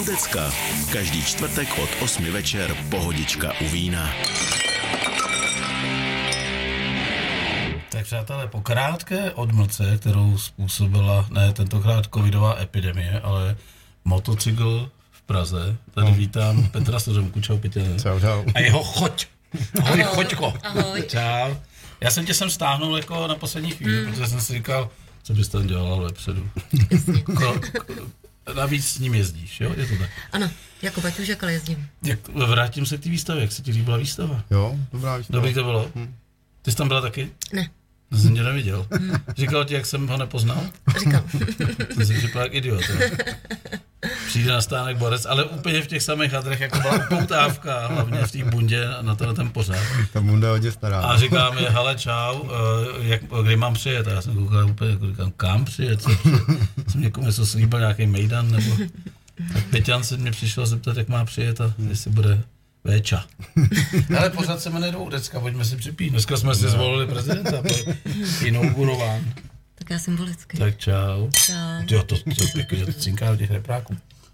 Decka. Každý čtvrtek od 8 večer Pohodička u vína. Tak přátelé, po krátké odmlce, kterou způsobila ne tentokrát covidová epidemie, ale motocykl v Praze, tady vítám Petra Sořemku. Čau, Petě. Čau. A jeho choď. Ahoj, choďko. Ahoj. Čau. Já jsem tě sem stáhnul jako na poslední chvíli, protože jsem si říkal, co bys tam dělal vepředu. Navíc s ním jezdíš, jo? Je to tak? Ano, jako Baťužek, ale jezdím. Vrátím se k té výstavě, jak se ti líbila výstava? Jo, dobrá výstava. Dobrý to bylo? Ty jsi tam byla taky? Ne. Jsem tě neviděl. Říkal ti, jak jsem ho nepoznal? Říkal. Jsem si připadal jak idiot. Přijde na stánek borec, ale úplně v těch samých hadrech, jako byla upoutávka, hlavně v té bundě na ten pořád. Ta bunda je hodně stará. A říká mi, hele, čau, kdy mám přijet? A já jsem koukal úplně, jako říkám, kam přijet? Jsem někomu něco slíbil, nějaký mejdan, nebo... Tak Peťan se mě přišel zeptat, jak má přijet a jestli bude véča. Ale pořád se jmenuje Decka, pojďme si připít. Dneska jsme si zvolili prezidenta, inaugurován. Tak já symbolicky. Tak čau. Čau. Jo, to pěkně, to cinká těch repráků.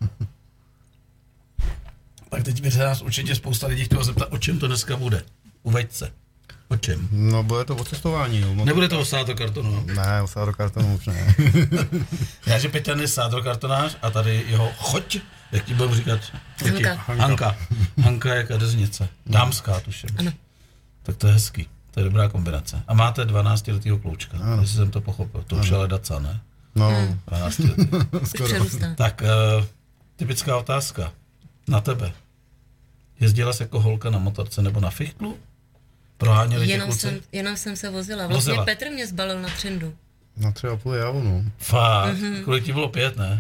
Tak teď by se nás určitě spousta lidí chtělo zeptat, o čem to dneska bude. Uveď se. O čem? No, bude to o cestování. No. Nebude to o sádokartonu? Ne, o sádokartonu už ne. Já, že Peťan je sádokartonář a tady jeho choď, jak ti budu říkat? Hanka. Hanka je kadeřnice. Dámská, tuším. Ano. Tak to je hezký. To je dobrá kombinace. A máte 12letýho kloučka, jestli jsem to pochopil. To už ale Daca, ne? No. 12letý. Přerůstá. Tak, typická otázka na tebe. Jezdila jsi jako holka na motorce nebo na fichtlu? Proháněli tě kluci? Jenom jsem se vozila. Vlastně Petr mě zbalil na Třindu. Na 3,5 javu, no. Fakt? Kolik ti bylo 5, ne?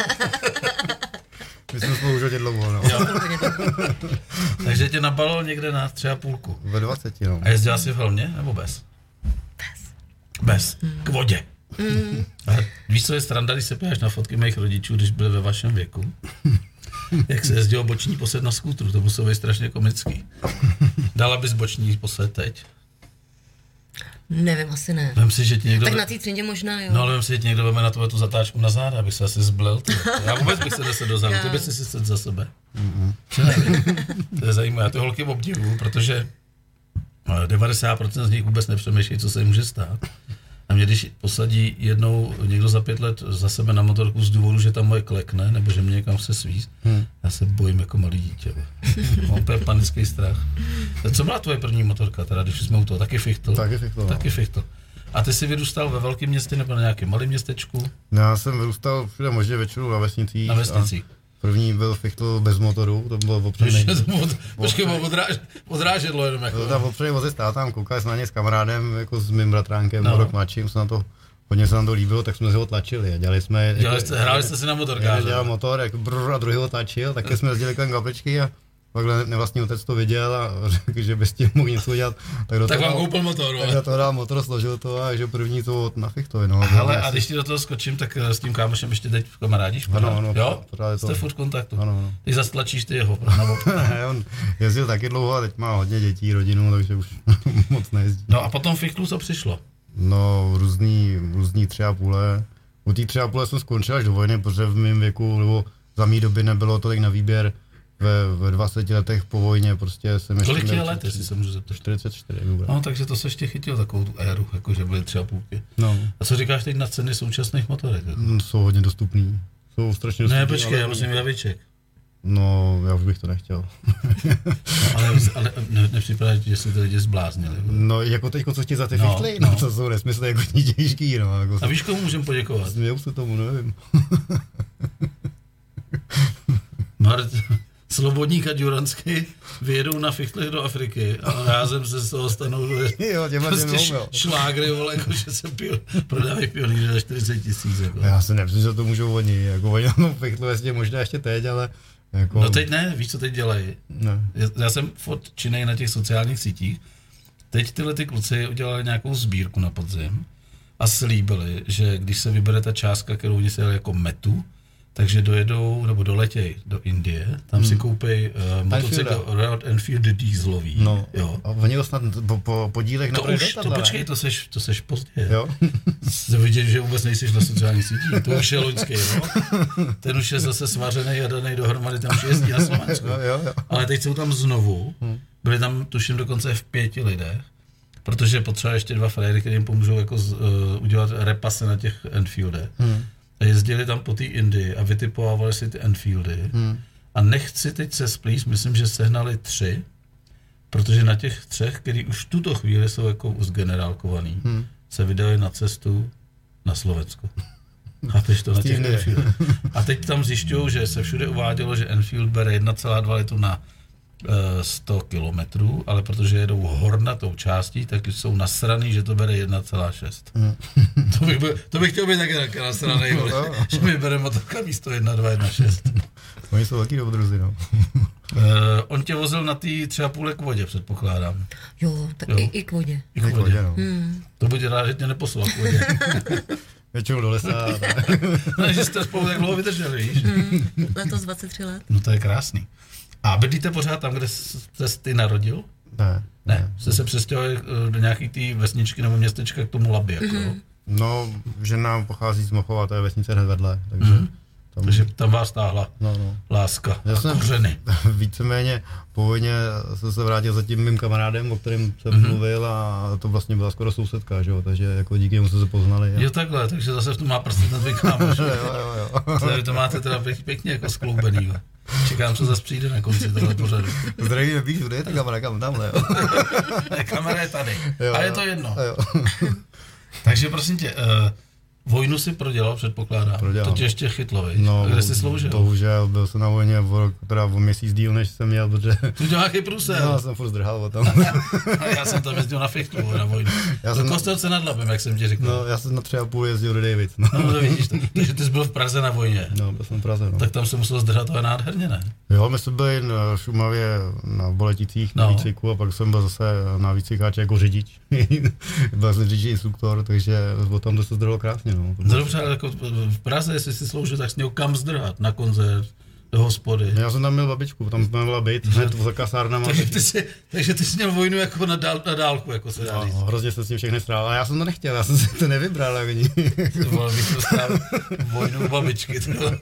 My jsme spolu už hodně dlouho, no. Takže tě nabalil někde na 3,5. Ve 20, no. A jezdila jsi v helmě nebo bez? Bez. K vodě. A víš, co je sranda, když se podíváš na fotky mých rodičů, když byli ve vašem věku? Jak se jezdilo boční posled na skútru, to muselo být strašně komický. Dala bys boční posled teď? Nevím, asi ne. Vem si, že ti někdo... Tak na té Třindě možná, jo. No ale vem si, že ti někdo veme na tvoje tu zatáčku na záda, abych se asi zblil. Já vůbec bych se nesl do zádu, ty bys si sedl za sebe. To je zajímavé, já ty holky obdivuju, protože 90% z nich vůbec nepřemýšlí, co se jim může stát. A mě když posadí jednou někdo za 5 let za sebe na motorku z důvodu, že tam moje klekne, nebo že mě někam se svíz, já se bojím jako malý dítě. Mám úplně panický strach. Co byla tvoje první motorka, teda, když jsme u toho? Taky fichtl? Taky fichtl. A ty jsi vyrůstal ve velkém městě nebo na nějakém malém městečku? No, já jsem vyrůstal všude možně většinou na vesnicích. Na vesnicích. První byl fichtl bez motoru, to bylo opřený. Počkej, odrážedlo jenom jako. To tam opřený vozy s tátám, koukali jsme na ně s kamarádem, jako s mým bratránkem, rok mladším, hodně se nám to líbilo, tak jsme si ho tlačili a hráli jste si na motorkáře. Já dělal motor, jak a druhý ho tlačil, tak jsme jezdili kolem kapličky a takhle nevlastní otec to viděl a řekl, že by s tím mohl něco dělat. Tak vám koupil motor, tak do toho dal motor, složil to a že první to na fichtovi. No, hele, a když ti do toho skočím, tak s tím kámošem ještě teď kamarádíš? Ano, jo? Jste furt v kontaktu? Ano. Ty zastlačíš ty jeho. Ne, on jezdil taky dlouho a teď má hodně dětí, rodinu, takže už moc nejezdí. No a potom fichtlu co přišlo? No, různý 3,5. U té 3,5 jsem skončil až do vojny, protože v mém věku, nebo za mý doby nebylo tolik na výběr. Ve 20 letech po vojně prostě jsem ještě... Kolik je let, jestli se můžu zeptat? 44. No, takže to se ještě chytil takovou tu éru, jakože byly 3,5. No. A co říkáš teď na ceny současných motorek? Jako? Jsou hodně dostupný. Jsou strašně dostupný. Ne, počkej, já musím javiček. No, já už bych to nechtěl. ale nepřipadá, že si to lidi zbláznili. No, jako teďko, co ti za ty fichtly? No, to jsou nesmysly jako těžký, no. Jako a víš, komu můžeme poděkovat? Směju se tomu, nevím. Slobodník a Duranský vyjedou na fichtlech do Afriky a rázem se z toho stanou prostě šlágry, vole, jako že se prodávají pionýry za 40 000. Jako. Já si nemyslím, že to můžou oni, jako oni na fichtlu jestli možná ještě teď, ale jako... No teď ne, víš, co teď dělají? Ne. Já jsem furt činnej na těch sociálních sítích, teď tyhle ty kluci udělali nějakou sbírku na podzim a slíbili, že když se vybere ta částka, kterou oni se jeli jako metu, takže dojedou, nebo doletěj do Indie, tam si koupej motocykl Royal Enfield dieselový. No, jo. A oni ho snad po dílech to počkej, to seš pozdě. Jo? Jsi vidět, že vůbec nejsiš na sociální sítí. To už je loňský, no? Ten už je zase svařený a daný dohromady, tam už jezdí na Slovensku. Jo. Ale teď jsou tam znovu, byli tam tuším dokonce v 5 lidech, protože potřeba ještě 2 frajery, který jim pomůžou jako udělat repasy na těch Enfieldech. A jezdili tam po té Indii a vytipovávali si ty Enfieldy. A nechci teď se splíst, myslím, že sehnali 3, protože na těch 3, který už v tuto chvíli jsou jako uzgenerálkovaný, se vydali na cestu na Slovensko. Chápeš to na těch Enfield. A teď tam zjišťují, že se všude uvádělo, že Enfield bere 1,2 litru na 100 kilometrů, ale protože jedou hornatou částí, tak jsou nasraný, že to bere 1,6. To bych chtěl být taky nasraný, že mi bere motorka místo 1,2,1,6. Oni jsou taky dobrodruzi, no. On tě vozil na té 3,5 k vodě, předpokládám. Jo, tak jo. I k vodě. I k vodě, no. To bude rád, že tě neposlal k vodě. Většinou do lesa. Ne, že jste spolu tak dlouho vydrželi, víš? Letos 23 let. No to je krásný. A bydlíte pořád tam, kde jsi ty narodil? Ne. Jste se přestěhovali do nějaký té vesničky nebo městečka k tomu Labi, jako? No, žena pochází z Mochova, to je vesnice hned vedle, takže tam vás táhla láska a kořeny. Víceméně po vojně jsem se vrátil za tím mým kamarádem, o kterém jsem mluvil, a to vlastně byla skoro sousedka, že jo, takže jako díky němu jsme se poznali. Jo takhle, takže zase v tom má prsty ten tvůj kámoš. Jo. Vy to máte teda pěkně jako skloubený. Čekám, co zase přijde na konci tohle pořadu. Zdravíme, víš, kde je ta kamera, kam tamhle, jo. Kamera je tady, jo, a je to jedno. Jo. Takže prosím tě, vojnu si prodělal, předpokládám. To tě ještě chytlo, veď? No, kde jsi sloužil? Bohužel, byl jsem na vojně o měsíc díl, než jsem měl, protože... Ty to nějaký průser. No, jsem furt zdrhal o tom. Já jsem tam jezdil na fichtlu na vojnu. Do Kostelce nad Labem, jak jsem ti říkal. No, já jsem na 3,5 jezdil do Davids. No, to vidíš, takže ty jsi byl v Praze na vojně. No, byl jsem v Praze, no. Tak tam se musel zdrhat, to je nádherně, ne? Jo, my jsme byli na Šumavě na Boleticích na výcviku a pak jsem byl zase na výcvikáči jako řidič. Byl jsem řidič instruktor, takže tam to se zdrhalo krásně, no. Dobře, ale jako v Praze, jestli jsi sloužil, tak jsi měl kam zdrhat, na koncert, do hospody. Já jsem tam měl babičku, tam jsme měla být, hned za kasárnama. Takže ty jsi měl vojnu jako na dálku, jako se dá říct. No, hrozně jsem s tím všechny strál, a já jsem to nechtěl, já jsem si to nevybral, jak oni. Bych to strávil vojnu babičky.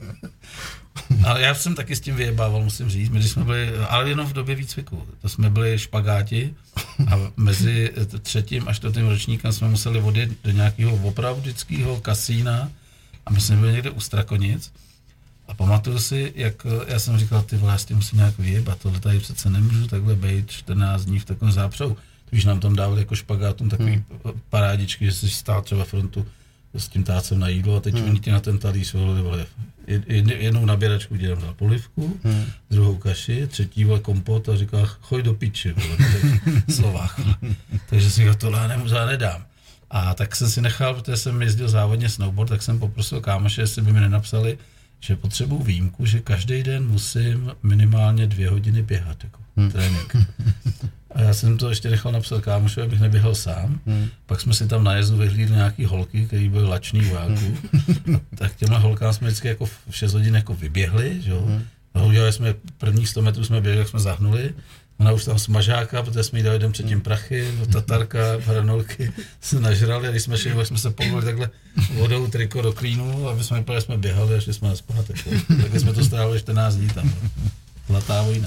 Ale já jsem taky s tím vyjebával, musím říct, my když jsme byli, ale jenom v době výcviku, to jsme byli špagáti a mezi 3. a 4. ročníkem jsme museli odjet do nějakého opravdického kasína a my jsme byli někde u Strakonic a pamatuju si, jak já jsem říkal, ty vole, já s tím musím nějak vyjebat, tohle tady přece nemůžu takhle být 14 dní v takovém zápřehu. Když nám tam dávali jako špagátům takový parádičky, že jsi stál třeba frontu s tím tácem na jídlo a teď oni ti na ten talíř volili, jednou naběračku dělám dal polivku, druhou kaši, třetí kompot a říkal, choď do piči, v Slovách. Takže si ho tohle nedám. A tak jsem si nechal, protože jsem jezdil závodně snowboard, tak jsem poprosil kámoše, jestli by mi nenapsali, že potřebuji výjimku, že každý den musím minimálně 2 hodiny běhat, jako trénink. A já jsem to ještě nechal napsat kámošovi, abych neběhal sám. Pak jsme si tam na jezdu vyhlídli nějaký holky, který byly lační vojáků. Tak těmhle holkám jsme vždycky jako v 6 hodin jako vyběhli, že jo. A udělali jsme prvních 100 metrů, jsme běhli, jak jsme zahnuli. Ona už tam smažáka, protože jsme jí dali den předtím prachy, tatarka, hranolky se nažrali a když jsme šli, jsme se povolili takhle vodou triko do klínu, aby jsme vypadali, jsme běhali a šli jsme na zpátek. Takhle jsme to strávili 14 dní tam. Zlatá vojna.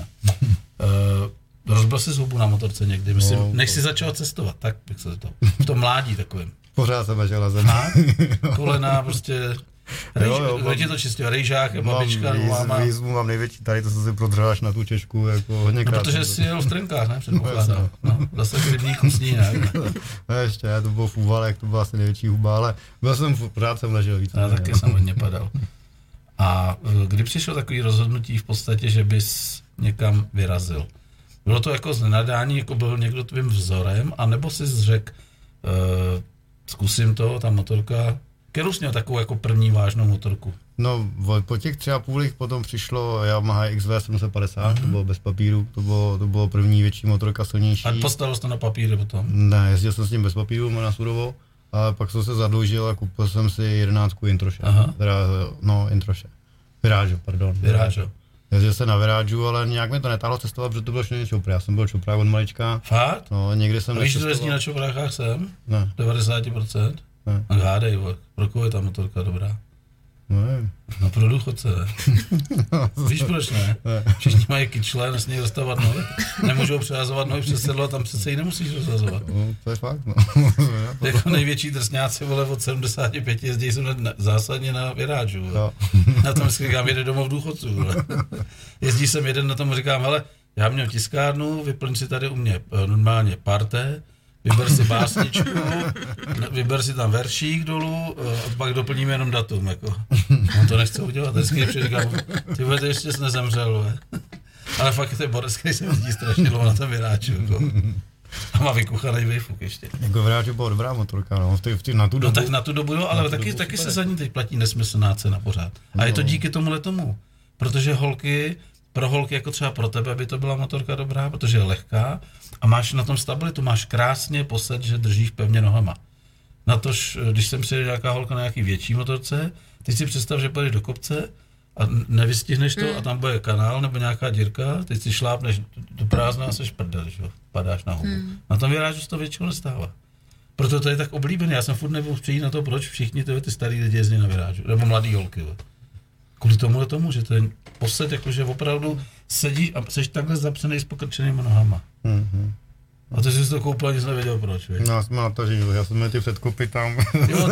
Rozbil jsi zubu na motorce někdy, myslím, než jsi začal cestovat, tak bych se zeptal. V tom mládí takovým. Pořád jsem ležel na zemi. Kolena prostě, kdo ti to čistil, rejžák, babička, máma. Výzvu mám největší, tady to se si prodřel až na tu Češku, jako hodněkrát. No, protože jsi jel v trenkách, ne, předpokládám. No, zase k rybníku sní, ne? No ještě, to bylo v Úvalech, to byla asi největší huba, ale pořád jsem ležel víc. Já taky jsem hodně padal. A kdy přišlo takový rozhodnutí v podstatě, že bys někam vyrazil? Bylo to jako znenadání, jako byl někdo tvým vzorem, anebo jsi řekl, zkusím to, ta motorka, kterou jsi měl takovou jako první vážnou motorku? No, po těch 3,5 potom přišlo Yamaha XV 750, to bylo bez papíru, to bylo první větší motorka, silnější. A postavil jsi to na papíry potom? Ne, jezdil jsem s tím bez papíru na surovo, ale pak jsem se zadlužil a koupil jsem si 11 Introše, Introše. Virážo. Jezdil jsem na Virážu, ale nějak mi to netáhlo cestovat, protože to bylo všechno čopry. Já jsem byl čoprák od malička. Fakt? No, někdy jsem víš, kdo jezdí na čoprákách sem? Ne. 90%? Ne. No hádej, pro koho je ta motorka dobrá? Ne. No pro důchodce, ne? Víš proč ne? Všichni mají kyčle, nesmějí rozstavovat nohy. Nemůžou přehazovat nohy přes sedlo a tam přece ji nemusíš rozhazovat. No, to je fakt, no. Jako největší drsňáci, vole, od 75 jezdí jsem zásadně na Virážu. No. Na tom si říkám, jede domov důchodců. Vole. Jezdí jsem jeden, na tom říkám, hele, já měl tiskárnu, vyplň si tady u mě normálně parté, vyber si básničku, vyber si tam veršík dolů a pak doplníme jenom datum. Jako. On to nechce udělat, vždycky říkám, ty vole, ty ještě jsi nezemřel. Vole. Ale fakt je Boris, který se jezdí strašně dlouho na tom Viráču. Jako. A má vykuchanej výfuk ještě. Jako Viráču byla dobrá motorka, no, na tu dobu. No tak na tu dobu, jo, ale taky se za ní teď platí nesmyslná cena pořád. A je to díky tomu. Protože pro holky jako třeba pro tebe by to byla motorka dobrá, protože je lehká a máš na tom stabilitu, máš krásně posed, že držíš pevně nohama. Natož, když jsem přijel nějaká holka na nějaký větší motorce, teď si představ, že půjdeš do kopce a nevystihneš to a tam bude kanál nebo nějaká dírka, teď si šlápneš do prázdna a seš prdel, že padáš na hubu. Na tom Virážu se to většinou nestává. Proto to je tak oblíbené, já jsem furt nebyl přijít na to, proč všichni ty starý lidi jezdí na Virážu, nebo mladý holky. Jo. Kvůli tomu, že ten posed jakože opravdu sedí a seš takhle zapřenej s pokrčenýma nohama. A ty jsi to koupil, nic nevěděl proč, víš? No, já jsem na to, že já jsem měl ty předkopy tam. Jo,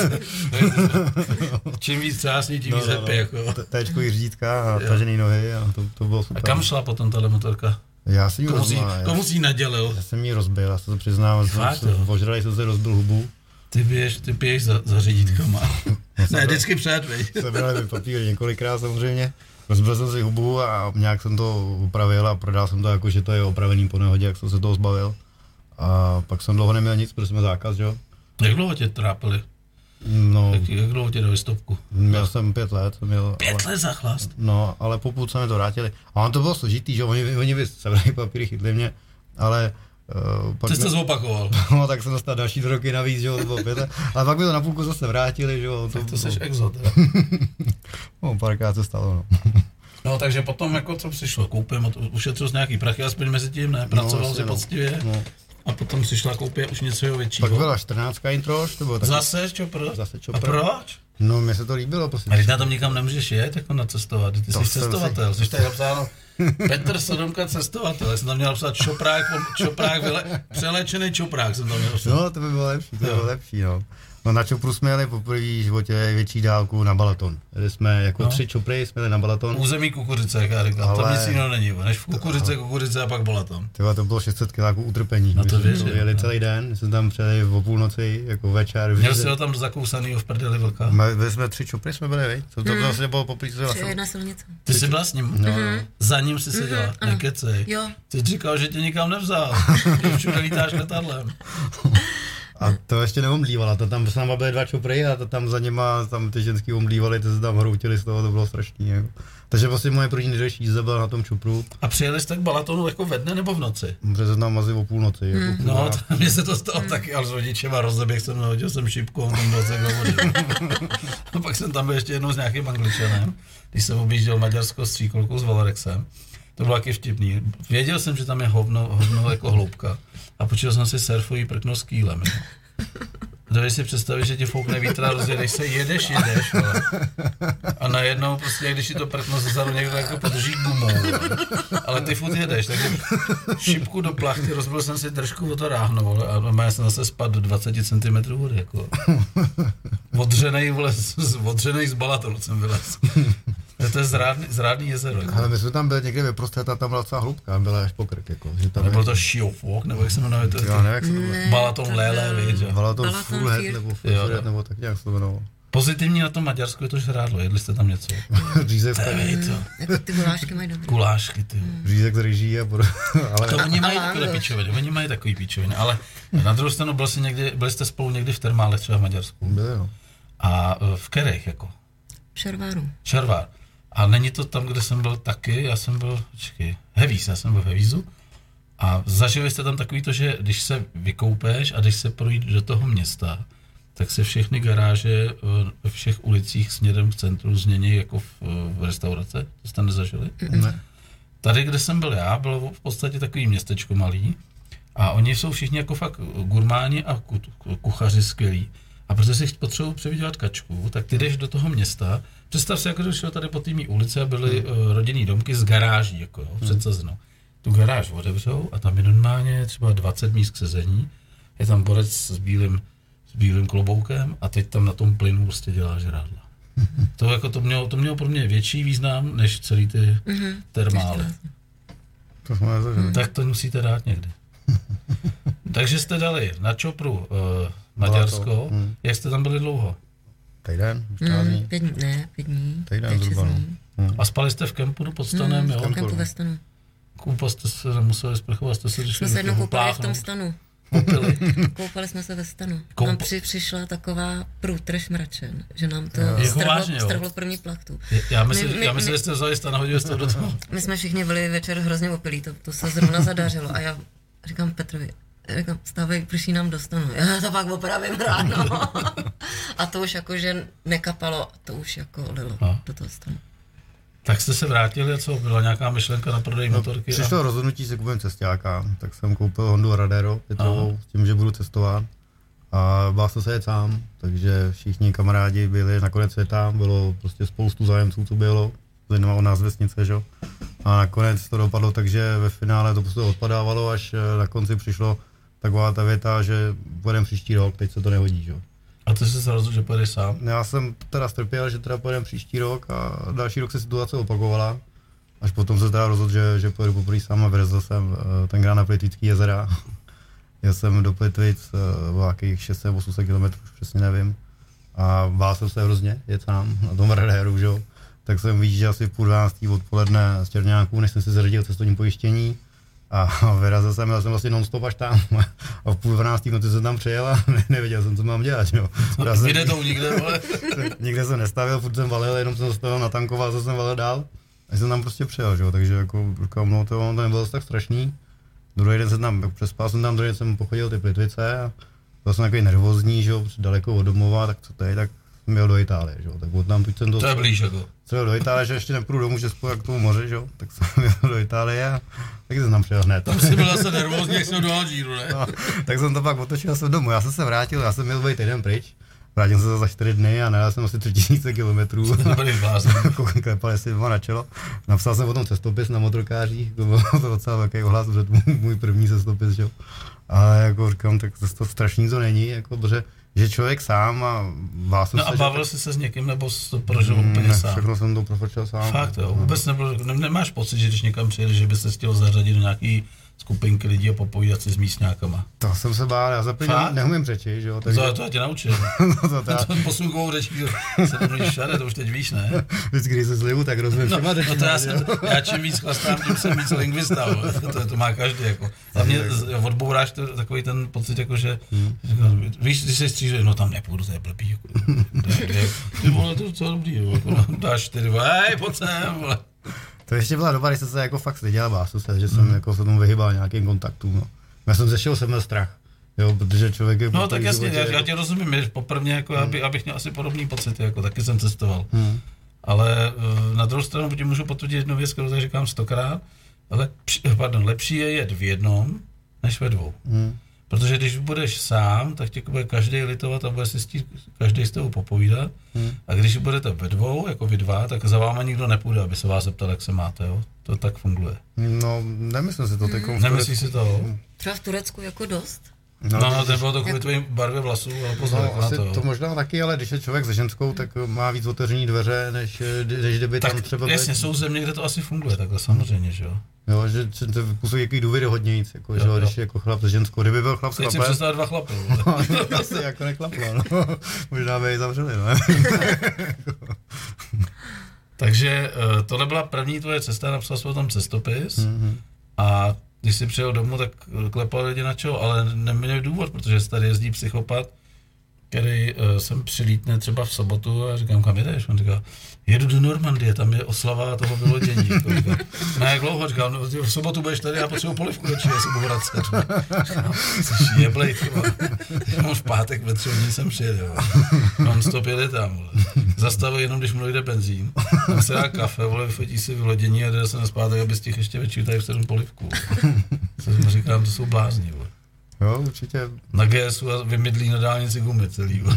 čím víc třásní, tím víc happy, jako. Téčkový řídka a tažený nohy a to bylo super. A kam šla potom tahle motorka? Já jsem ji komu jsi ji nadělil? Já jsem ji rozbil, já se to přiznám, ožralej jsem se rozbil hubu. Ty piješ za řídítkama. Ne, vždycky před, veď. Jsem měl papír několikrát samozřejmě. Rozbil jsem si hubu a nějak jsem to upravil a prodal jsem to jako, že to je opravený po nehodě, jak jsem se toho zbavil. A pak jsem dlouho neměl nic, protože jsme zákaz, jo. Jak dlouho tě trápili? No, jak dlouho tě dali stopku? Měl jsem 5 let. 5 let za chlast? No, ale po půlce mi to vrátili. A on to bylo složitý, že oni by sebrali papíry, chytli mě, ale... Ty jsi to zopakoval. No, tak jsem dostal další 2 roky navíc, že jo, to bylo 5 let. Ale pak mi to na půlku zase vrátili, že jo. To jsi exot, No, párkrát to stalo, no. No, takže potom jako co přišlo, koupím, ušetřil jsi nějaký prachy, aspoň mezi tím, ne? Pracoval si poctivě. No. A potom přišla koupě už něco většího. Pak byla 14 introž, to bylo taky... Zase čopr? A proč? No, mně se to líbilo. A když na tom nikam nemůžeš jet, jako na cestovat, ty jsi cestovatel, jsi tady napsáno Petr Sodomka cestovatel, já jsem tam měl napsat čoprák, přeléčený čoprák jsem tam měl napsat. No, to by bylo lepší, no. No na čopru jsme jeli poprvé v životě větší dálku na Balaton. Jeli jsme jako 3 čopry, jsme jeli na Balaton. Území Kukuřice, jak já říkal, tam nic jiného není, než v Kukuřice a pak Balaton. Tyhle, to bylo 600 kiláků utrpení. No to věřím. Jeli celý den, jsme tam přijeli o půlnoci, jako večer. Měl jsi ho tam zakousanýho v prdeli vlka? Byli jsme 3 čopry, jsme byli, vej? To vlastně bylo poprvé. Jedna silnice. Ty jsi byla s ním? No. Za ním jsi seděla, nekecej. Jo. Ty říkal, že tě nikam nevzal, když všude lítáš letadlem. A to ještě neomdlívala, to tam s náma byly 2 čopry a to tam za nima, tam ty ženský omdlívali, ty se tam hroutili z toho, to bylo strašný. Jako. Takže vlastně moje první nejdelší jízda byla na tom čopru. A přijeli jste k Balatonu jako ve dne nebo v noci? Protože se tam asi o půlnoci. Jako no, mně se to stalo taky, ale s rodičema rozeběh jsem nahodil jsem šipku, on tam byl A pak jsem tam byl ještě jednou s nějakým Angličanem, když jsem objížděl Maďarsko s tříkolkou s Valorexem. To bylo taky vtipný. Věděl jsem, že tam je hovno jako hloubka. A počítal jsem si surfový prkno s kýlem. Dovedeš si představit, že ti foukne vítr a rozjedeš se, jedeš, vole. A najednou prostě, když ti to prkno zezadu někdo jako podrží gumou, ale ty furt jedeš, takže šipku do plachty, rozbil jsem si držku o to ráhno, vole, a normálně jsem zase spadl do 20 cm vody, jako. Odřenej z Balatonu jsem vylez. To je zrádný jezero. Jako. Ale my jsme tam byli někde vyprostřed a tam byla celá hloubka, byla až po krk. Jako, že tam bylo to Šiofok, nebo jak se jmenuje to? Já nevím, jak se to jmenuje. Balaton Lele, víš? Balaton Fullhead, nebo Fullhead, nebo tak nějak se to jmenovalo. Pozitivní na tom Maďarsku je to žrádlo, jedli jste tam něco? Řízek. Jako ty gulášky mají dobré. Gulášky, ty. Řízek z rýží a ale... To oni mají takový píčoviny, ale na druhou stranu byli jste spolu někdy v termále třeba v Maďarsku? Byli, jo. A v Kerech, jako? Šervár. A není to tam, kde jsem byl taky, já jsem byl v Hevízu a zažili jste tam takový to, že když se vykoupeš a když se projít do toho města, tak se všechny garáže ve všech ulicích směrem k centru změní jako v restaurace. To jste nezažili? Ne. Tady, kde jsem byl já, bylo v podstatě takový městečko malý a oni jsou všichni jako fakt gurmáni a kuchaři skvělí. A protože si potřebují převydělat kačku, tak ty jdeš do toho města. Představ si, jako došel tady po té mý ulici a byly rodinný domky z garáží, jako jo, předsazeno. Tu garáž otevřou a tam je normálně třeba 20 míst k sezení. Je tam borec s bílým kloboukem a teď tam na tom plynu prostě dělá žrádla. To mělo pro mě větší význam, než celý ty termály. Tak to musíte dát někdy. Takže jste dali na Čopru Maďarsko. Jak jste tam byli dlouho? Týden? 5 dní. Týden zhruba. A spali jste v kempu pod stanem, jo? V kempu ve stanu. Koupat jste se nemuseli sprchovat, jste se když jsme se jednou koupali v tom stanu. Koupali jsme se ve stanu. Nám přišla taková průtrž mračen, že nám to strhlo první plachtu. Já myslím, že jste vzali stan a hodili jste do toho. My jsme všichni byli večer hrozně opilí, to se zrovna zadařilo a já říkám Petrovi, stávej, prší nám do stanu. Já to pak opravím ráno. A to už jako, že nekapalo, to už jako lilo do toho stanu. Tak jste se vrátili a co? Byla nějaká myšlenka na prodej motorky? Přišlo rozhodnutí si koupím cestáka, tak jsem koupil Hondu Radero Petrovou s tím, že budu cestovat. A bál jsem se jet sám, takže všichni kamarádi byli nakonec světa, bylo prostě spoustu zájemců, co bylo, zajímavá od nás vesnice, že? A nakonec to dopadlo tak, že ve finále to prostě odpadávalo, až na konci přišlo taková ta věta, že pojedeme příští rok, teď se to nehodí, že? A ty jsi se rozhodl, že pojedeš sám? Já jsem teda strpěl, že teda pojedeme příští rok a další rok se situace opakovala. Až potom se teda rozhodl, že pojedu poprvé sám a vyrazil jsem tenkrát na Plitvický jezera. Já jsem do Plitvic o nějakých 600-800 km, už přesně nevím. A bál jsem se hrozně jet sám na tom Radéru, že jo. Tak jsem vyjížděl asi v 11:30 odpoledne z Čerňáků, než jsem si zařadil cestovní pojištění. A vyrazil jsem vlastně non-stop až tam. A v 11:30 noci jsem tam přijel a nevěděl jsem, co mám dělat. Jo. Kde to nikde, vole? Nikde jsem nestavil, furt jsem valil, jenom jsem zastavil, natankoval, co jsem valil dál. A jsem tam prostě přijel, že jo. Takže jako říkám, to nebylo tak strašný. Druhý den jsem tam přespal, druhý den jsem pochodil ty Plitvice a byl jsem takový nervózní, že jo, daleko od domova, tak co teď, tak jsem jel do Itálie, že jo. Tak od tam jsem to je blíž jako. Jsem jel do Itálie, že ještě nepůjdu domů, že spolu k tomu moři, že jo. Tak jsem jel do Itálie a taky jsem tam přijel hned. Tam jsi byl zase nervózní, jak jsem do Alžíru, ne? No, tak jsem to pak otočil jsem domů, já jsem se vrátil, já jsem měl být týden pryč. Vrátil jsem se za 4 dny a najel jsem asi 3000 kilometrů. Klepal si na čelo. Napsal jsem potom cestopis na motorkářích, to byl to docela velký ohlas, protože to můj první cestopis, že? Ale jako říkám, tak to strašný to není, jako, protože že člověk sám a vás. No a bavil jsi se s někým, nebo jsi to prožil úplně sám? Všechno jsem to profočil sám. Fakt jo, vůbec nemáš pocit, že když někam přijedeš, že by se chtěl zařadit do nějaký skupinky lidí a popovídat si s místňákama. To jsem se bál, já zaprvé neumím řeči, že jo. Takže... To já tě naučil. To posunkovou řečí se to mluvíš všade, to už teď víš, ne? Vždycky, když se zlivu, tak rozumím všema řečima. Já čím víc chlastám, tím jsem víc lingvista, to má každý, jako. A mě odbouráš takový ten pocit, jako že víš, když se střížuje, no tam nepůjdu, to je blbý, jako. Ty vole, to je docela dobrý, jako, dáš 4, hej, pojď sem, vole. To ještě byla doba, když jsem se jako fakt styděl, básu se, že jsem jako se tomu vyhýbal nějakým kontaktům, no. Já jsem zešel, jsem měl strach, jo, protože člověk je... No tak jasně, já tě rozumím, že poprvé jako abych měl asi podobný pocity, jako taky jsem cestoval. Ale na druhou stranu ti můžu potvrdit jednu věc, kterou tak říkám 100krát, ale lepší je jet v jednom, než ve dvou. Protože když budeš sám, tak tě bude každý litovat a bude si každý s tebou popovídat. A když budete ve dvou, jako vy dva, tak za váma nikdo nepůjde, aby se vás zeptal, jak se máte, jo? To tak funguje. No, nemyslím si to teď. Nemyslíš si to? Třeba v Turecku jako dost. No, to bylo to kvůli tvým barvě vlasů, ale pozor na to. To možná taky, ale když je člověk se ženskou, tak má víc otevřený dveře, než kdyby tak tam třeba... Tak jasně, jsou země, kde to asi funguje, takhle samozřejmě, že jo. Jo, že to působí jaký důvěry hodnějíc, jako, že když je jako chlap se ženskou, kdyby byl chlap s chlapem... Teď si představit 2 chlapy. To asi jako neklaplo, no. Možná by ji zavřeli, no. Takže tohle byla první tvoje cesta, napsal jsi o tom cestopis a když jsi přijel domů, tak klepal lidi na čelo, ale neměl důvod, protože tady jezdí psychopat, který sem přilítne třeba v sobotu a říkám, kam jedeš? On říká, jedu do Normandie, tam je oslava toho vylodění. dlouho? Říkám, no, v sobotu budeš tady, já potřebuji polivku večer, já se budu vracet. Jsi jeblej, mám v pátek ve 3 hodin jsem přijel, mám 105 tam, vole. Zastavuji jenom, když mu dojde benzín, tam se dá kafe, vole, vyfotí si vylodění a jde se na zpátek, aby stihl ještě večer tady v 7 polivku. Co říkám, to jsou blázni, vole. Jo, určitě. Na GSu a vymydlí na dálnici gumy celý, vole.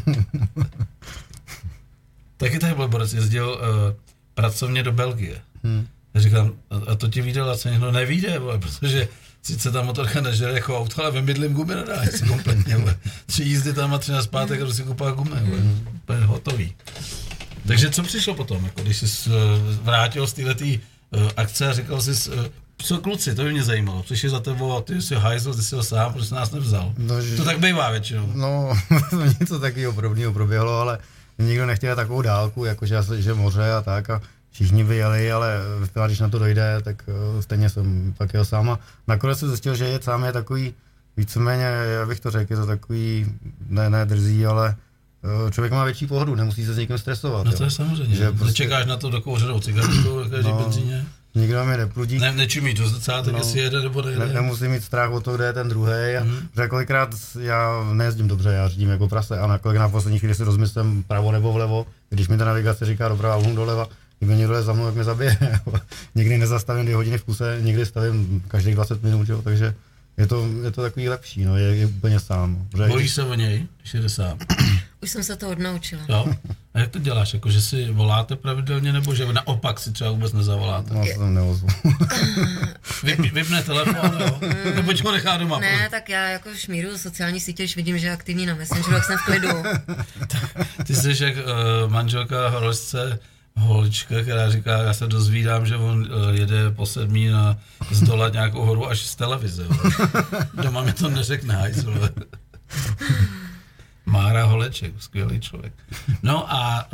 Taky tady byl borec, jezdil pracovně do Belgie. Já říkám, a to ti vyjde laceně? No nevyjde, protože sice ta motorka nežere jako auto, ale vymydlím gumy na dálnici kompletně. 3 jízdy tam a 3 na zpátek a jdu si kupovat gumy. Úplně hotový. Takže co přišlo potom, jako když jsi vrátil z této akce a říkal jsi, co kluci, to by mě zajímalo, přišli za tebou a ty jsi ho hajzl, ty jsi ho sám, protože jsi nás nevzal. No, to tak bývá většinou. No, něco takového podobného proběhlo, ale nikdo nechtěl takovou dálku, jakože že moře a tak a všichni vyjeli, ale když na to dojde, tak stejně jsem pak jel sám a nakonec jsem zjistil, že jet sám je takový, víceméně, já bych to řekl, je to takový, ne drzí, ale člověk má větší pohodu, nemusí se s někým stresovat. No to je samozřejmě, že prostě čekáš na to dokouřenou cigaretu, na každý benzíně. Nikdo mě nepludí. Nečumí to zrcátek, jestli jede nebo nejde. Nemusím mít strach o to, kde je ten druhej. Protože kolikrát já nejezdím dobře, já řídím jako prase a na poslední chvíli si rozmyslím pravo nebo vlevo, když mi ta navigace říká doprava, lhům doleva, kdyby někdo je za mnou, jak mě zabije. Někdy nezastavím 2 hodiny v kuse, někdy stavím každých 20 minut, jo, takže je to takový lepší, no, je úplně sám. Bojíš se o něj, když jede sám? Už jsem se to odnaučila. Jo? A jak to děláš? Jako, že si voláte pravidelně, nebo že naopak si třeba vůbec nezavoláte? No, se tam neozvu. Vypne telefon, jo? Nebo ho nechá doma? Ne, tak já jako šmíru sociální sítě, když vidím, že je aktivní na Messengeru, jak jsem v klidu. Ty jsi jak manželka horolezce, holička, která říká, já se dozvídám, že on jede po 7 na zdolat nějakou horu až z televize. Doma mi to neřekne, hajzl. Mára Holeček, skvělý člověk. No a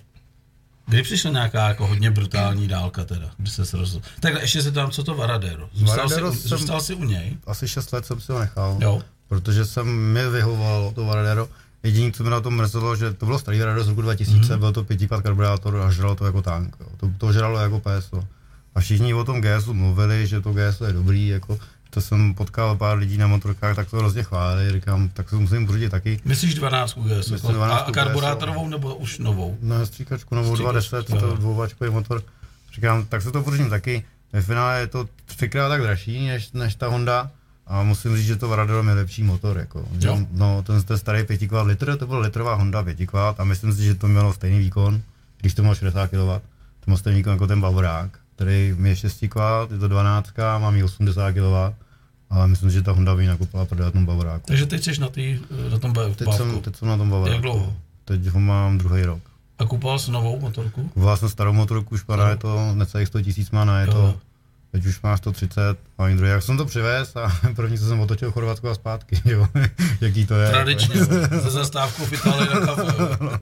kdy přišla nějaká jako hodně brutální dálka teda, když se rozhodl? Takhle ještě se tam, co to Varadero? Zůstal jsi u něj? Asi 6 let jsem si ho nechal, jo. Protože mi vyhovovalo to Varadero. Jediné, co mi na tom mrzelo, že to bylo starý Varadero z roku 2000, byl to 5x karburátor a žralo to jako tank. Jo. To žralo jako PSO. A všichni o tom GSu mluvili, že to GSo je dobrý, jako to jsem potkal pár lidí na motorkách, tak to hrozně chválili, říkám, tak se musím pořídit taky. Myslíš 12 GSo? A karburátorovou nebo už novou? No, stříkačku novou 2.10, to dvouvačkový motor. Říkám, tak se to pořídím taky. Ve finále je to 3x tak dražší než ta Honda. A musím říct, že to Varadero je lepší motor, jako. No, ten starý 5kW litr, to byla litrová Honda 5kW a myslím si, že to mělo stejný výkon, když to mělo 60 kW. To mělo stejný výkon jako ten Bavorák, který mi je 6kW, je to 12, mám jí 80 kW, ale myslím si, že ta Honda by nakupila prodat tom Bavoráku. Takže teď jsi na tom bávku? Teď jsem na tom Bavoráku. Jak dlouho? Teď ho mám 2. rok. A kupoval jsi novou motorku? Kupoval jsem starou motorku, už padá, je to necelých 100 000 má na je to. Teď už má 130, a druhý, jak jsem to přivez a první, co jsem otočil Chorvatsko a zpátky, jo, jaký to je. Tradičně, se zastávkou v Itálii na kafe.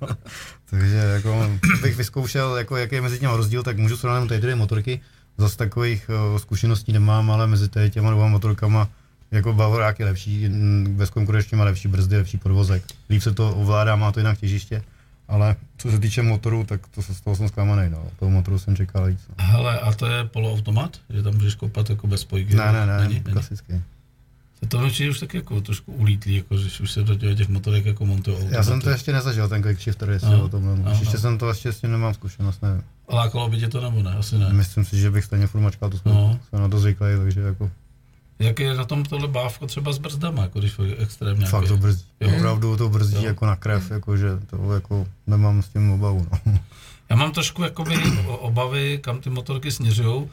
Takže jako, bych vyzkoušel, jako, jaký je mezi těma rozdíl, tak můžu srovnat tady 2 motorky. Zase takových zkušeností nemám, ale mezi těma 2 motorkama jako Bavorák je lepší, bezkonkurenčně má lepší brzdy, lepší podvozek. Líp se to ovládá, má to jinak těžiště. Ale co se týče motoru, tak z toho jsem zklamaný, no. Toho motoru jsem čekal víc. Hele, a to je poloautomat? Že tam můžeš kopat jako bez spojky? Ne, klasický. To určitě už tak jako trošku ulítlý, jako, že už se do těch motorek jako montují automatu. Já jsem to ještě nezažil, ten quick shifter, jestli o tom mluvím. Ještě jsem to ještě s tím nemám zkušenost, nevím. A lákalo by tě to nebo ne? Asi ne. Myslím si, že bych stejně furt mačkal tu spojku. Jsem na to zvyklý, takže jako... Jak je na tom tohle bávko třeba s brzdama, jako když extrémně... Fakt to brzdí, opravdu to brzdí jako na krev, jako, že to jako nemám s tím obavu, no. Já mám trošku jakoby obavy, kam ty motorky směřujou.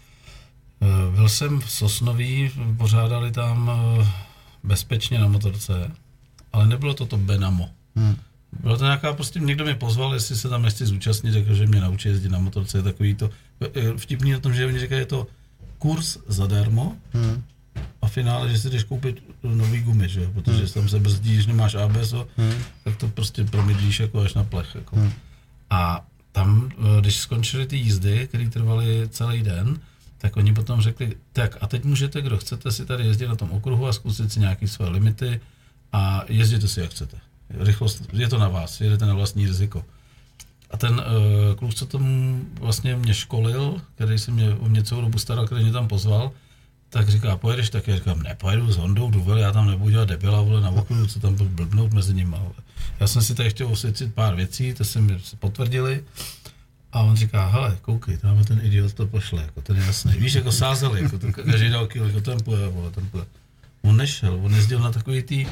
Byl jsem v Sosnoví, pořádali tam bezpečně na motorce, ale nebylo to Benamo. Bylo to nějaká, prostě někdo mě pozval, jestli se tam nechci zúčastnit, řekl, že mě naučí jezdit na motorce, takový to vtipný na tom, že oni říkají, je to kurz zadarmo a v finále, že si jdeš koupit nový gumy, že? Protože tam se brzdí, když nemáš ABS, tak to prostě promydlíš jako až na plech. Jako. A tam, když skončily ty jízdy, které trvaly celý den, tak oni potom řekli, tak a teď můžete, kdo chcete si tady jezdit na tom okruhu a zkusit si nějaké své limity a jezděte si, jak chcete. Rychlost, je to na vás, jedete na vlastní riziko. A ten kluk, co tomu vlastně mě školil, který se mě o mě celou dobu staral, který mě tam pozval, tak říká, pojedeš taky? Já říkám, nepojedu s Hondou, Duvel, já tam nebudu dělat debila, vole, na okruhu, co tam budu blbnout mezi nimi. Já jsem si tady chtěl osvětlit pár věcí, to se mi potvrdili. A on říká, hele, koukej, tam ten idiot to pošle, jako ten je jasný. Víš, jako sázeli, jako to každý dal kilo, jako ten půjde, vole, ten půjde. On nešel, on jezdil na takový tý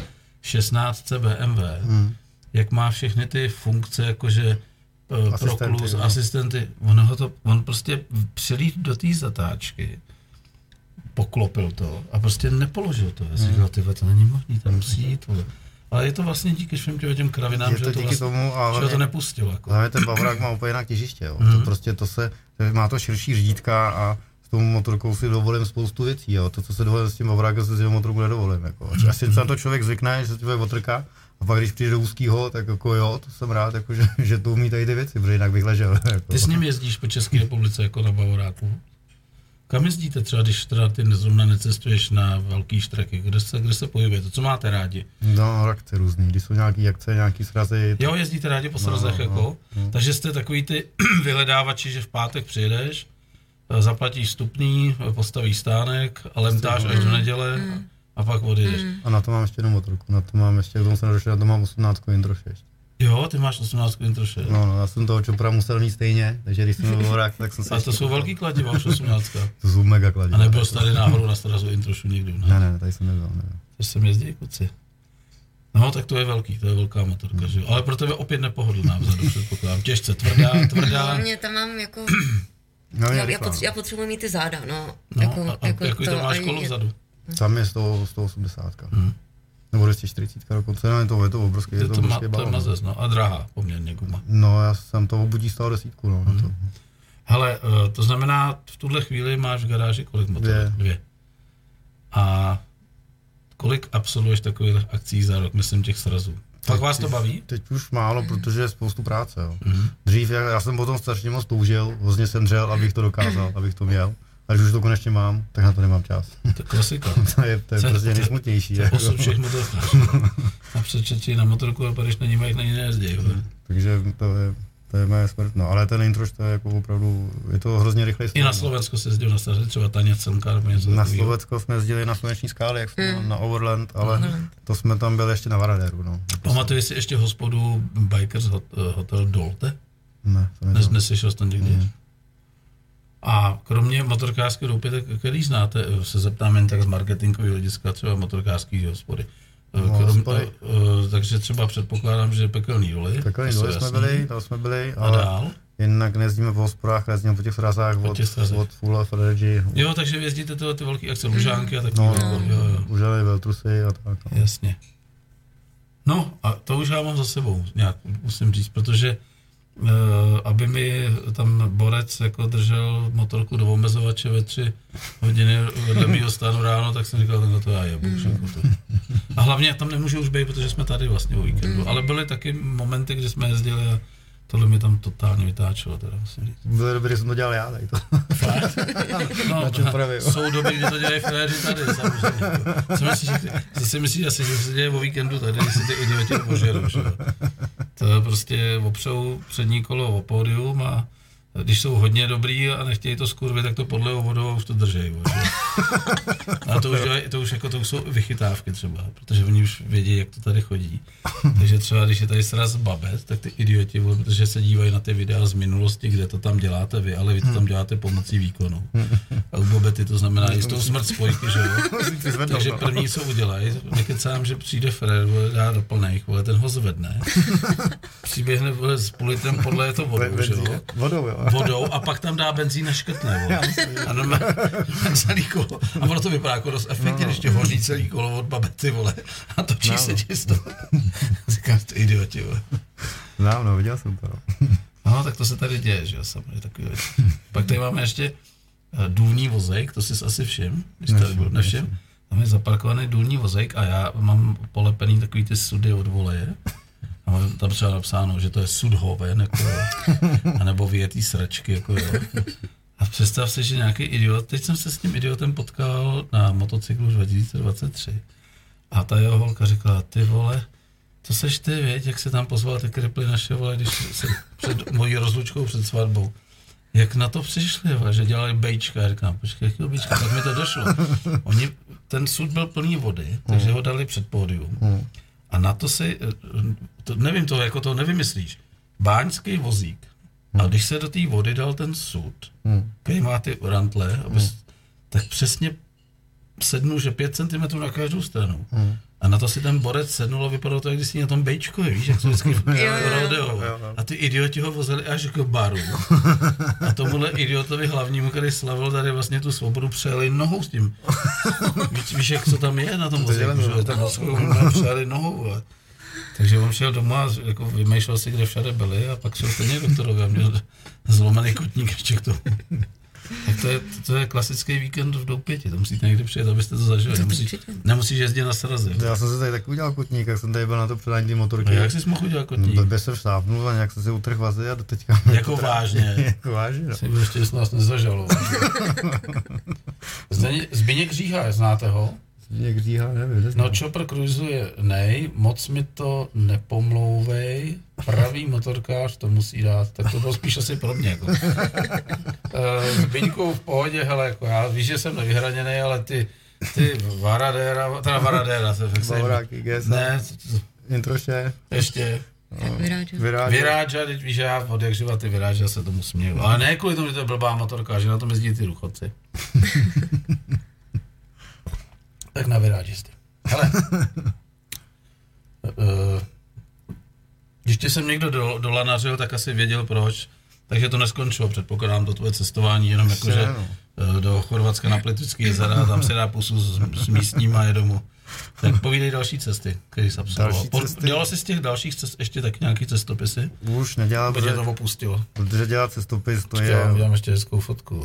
16 BMW, jak má všechny ty funkce, jakože proklus, asistenty, on prostě přilít do té zatáčky, poklopil to a prostě nepoložil to. Já si říkal, tyhle, to není možný, tam musí jít, vole. Ale je to vlastně díky všem těm kravinám, že to vlastně, tomu, ale že to nepustilo. Jako. Ale ten Bavorák má úplně jinak těžiště, jo. To prostě má to širší řídítka a s tou motorkou si dovolím spoustu věcí, jo. To, co se dovolím s tím Bavorákem, se s tím motorkou nedovolím, jako. Asi na to člověk zvykne, že se tě otrká, a pak když přijde do úzkýho, tak jako jo, to jsem rád, jako, že to umí tady ty věci, protože jinak bych ležel. Jako. Ty s ním jezdíš po České republice jako na Bavoráku? Kam jezdíte třeba, když teda ty zrovna necestuješ na velký štreky? Kde se pohybujete? Co máte rádi? No, akce různý. Když jsou nějaký akce, nějaký srazy. Jo, jezdíte rádi po srazech, jako? Takže jste takový ty vyhledávači, že v pátek přijedeš, zaplatíš vstupný, postavíš stánek a lemtáš až do neděle a pak odjedeš. A na to mám ještě jednu motorku. Na to mám ještě, k tomu jsem nedošel, na to mám 18 Introše ještě. Jo, ty máš 18 Introše. No, já jsem toho Čopra musel mít stejně, takže když jsem byl Bavorák, tak jsem se... A to jsou velký kladiva, už 18. To jsou mega kladiva. A nebyl jsi tady náhodou na srazu Introšu nikdy, ne? Ne, tady jsem nebyl. Takže jsem jezdí kluci. No, tak to je velká motorka, že jo? Ale pro tebe opět nepohodlná vzadu, předpokládám. Těžce, tvrdá. Hlavně tam mám jako... No, já potřebuji mít ty záda, no. Jaký to máš kolo vzadu? Tam je 180. Nebo 240 dokonce, no, je to obrovský, je to obrovský balon. To je mazec, no, a drahá poměrně guma. No, já jsem to obudí stál 10, no. Hele, to znamená, v tuhle chvíli máš v garáži kolik motorů? 2. A kolik absolvuješ takových akcí za rok, myslím těch srazů? Pak vás to baví? Teď už málo, protože je spoustu práce, jo. Dřív, já jsem potom strašně moc toužil, hrozně jsem dřel, abych to dokázal, abych to měl. A když už to konečně mám, tak na to nemám čas. To je klasika. to je prostě nejsmutnější. To je osud všech motorkářů. A přečetí na motorku a když na ní mají, na ní nejezdí. Takže to je moje smrt. No, ale ten Introš, to je jako opravdu, je to hrozně rychlej. I na Slovensko se jezdil na staře, třeba Taněc, Semka, nebo něco na Slovensko jsme jezdili na sluneční skály, jak jsme na Overland, ale to jsme tam byli ještě na Varadéru. No. Pamatuješ si ještě hospodu Bikers Hotel Dolte? Ne, to neznám. Neslyšel jsi tam někdy? A kromě motorkářské roupy, tak který znáte, se zeptám jen tak z marketingového hlediska, třeba motorkářský hospody. Takže třeba předpokládám, že Pekelný doly. Pekelný doly jsme byli, ale dál? Jinak nejezdíme po hospodách, jezdíme po těch srazách od Full of Energy. Jo, takže jezdíte ty velké akce, Lužánky a takové. Lužany, Veltrusy a tak. Jasně. No a to už já mám za sebou, nějak musím říct, protože aby mi tam borec jako držel motorku do omezovače ve 3 hodiny vedle mýho stánu ráno, tak jsem říkal, to já jebu. A hlavně tam nemůžu už být, protože jsme tady vlastně o víkendu, ale byly taky momenty, kdy jsme jezdili a tohle mi tam totálně vytáčelo, teda musím říct. Bylo dobrý, že jsem to dělal já tady to. Fakt? No, jsou doby, kdy to dělají frajeři tady, samozřejmě. Si myslíš asi, že se děje o víkendu tady, když si ty idioti požerou, že jo. To prostě opřou přední kolo o pódium a když jsou hodně dobrý a nechtějí to skurvit, tak to podlejou vodou a už to držej. A to už jsou vychytávky třeba, protože oni už vědí, jak to tady chodí. Takže třeba, když je tady sraz babet, tak ty idioti, protože se dívají na ty videa z minulosti, kde to tam děláte vy, ale vy to tam děláte pomocí výkonu. A u babety to znamená jistou smrt spojky, že jo? Takže první, co udělají, nekecám, že přijde Fred, dá do plných, ten ho zvedne, přiběhne s půl litrem, podle je to vodou, že jo? Vodou a pak tam dá benzín a škrtne. A normálně celý kolo. A ono to vypadá jako dost efektně, když tě hoří celý kolo od babety, vole. A točí se ti z toho. Říkám, to idioti, vole. No, viděl jsem to. No, tak to se tady děje, že jo, samozřejmě takový věc. Pak tady máme ještě důlní vozejk, to jsi asi všim, když tady byl nevšim. Tam je zaparkovaný důlní vozejk a já mám polepený takový ty sudy od voleje. A mám tam třeba napsáno, že to je sudhoven, jako anebo vyjetý sračky, jako jo. A představ si, že nějaký idiot, teď jsem se s tím idiotem potkal na motocyklu 2023. A ta jeho holka říkala, ty vole, to seš ty, věď, jak se tam pozval ty kriply naše, vole, když se před mojí rozlučkou před svatbou. Jak na to přišli, vole, že dělali bejčka, já říkám, počkej, jakýho bejčka, tak mi to došlo. Ten sud byl plný vody, takže ho dali před pódium. A na to si, nevím to, jako to nevymyslíš, báňský vozík. A když se do té vody dal ten sud, který má ty rantle, tak přesně sednul, že 5 cm na každou stranu. A na to si ten borec sednul a vypadalo to, jak když si na tom bejčkovi, víš, jak jsou vždycky rodeo. A ty idioti ho vozili až k baru. A tomuhle idiotovi hlavnímu, který slavil tady vlastně tu svobodu, přejeli nohou s tím. Víš, jak co tam je na tom vozíku, že tam přejeli nohou. Takže on šel doma a jako vymýšlel si, kde všade byli a pak šel stejně k doktorovi a měl zlomený kotník ještě k tomu. Tak to je klasický víkend v Doupěti, to musíte někdy přijet, abyste to zažili, nemusíš jezdit na srazy. Já jsem si tady taky udělal kotník, jak jsem tady byl na to předání ty motorky. A jak jsi mohl udělat kotník? No, jsem štápnul a nějak jsem si utrhl vazy a doteďka... Jako vážně? Jako vážně, no. Jsi ještě nás nezažaloval. Zbyněk Říha, znáte ho? Zbyněk Říha, nevím. No Chopper cruisuje moc mi to nepomlouvej, pravý motorkář to musí dát, tak to bylo spíš asi pro mě. Jako. Zbyňku v pohodě, hele, jako já víš, že jsem nevyhraněný, ale ty Varadéra, Bavoráky, GSA, ne, Introše, ještě. Viráža, teď víš, já od jak živa ty Viráža se tomu směju. Ale ne kvůli tomu, že to je blbá motorka, že na tom jezdí ty důchodci. Tak na Virážisty. Hele, když tě jsem někdo dolanařil, tak asi věděl proč, takže to neskončilo, předpokládám to tvoje cestování, jenom jakože do Chorvatska na Plitvický jezera, tam se dá pusu s místníma a je domů. Tak povídej další cesty, který jsi absolvoval. Dělal jsi z těch dalších cest ještě taky nějaký cestopisy? Už nedělal, protože to opustilo. Protože dělat cestopis, to je... Já mám ještě hezkou fotku.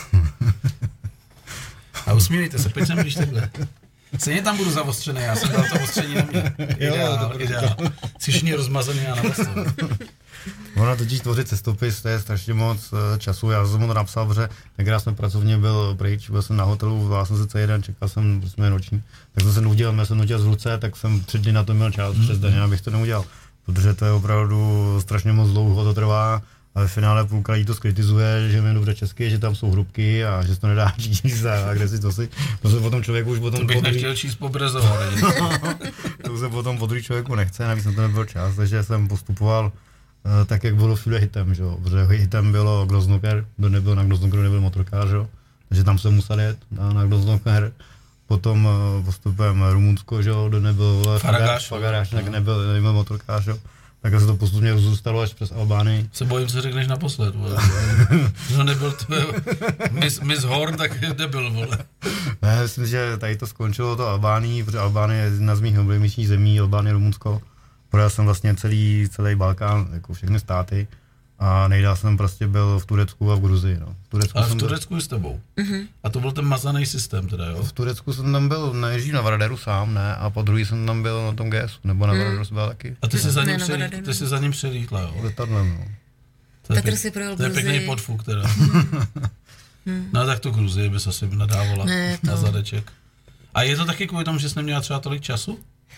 A usmívejte se, pojď sem, když takhle. Stejně tam budu zavostřený, já jsem dal to ostření na mě. Ideál. Jsi všichni rozmazaný a navostřený. Ono totiž tvořit cestopis, to je strašně moc času. Já jsem to napsal, protože tenkrát jsem pracovně byl pryč, byl jsem na hotelu, volal jsem se celý den, čekal jsem prostě noční. Tak jsem se nuděl, já jsem nuděl z ruce, tak jsem 3 dny na to měl čas přes den, abych to neudělal. Protože to je opravdu strašně moc dlouho to trvá. A ve finále půlka lidí to skritizuje, že mě dobře česky, že tam jsou hrubky a že se to nedá číst a kde si to se potom člověku už potom... To bych nechtěl číst po Brezovu. To se potom po druhý člověku nechce, navíc na to nebyl čas, takže jsem postupoval tak, jak bylo všude hitem, že jo. Protože hitem bylo Groznoker, kdo nebyl na Groznokeru, nebyl motorkář, že jo. Takže tam jsem musel jet na Groznoker. Potom postupem Rumunsko, že jo, kdo nebyl Fagaráš, tak nebyl motorkář, že jo. Tak se to postupně rozrůstalo až přes Albánii. Se bojím, co řekneš naposled, vole. No nebyl tvoje Miss Horn, tak nebyl, vole. Ne, myslím, že tady to skončilo to Albánii, protože Albánie je jedna z mých oblíbenějších zemí, Albánie, Rumunsko. Projel jsem vlastně celý Balkán, jako všechny státy. A nejdál jsem prostě byl v Turecku a v Gruzii, no. Ale v Turecku s tebou. A to byl ten mazaný systém teda, jo? V Turecku jsem tam byl, nejezdím na Varaderu sám, ne, a po druhý jsem tam byl na tom GSu, nebo na Varaderu jsem byl taky. A ty jsi za ním přelítla, jo? Letadlem, no. Petr si projel Gruzii. To je pěkný podfuk teda. No tak tu Gruzii bys asi nadávala na zadeček. A je to taky kvůli tomu, že jsi neměla třeba tolik času?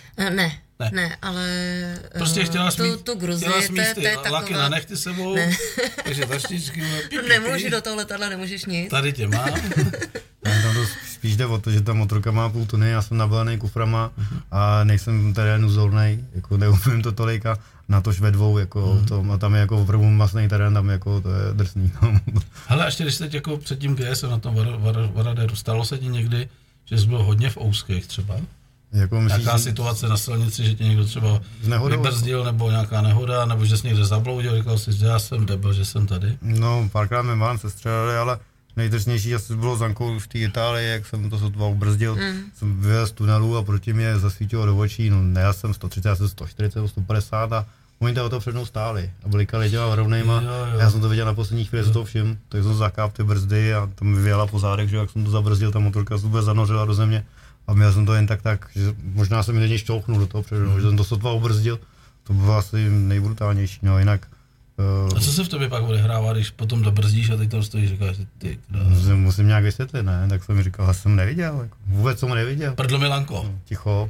Ne, ale prostě chtěla smít ty laky na nechty sebou, takže taštičky. Nemůžu do toho letadla, nemůžeš nic. Tady tě mám. Tam to spíš jde o to, že ta motorka má půl tuny, já jsem nabalený kuframa a nejsem terénu zornej, jako neumím to tolik a natož ve dvou, jako a tam je jako opravdu masný terén, tam jako to je drsný. Hele, a ještě když jsi jako před tím GSem na tom Varaderu, stalo se ti někdy, že jsi byl hodně v ouských třeba? Jako nějaká situace na silnici, že tě někdo třeba vybrzdil, nebo nějaká nehoda, nebo že jsi někde zabloudil, říkal jsi, že já jsem debil, že jsem tady? No, párkrát mě mám se střelili, ale nejdrsnější asi bylo zankou v té Itálii, jak jsem to sotva ubrzdil, jsem vyjel z tunelu a proti mě zasvítilo do očí, no ne, já jsem 130, já jsem 140, 150 a oni tam o to před mnou stáli a blikali těma rovnejma, já jsem to viděl na poslední chvíli, se to všim, tak jsem zakáp ty brzdy a tam mi vyjela po zádech, že jak jsem to zabrzdil, ta motorka se vůbec zanořila do země. A měl jsem to jen tak, že možná jsem mi šťouchnul do toho předu, že jsem to sotva ubrzdil, to bylo asi nejbrutálnější, no jinak. A co se v tobě pak odehrává, když potom dobrzdíš a teď tam stojíš, říkáš, ty musím nějak vysvětlit, ne, tak jsem mi říkal, já jsem neviděl, jako, vůbec jsem neviděl. Prdl Milanko. Ticho,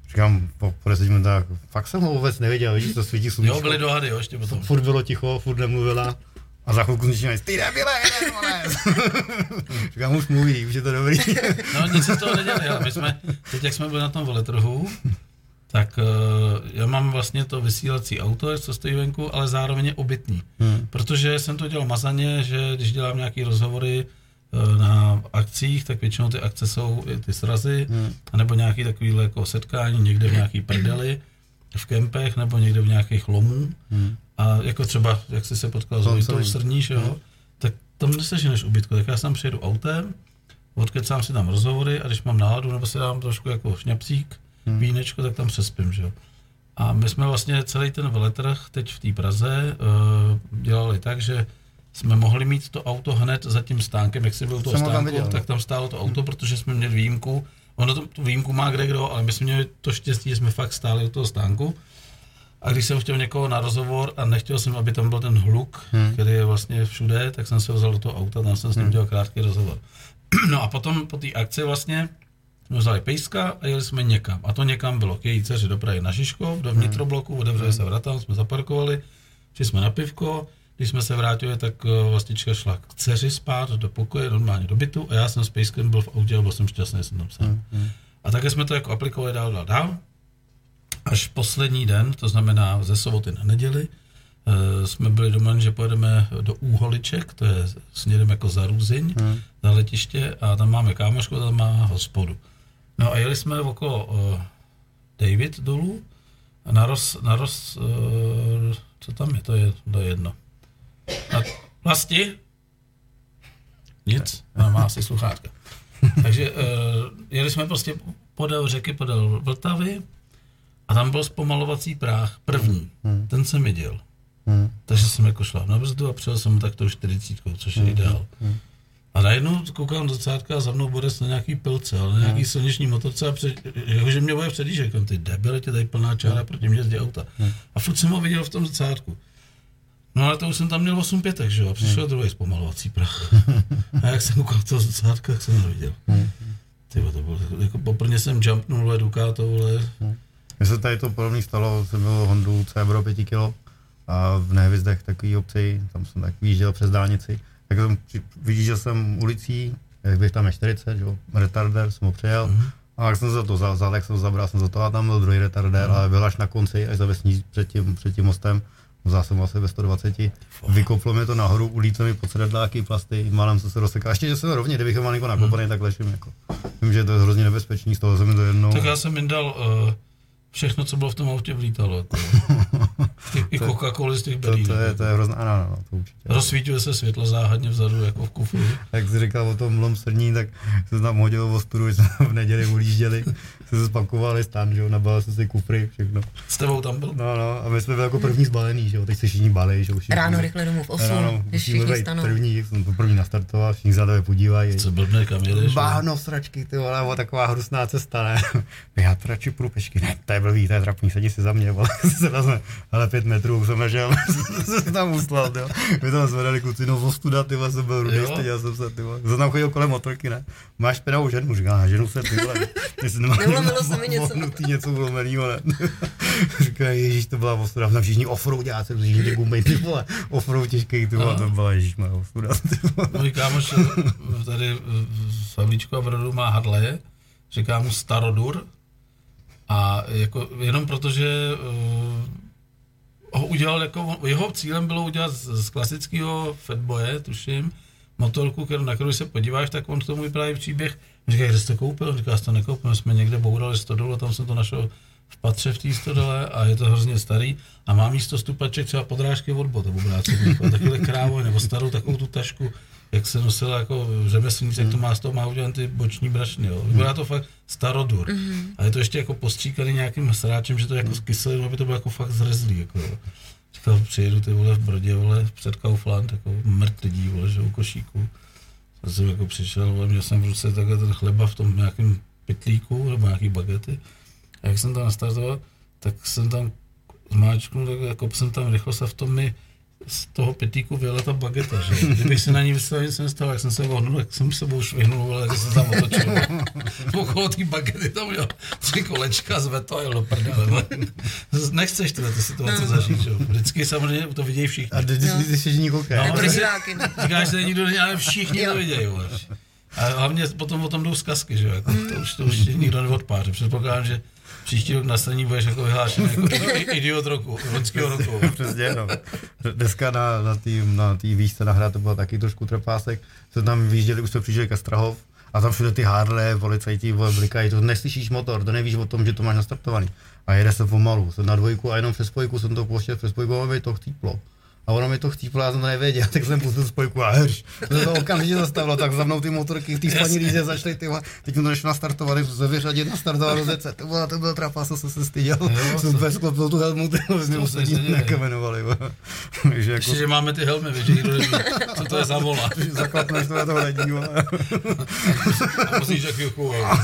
Říkám, po 10 minutách, fakt jsem ho vůbec nevěděl, vidíš, to svítí sluníčko. Jo, byly dohady, jo, ještě potom. Furt bylo ticho, furt nemluvila. A za chvilku zničíme, ty debile, jeden, vole. Říkám, už mluví, už je to dobrý. No nic se z toho nedělali, ale my jsme, teď jak jsme byli na tom veletrhu, tak já mám vlastně to vysílací auto, co stojí venku, ale zároveň je obytný. Protože jsem to dělal mazaně, že když dělám nějaký rozhovory na akcích, tak většinou ty akce jsou ty srazy, anebo nějaký takovýhle jako setkání někde v nějaký prdeli, v kempech, nebo někde v nějakých lomů. A jako třeba, jak jsi se potkal s Vojtou Srníš, jo, tak tam neseženeš ubytku, tak já sám přijedu autem, odkecám si tam rozhovory a když mám náladu, nebo si dám trošku jako šňapcík, vínečko, tak tam přespím, že jo. A my jsme vlastně celý ten veletrh teď v té Praze dělali tak, že jsme mohli mít to auto hned za tím stánkem, jak si byl toho stánku, tak tam stálo to auto, protože jsme měli výjimku. Ono tu výjimku má kdekdo, ale my jsme měli to štěstí, že jsme fakt stáli u toho stánku. A když jsem chtěl někoho na rozhovor a nechtěl jsem, aby tam byl ten hluk, který je vlastně všude, tak jsem se vzal do toho auta, tam jsem s ním dělal krátký rozhovor. No a potom po té akci vlastně jsme vzali pejska a jeli jsme někam. A to někam bylo k její dceři do Prahy na Žižkov, do vnitrobloku, otevřeli se vrata, jsme zaparkovali, šli jsme na pivko. Když jsme se vrátili, tak vlastička šla k dceři spát do pokoje, normálně do bytu a já jsem s pejskem byl v autě a byl jsem šťastný, jsem tam sám. A také jsme to jako aplikovali dál. Až poslední den, to znamená ze soboty na neděli, jsme byli domluveni, že pojedeme do Úholiček, to je směrem jako za Růzyň, na letiště a tam máme kámošku, tam má hospodu. No a jeli jsme okolo David dolů a naroz co tam je, to je jedno. A Vlasti? Nic, má asi sluchátka. Takže jeli jsme prostě podél řeky, podél Vltavy a tam byl zpomalovací práh, první, ten jsem viděl. Takže jsem jako šla na brzdu a přijel jsem tak tou 40, což je ideál. A najednou koukám do cátka a za mnou Borec na nějaký pilce, ale na nějaký silniční motorce a jakože mě bude předjíždět, říkám, ty debile, tě tady plná čára proti mě jezdí auta. A furt jsem ho viděl v tom zrcátku. No ale to už jsem tam měl 8 pětek, že jo, a přišel druhý zpomalovací prach. A jak jsem koukal toho zrcátka, tak jsem ho neviděl. Tyba, to bylo, jako poprvé jsem jumpnul Ducato, vole. Mně se tady to podobný stalo, jsem byl Hondu Cebro 5 kg a v Nehvizdech takový obci, tam jsem tak vyjížděl přes dálnici. Tak jsem vyjížděl jsem ulicí, jak bych tam je 40, jo, retardér, jsem ho přejel. A jak jsem za to vzal, tak jsem ho zabral, jsem za to a tam byl druhý retardér, ale byl až na konci, až za vesní před tím mostem. Vzal jsem asi ve 120, vykoplo mě to nahoru, ulítlo mi pod sedadláky, plasty, málem jsem se rozsekal. Ještě, že jsem rovně, kdybych ho mal někoho nakopaný, tak ležím jako. Vím, že to je hrozně nebezpečný, z toho jsem mi to jednou. Tak já jsem jim dal všechno, co bylo v tom autě, vlítalo. Jako. I Coca-Cola z těch belí. To je hrozná, ano, to určitě. Rozsvítilo se světlo záhadně vzadu, jako v kufru. Jak jsi říkal o tom Lom Srní, tak jsem tam hodil ostudu, že jsme v neděli ulížděli, jsme se spakovali stan, že jo, nabal jsem si kufry, všechno. S tebou tam byl? No, a my jsme byli jako první zbalený, že jo, teď se všichni balej, že jo. Ráno rychle domů v 8, když všichni stanou. První, jsem to první nastartoval, všichni za tebe podívají. Co blbne, kam jedeš? Báhno, sračky, ty vole, taková hrusná cesta, ne. Já to radši půjdu pešky, ne, to je blbý, to je trapný, sedí si za mě, vole, ale 5 metrů jsem ležel, jsem tam uslal, jo. My tam zvedali kluci, no ostuda, ty vole, jsem byl rudý, styděl jsem se, ty vole. Jsem tam chodil kolem motorky, ne. Máš špinavou ženu, říká, ženu se, ty vole. Neulomilo se mi něco. Něco ulomenýho, ne. Říká, ježíš, to byla ostuda, tam všichni offroadáci, všichni gumbej, ty vole, offroad těžký, ty vole, to byla ježíšmá ostuda, ty vole. Můj kámoš tady v Havlíčku a Brodu má Harleje, říká mu Starodur a jako jenom protože ho udělal jako, jeho cílem bylo udělat z klasického fatboye, tuším, motorku, na kterou se podíváš, tak on k tomu vypráví příběh. Říká, kde jsi to koupil? Říká, jsi to nekoupil, jsme někde bourali stodolu, tam jsem to našel v patře v té stodole a je to hrozně starý a má místo stupaček třeba podrážky od bot, takovýhle krávoj nebo starou takovou tu tašku, jak se nosila jako řemeslník, jak to má z toho, má udělat ty boční brašny, jo. Vypadá to fakt Starodur. A je to ještě jako postříkaný nějakým sráčem, že to je jako s kyselým, aby to bylo jako fakt zrezlý, jako. Říkal, přijedu ty vole v Brodě, vole, před Kaufland, jako mrt lidí, vole, že u košíku. Já jsem jako přišel, vole, měl jsem v ruce takhle ten chleba v tom nějakém pytlíku, nebo nějaký bagety. A jak jsem tam nastartoval, tak jsem tam zmáčknul, tak jako jsem tam rychlo se v tom mi z toho pytlíku vyjela ta bageta, že? Kdybych se na ní vystavil, nic nestalo, jak jsem se vohnul, jak jsem s sebou švihnul, ale se tam otočil. Okolo té bagety tam měl 3 kolečka, zvedl a jel do prdele. Nechceš tyhle situace zažít, že? Vždycky samozřejmě to vidějí všichni. A ty si ní koukají. No, říkáš, že nikdo není, ale všichni to vidějí, vole. A hlavně potom o tom jdou zkazky, že? Jako, to už nikdo neodpáře. Předpokládám, že příští rok na straní budeš jako vyhlášený jako idiot roku, loňského roku. Přesně, no. Dneska na té výšce na hra to bylo taky trošku trpásek. Se tam vyjížděli, už jsme přijížděli Kastrahov a tam všude ty Harley, policajti blikají, to neslyšíš motor, to nevíš o tom, že to máš nastartovaný. A jede se pomalu, jsem na dvojku a jenom přes spojku jsem to pouštěl, přes spojku a mi to chcíplo. A ono mi to chcíplo, já jsem to nevěděl, tak jsem pustil spojku a hrš. To se to okamžitě zastavilo, tak za mnou ty motorky v té spaní líze začaly, teď mi to nešlo nastartovat, jsem se vyřadit, nastartoval do zece, to byl trapás, jsem se styděl, jsem úplně sklopil tu helmu, mě ostatní nekamenovali. Ještě, že máme ty helmy, víš, že nikdo neví, co to je za vola. Zaklapneš to na to hledí, a musíš jak chvíli.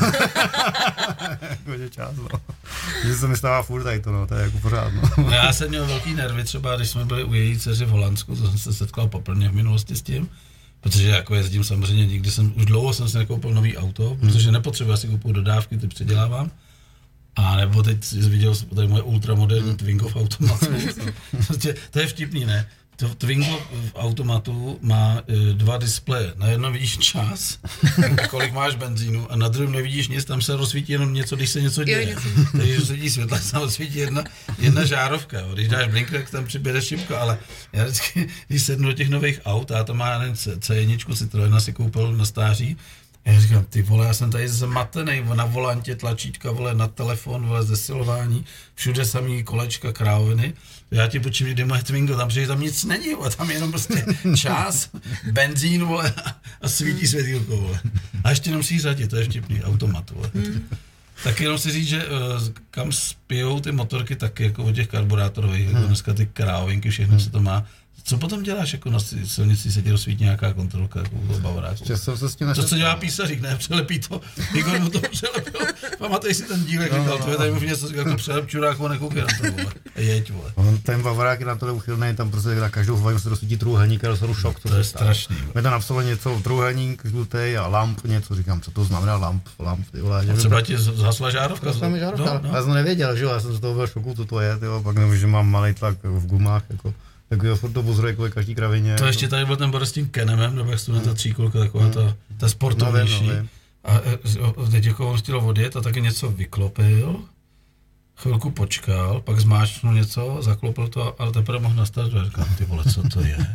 Hodně čas, no. Že se mi stává furt tady to, no, to je jako pořád, no. Já jsem měl velký nervy třeba, když jsme byli u její dceři v Holandsku, to jsem se setkal poprvé v minulosti s tím, protože jako jezdím samozřejmě, už dlouho jsem si nekoupil nový auto, protože nepotřebuji si koupit dodávky, ty předělávám. A nebo teď viděl jsem tady moje ultramoderní Twingo v automatu. To je vtipný, ne? To Twingo v automatu má 2 displeje. Na jednom vidíš čas, kolik máš benzínu, a na druhém nevidíš nic, tam se rozsvítí jenom něco, když se něco děje. Takže se svítí světla, se rozsvítí jedna žárovka. Jo. Když dáš blink, tak tam přiběde šipka, ale já vždycky, když sednu do těch nových aut, a to má C1, Citroena si koupil na stáří, já říkám, ty vole, já jsem tady zmatený, na volantě tlačítka, vole, na telefon, vole, zesilování, všude samý kolečka, kráviny. Já ti počím, kdy moje Twingo, tam nic není, vole, tam je jenom prostě čas, benzín, vole, a svítí světýlko, vole. A ještě jenom si řadit, to je vtipný, automat, vole. Tak jenom si říct, že kam spijou ty motorky taky, jako od těch karburátorových, jako dneska ty krávinky, všechno se to má. Co potom děláš, jako na silnici se ti rozsvítí nějaká kontrolka, jako u toho Bavoráku? To, co dělá písařík, ne? Přelepí to. Igor mu to přelepil. Pamatej si ten dílek, říkal, to je tady možná něco, jako přelep čuráku, nekoukej na to, vole. Jeď, vole. Ten Bavorák je na tohle uchylný, tam prostě na každou hlavě se rozsvítí trůhelník a dostanu šok. To je strašný. Mě tam napsalo něco, trůhelník, žlutý a lamp, něco, říkám, co to znamená lamp, ty vole. Třeba ti zhasla žárovka. Já jsem nevěděl, že jo, já jsem z toho byl šoku, co to je, tyjo, pak nevím, že mám malý tlak v gumách, jako. Tak jo, furt to pozoruje kvůli každý kravině. To ještě tady byl ten bod s tím Kenemem, nebo jak se to ta tříkolka, taková ta sportovnější. A teď jako on chtěl odjet a taky něco vyklopil, chvilku počkal, pak zmáčknul něco, zaklopil to, ale teprve mohl nastartovat. Říkám, ty vole, co to je?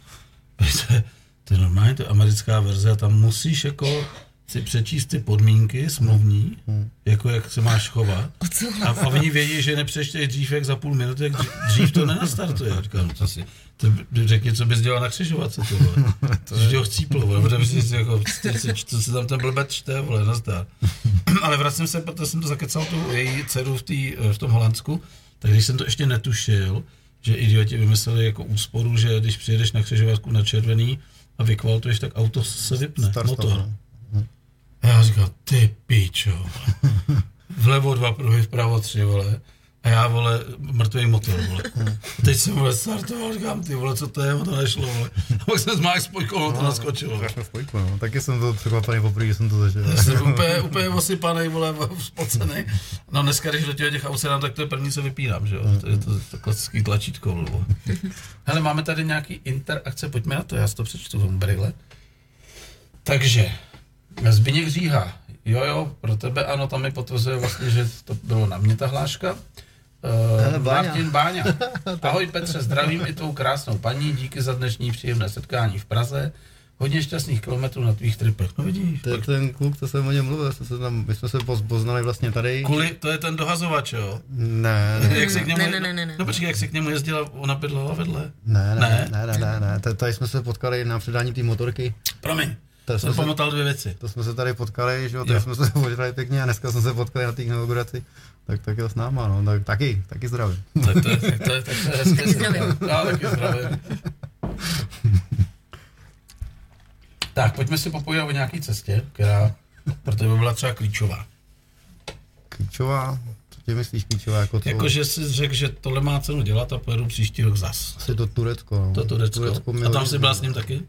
To je normálně, to je americká verze a tam musíš jako si přečíst ty podmínky smluvní, jako jak se máš chovat. A oni vědí, že nepřečteš dřív jak za půl minuty, jak dřív to nenastartuje. Říkám, to řekni, co bys dělal na křižovatce, to vole. Že ho chcíplo, vole, protože si jako, co se tam ten blbec čte, vole, nazdar. Ale vracím se, protože jsem to zakecal tu její dceru v tom Holandsku, tak když jsem to ještě netušil, že idioti vymysleli jako úsporu, že když přijedeš na křižovatku na červený a vykvaltuješ, tak auto se vypne, motor. A já říkal, ty píčo, vlevo 2 pruhy, vpravo 3, vole. A já, vole, mrtvý motor, vole. Teď jsem, vole, startoval, říkám, ty vole, co to je, to nešlo, vole. A pak jsem zmáhl spojkou, to naskočilo. Spojku, no. Taky jsem to překvapený poprvé, že jsem to zažil. Jsem úplně osypanej, vole, spocenej. No dneska, když do těch aut sedám, tak to je první, co vypínám, že jo. To je to klasický tlačítko, vole. Hele, máme tady nějaký interakce, pojďme na to, já si to přečtu v brýle. Takže Zbyněk Říha, jo, pro tebe ano, tam mi potvrzuje vlastně, že to bylo na mě ta hláška. Martin Báňa. Ahoj Petře, zdravím i tou krásnou paní, díky za dnešní příjemné setkání v Praze. Hodně šťastných kilometrů na tvých tripech, no vidíš. To je ten kluk, co jsem o něm mluvil, my jsme se poznali vlastně tady. To je ten dohazovač, jo? Ne. Jak se k němu, no počkej, jak se k němu jezdila, ona bydlela vedle? Ne. Tady jsme se potkali na předání té motorky. Promiň. Jsem pomotal 2 věci. To jsme se tady potkali, že jo, tady jsme se potkali pěkně a dneska jsme se potkali na té inauguraci. Tak je to s náma, no, tak taky zdravím. Tak to je hezké. Zdravím. Já taky zdravím. Tak, pojďme si popovídat o nějaký cestě, která pro tebe byla třeba klíčová. Klíčová? tě myslíš, klíčové, jako co? Jakože jsi řekl, že tohle má cenu dělat a pojedu příští rok zas. Asi to Turecko. No. To Turecko. A tam jsi byla s ním taky?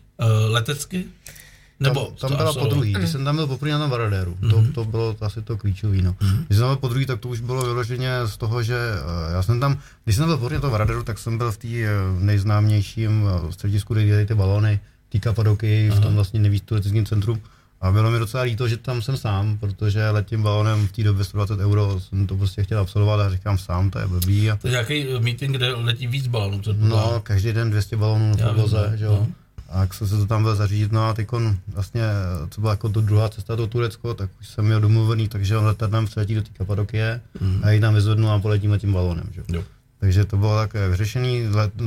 Letecky? Nebo tam byla podruhý, když jsem tam byl poprvé na tom Varadéru, to bylo asi to klíčový, no. Když jsem tam byl podruhý, tak to už bylo vyloženě z toho, že já jsem tam, když jsem byl poprvé na tom Varadéru, tak jsem byl v té nejznámějším středisku, kde dělají ty balony, té Kapadokii, v tom vlastně nejvíc turistickém centru. A bylo mi docela líto, že tam jsem sám, protože letím balonem v té době 120 €, jsem to prostě chtěl absolvovat a říkám sám, to je blbý. To je nějaký meeting, kde letí víc balonů? No, každý den 200 balonů na podloze, že jo. No. A jak jsem se to tam byl zařídit, no a teďkon vlastně, co byla jako to druhá cesta do Turecko, tak už jsem měl domluvený, takže on letadlem přiletí do té Kapadokie a ji tam vyzvednu a poletíme tím balonem, že jo. Takže to bylo tak vyřešený,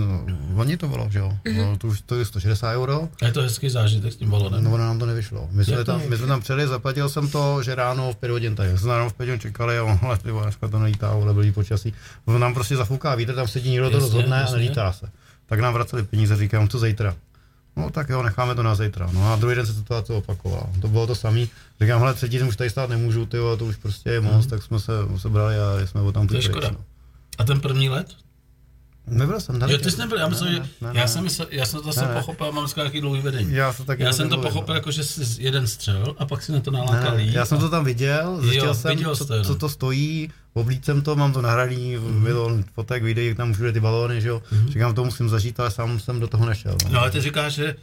loni to bylo, že jo, to už to je 160 €. A je to hezký zážitek s tím balonem? No, nám to nevyšlo. My jsme tam přijeli, zaplatil jsem to, že ráno v 5 hodin, tak jsme ráno v 5 hodin čekali a dneska to nelítá, ale byli počasí. On nám prostě zafouká vítr, tam sedí někdo, to rozhodne a nelítá se. Tak nám vraceli peníze, říkám, co zítra. No tak jo, necháme to na zítra. No a druhý den se situace opakovala. To bylo to samý. Říkám, hele, třetí den už tady stát nemůžu, tyjo, to už prostě je moc, tak jsme se brali a jsme o tam to je škoda. No. A ten první let? Nebyl jsem tady. Jo, ty jsi nebyl, já jsem to zase pochopil, mám nějaký dlouhý vedení. Já jsem to pochopil jako, že jsi jeden střel a pak si na to nalákal jít. Já jsem to tam viděl, zjistil jsem, co to stojí, oblík jsem to, mám to nahraný, bylo fotek, videí, jak tam všude ty balóny, že jo. Říkám, to musím zažít, ale sám jsem do toho nešel. No ale ty říkáš, že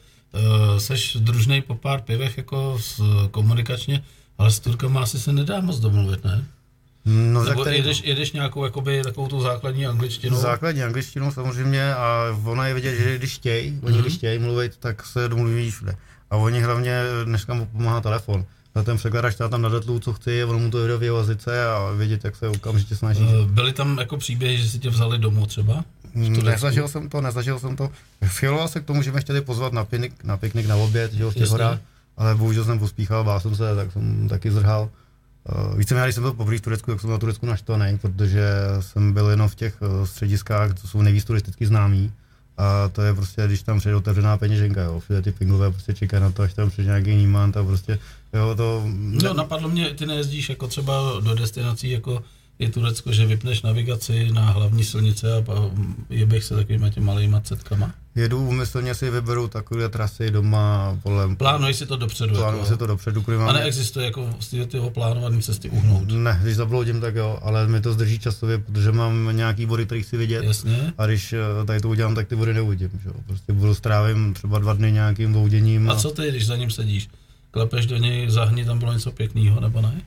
seš družnej po pár pivech jako komunikačně, ale s Turkama asi se nedá moc domluvit, ne? No, nebo jedeš nějakou jakoby, takovou tu základní angličtinu? Základní angličtinu samozřejmě a ona je vidět, že když chtějí mluvit, tak se domluví všude. A oni hlavně dneska mu pomáhá telefon. Na ten překladač tam nadatlu, co chci, ono mu to jde v jeho jazyce a vědět, jak se okamžitě snaží. Byly tam jako příběhy, že si tě vzali domů třeba? Nezažil jsem to. Schyloval se k tomu, že mě chtěli pozvat na piknik, na oběd, že jo, v těch horách, ale bohužel jsem pospíchal, bál jsem se, tak jsem taky zrhal. Víceméně, když jsem byl poblíž Turecku, tak jsem na Turecku naštvaný, protože jsem byl jenom v těch střediskách, co jsou nejvíc turisticky známý. A to je prostě, když tam přijde otevřená peněženka, jo, všude ty pingové prostě čekají na to, až tam přijde nějaký nímant a prostě, jo, to... No, napadlo mě, ty nejezdíš jako třeba do destinací, jako je Turecko, že vypneš navigaci na hlavní silnice a jebeš se takovýma těma malýma cetkama? Jedu úmyslně, si vyberu takové trasy doma podle... Plánuješ si to dopředu? Plánuji si to dopředu, kvůli mám... A neexistuje jako z toho plánované cesty uhnout? Ne, když zabloudím, tak jo, ale mi to zdrží časově, protože mám nějaký body, který chci vidět. Jasně. A když tady to udělám, tak ty body neuvidím, že jo. Prostě strávím třeba 2 dny nějakým blouděním. A co ty, když za ním sedíš? Klepeš do něj, zahni, tam bylo něco pěkného, nebo ne?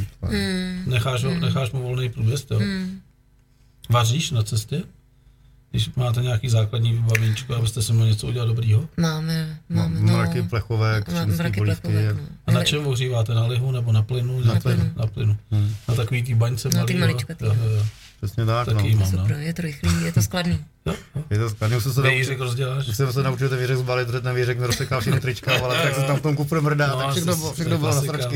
Necháš mu volný průjezd, jo? Vaříš na cestě? Když máte nějaký základní vybavíčko, abyste si mohli něco udělat dobrýho? Máme. Mraky plechové, křínský polívky. A na čem ohříváte? Na lihu nebo na plynu? Na plynu. Na takový tý baňce malý. Na ty maličkatý. Přesně tak, taky mám, super, je to rychlý, je to skladný. Je to skladný, už jsem se naučil ten výřek zbalit, protože ten výřek mi rozsekal všechny trička, ale tak se tam v tom kupru mrdá, tak všechno bylo na sračky.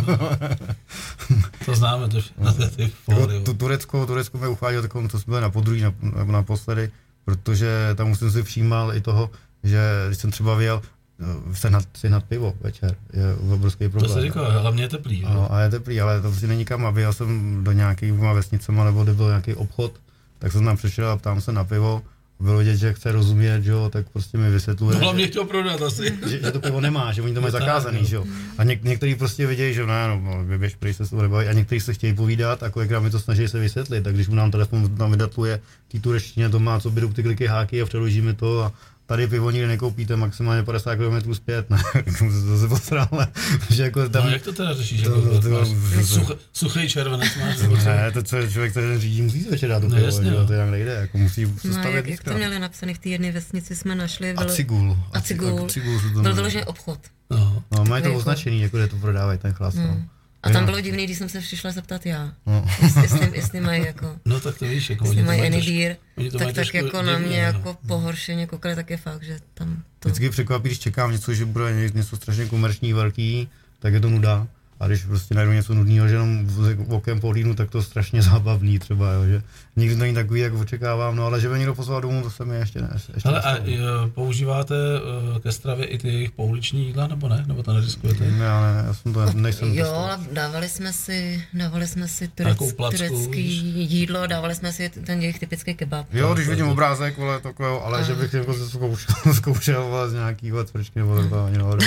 To známe, to Turecko mě uchvádělo takovou, co jsme byli na podruhý naposledy, protože tam už jsem si všímal i toho, že když jsem třeba vyjel si nad pivo večer, je obrovský problém. To se říká, hlavně je teplý. No, a je teplý, ale to prostě není kam, aby já jsem do nějakýma vesnicema, nebo kde byl nějaký obchod, tak jsem tam přišel a ptám se na pivo, bylo vidět, že chce rozumět, že jo, tak prostě mi vysvětluje. No, hlavně chtěl prodat asi. Že to pivo nemá, že oni to mají zakázaný, že jo. A některý prostě vidějí, že běž, prý se s toho nebaví, a někteří se chtějí povídat a kolikrát mi to snaží se vysvětlit, tak když mu nám telefon tam vydatluje té turečtině, to má, co bydou ty kliky háky a přeloží mi to a tady pivo nikdy nekoupíte, maximálně 50 km zpět, ne, to se posral, že jako tam... No jak to teda řešíš, suchý červenec máš? Ne, to člověk, který řídí, musí se večer dát to pivo, že to jak nejde, jako musí se stavět. Jak to měli napsané v té jedné vesnici, jsme našli... Acigul. Byl vyložený obchod. No, mají to označený, jako kde to prodávají, ten chlás. A tam bylo divný, když jsem se přišla zeptat já, jestli mají jako... No tak to víš, jako jestli mají any beer, tak jako na mě jako pohoršeně koukali, tak je fakt, že tam to... Vždycky překvapí, když čekám něco, že bude něco strašně komerční, velký, tak je to nuda. A když prostě najdu něco nudného, že jenom okem pohlídnu, tak to je strašně zábavný třeba, jo, že nikdy to není takový, jak očekávám, no ale že by někdo poslal domů, to se mi ještě ne. Ale a používáte ke stravě i ty jejich pouliční jídla, nebo ne? Nebo to neriskujete? Ne, já jsem to nejsem. Jo, dávali jsme si turecký jídlo, dávali jsme si ten jejich typický kebab. Jo, když vidím obrázek, ale že bych jako zkoušel z nějaký cvrčky nebo to ani nehodu.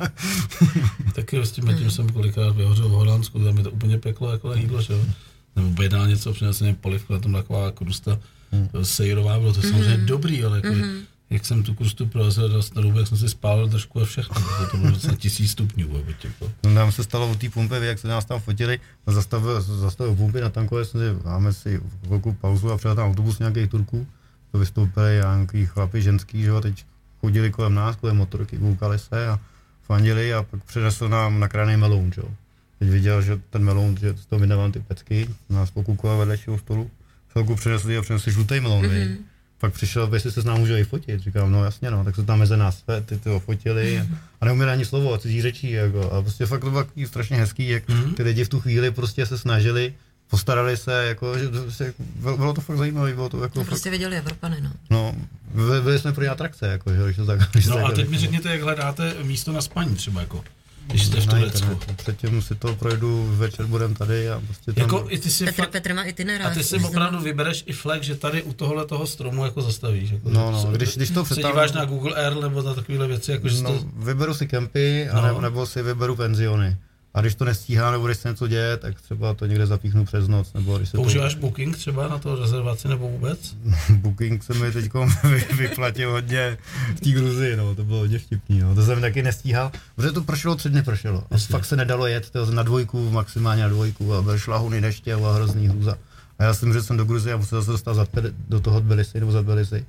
Taky s tím jsem kolikrát vyhořel v Holandsku, tam je to úplně peklo jako jídlo, že jo. Nebo objednal něco, přinesl mě polivku, tam taková krusta sejrová, bylo to samozřejmě dobrý, ale jako, jak jsem tu krustu provezl do dobu, jak jsem si spálil držku a všechno, to bylo docela 1000 stupňů. No, nám se stalo u té pumpy, jak se nás tam fotili, zastavil pumpy, natankové máme si velkou pauzu a přijel tam autobus nějakých Turků, to vystoupili nějaký chlapi, ženský, že jo, teď chodili kolem nás, kolem motorky, koukali se a fandili a pak přinesl nám nakrájený meloun, jo. Teď viděl, že ten meloun, že z toho vydávám ty pecky, nás pokukoval vedlejšího stolu, chvilku přinesli žlutý meloun, Pak přišel, jestli se s námi můžou i fotit, říkám, no jasně no, tak se tam mezi nás ty to fotili a neumírá ani slovo, cizí řečí, jako, a prostě fakt to bylo strašně hezký, jak ty lidi v tu chvíli prostě se snažili, postarali se, jako, že bylo to fakt zajímavé, bylo to jako no, prostě viděli Evropany, no. No, byli jsme pro ně atrakce, jako, že to tak. No a teď mi řekněte, jak hledáte místo na spaní třeba, jako. Když jste v Turecku. Předtím si to projdu, večer budem tady a prostě tam... Jako, i ty si Petr má itinerář. A ty si opravdu vybereš i flag, že tady u toho stromu jako zastavíš. Jako, no, když to se díváš na Google Earth nebo na takovéhle věci, jako že to... Vyberu si kempy, nebo si vyberu penziony. A když to nestíhá, nebo když se něco děje, tak třeba to někde zapíchnu přes noc. Nebo když se používáš Booking třeba na to rezervaci nebo vůbec? Booking se mi teď vyplatil hodně v té Gruzii, no, to bylo hodně vtipný, no. To jsem taky nestíhal, protože to pršelo 3 dny pršelo. A fakt se nedalo jet, na 2, maximálně na 2 a byl šlahuny, deště a hrozný hrůza. A já jsem, že jsem do Gruzie a musel se dostat do toho Tbilisi nebo za Tbilisi.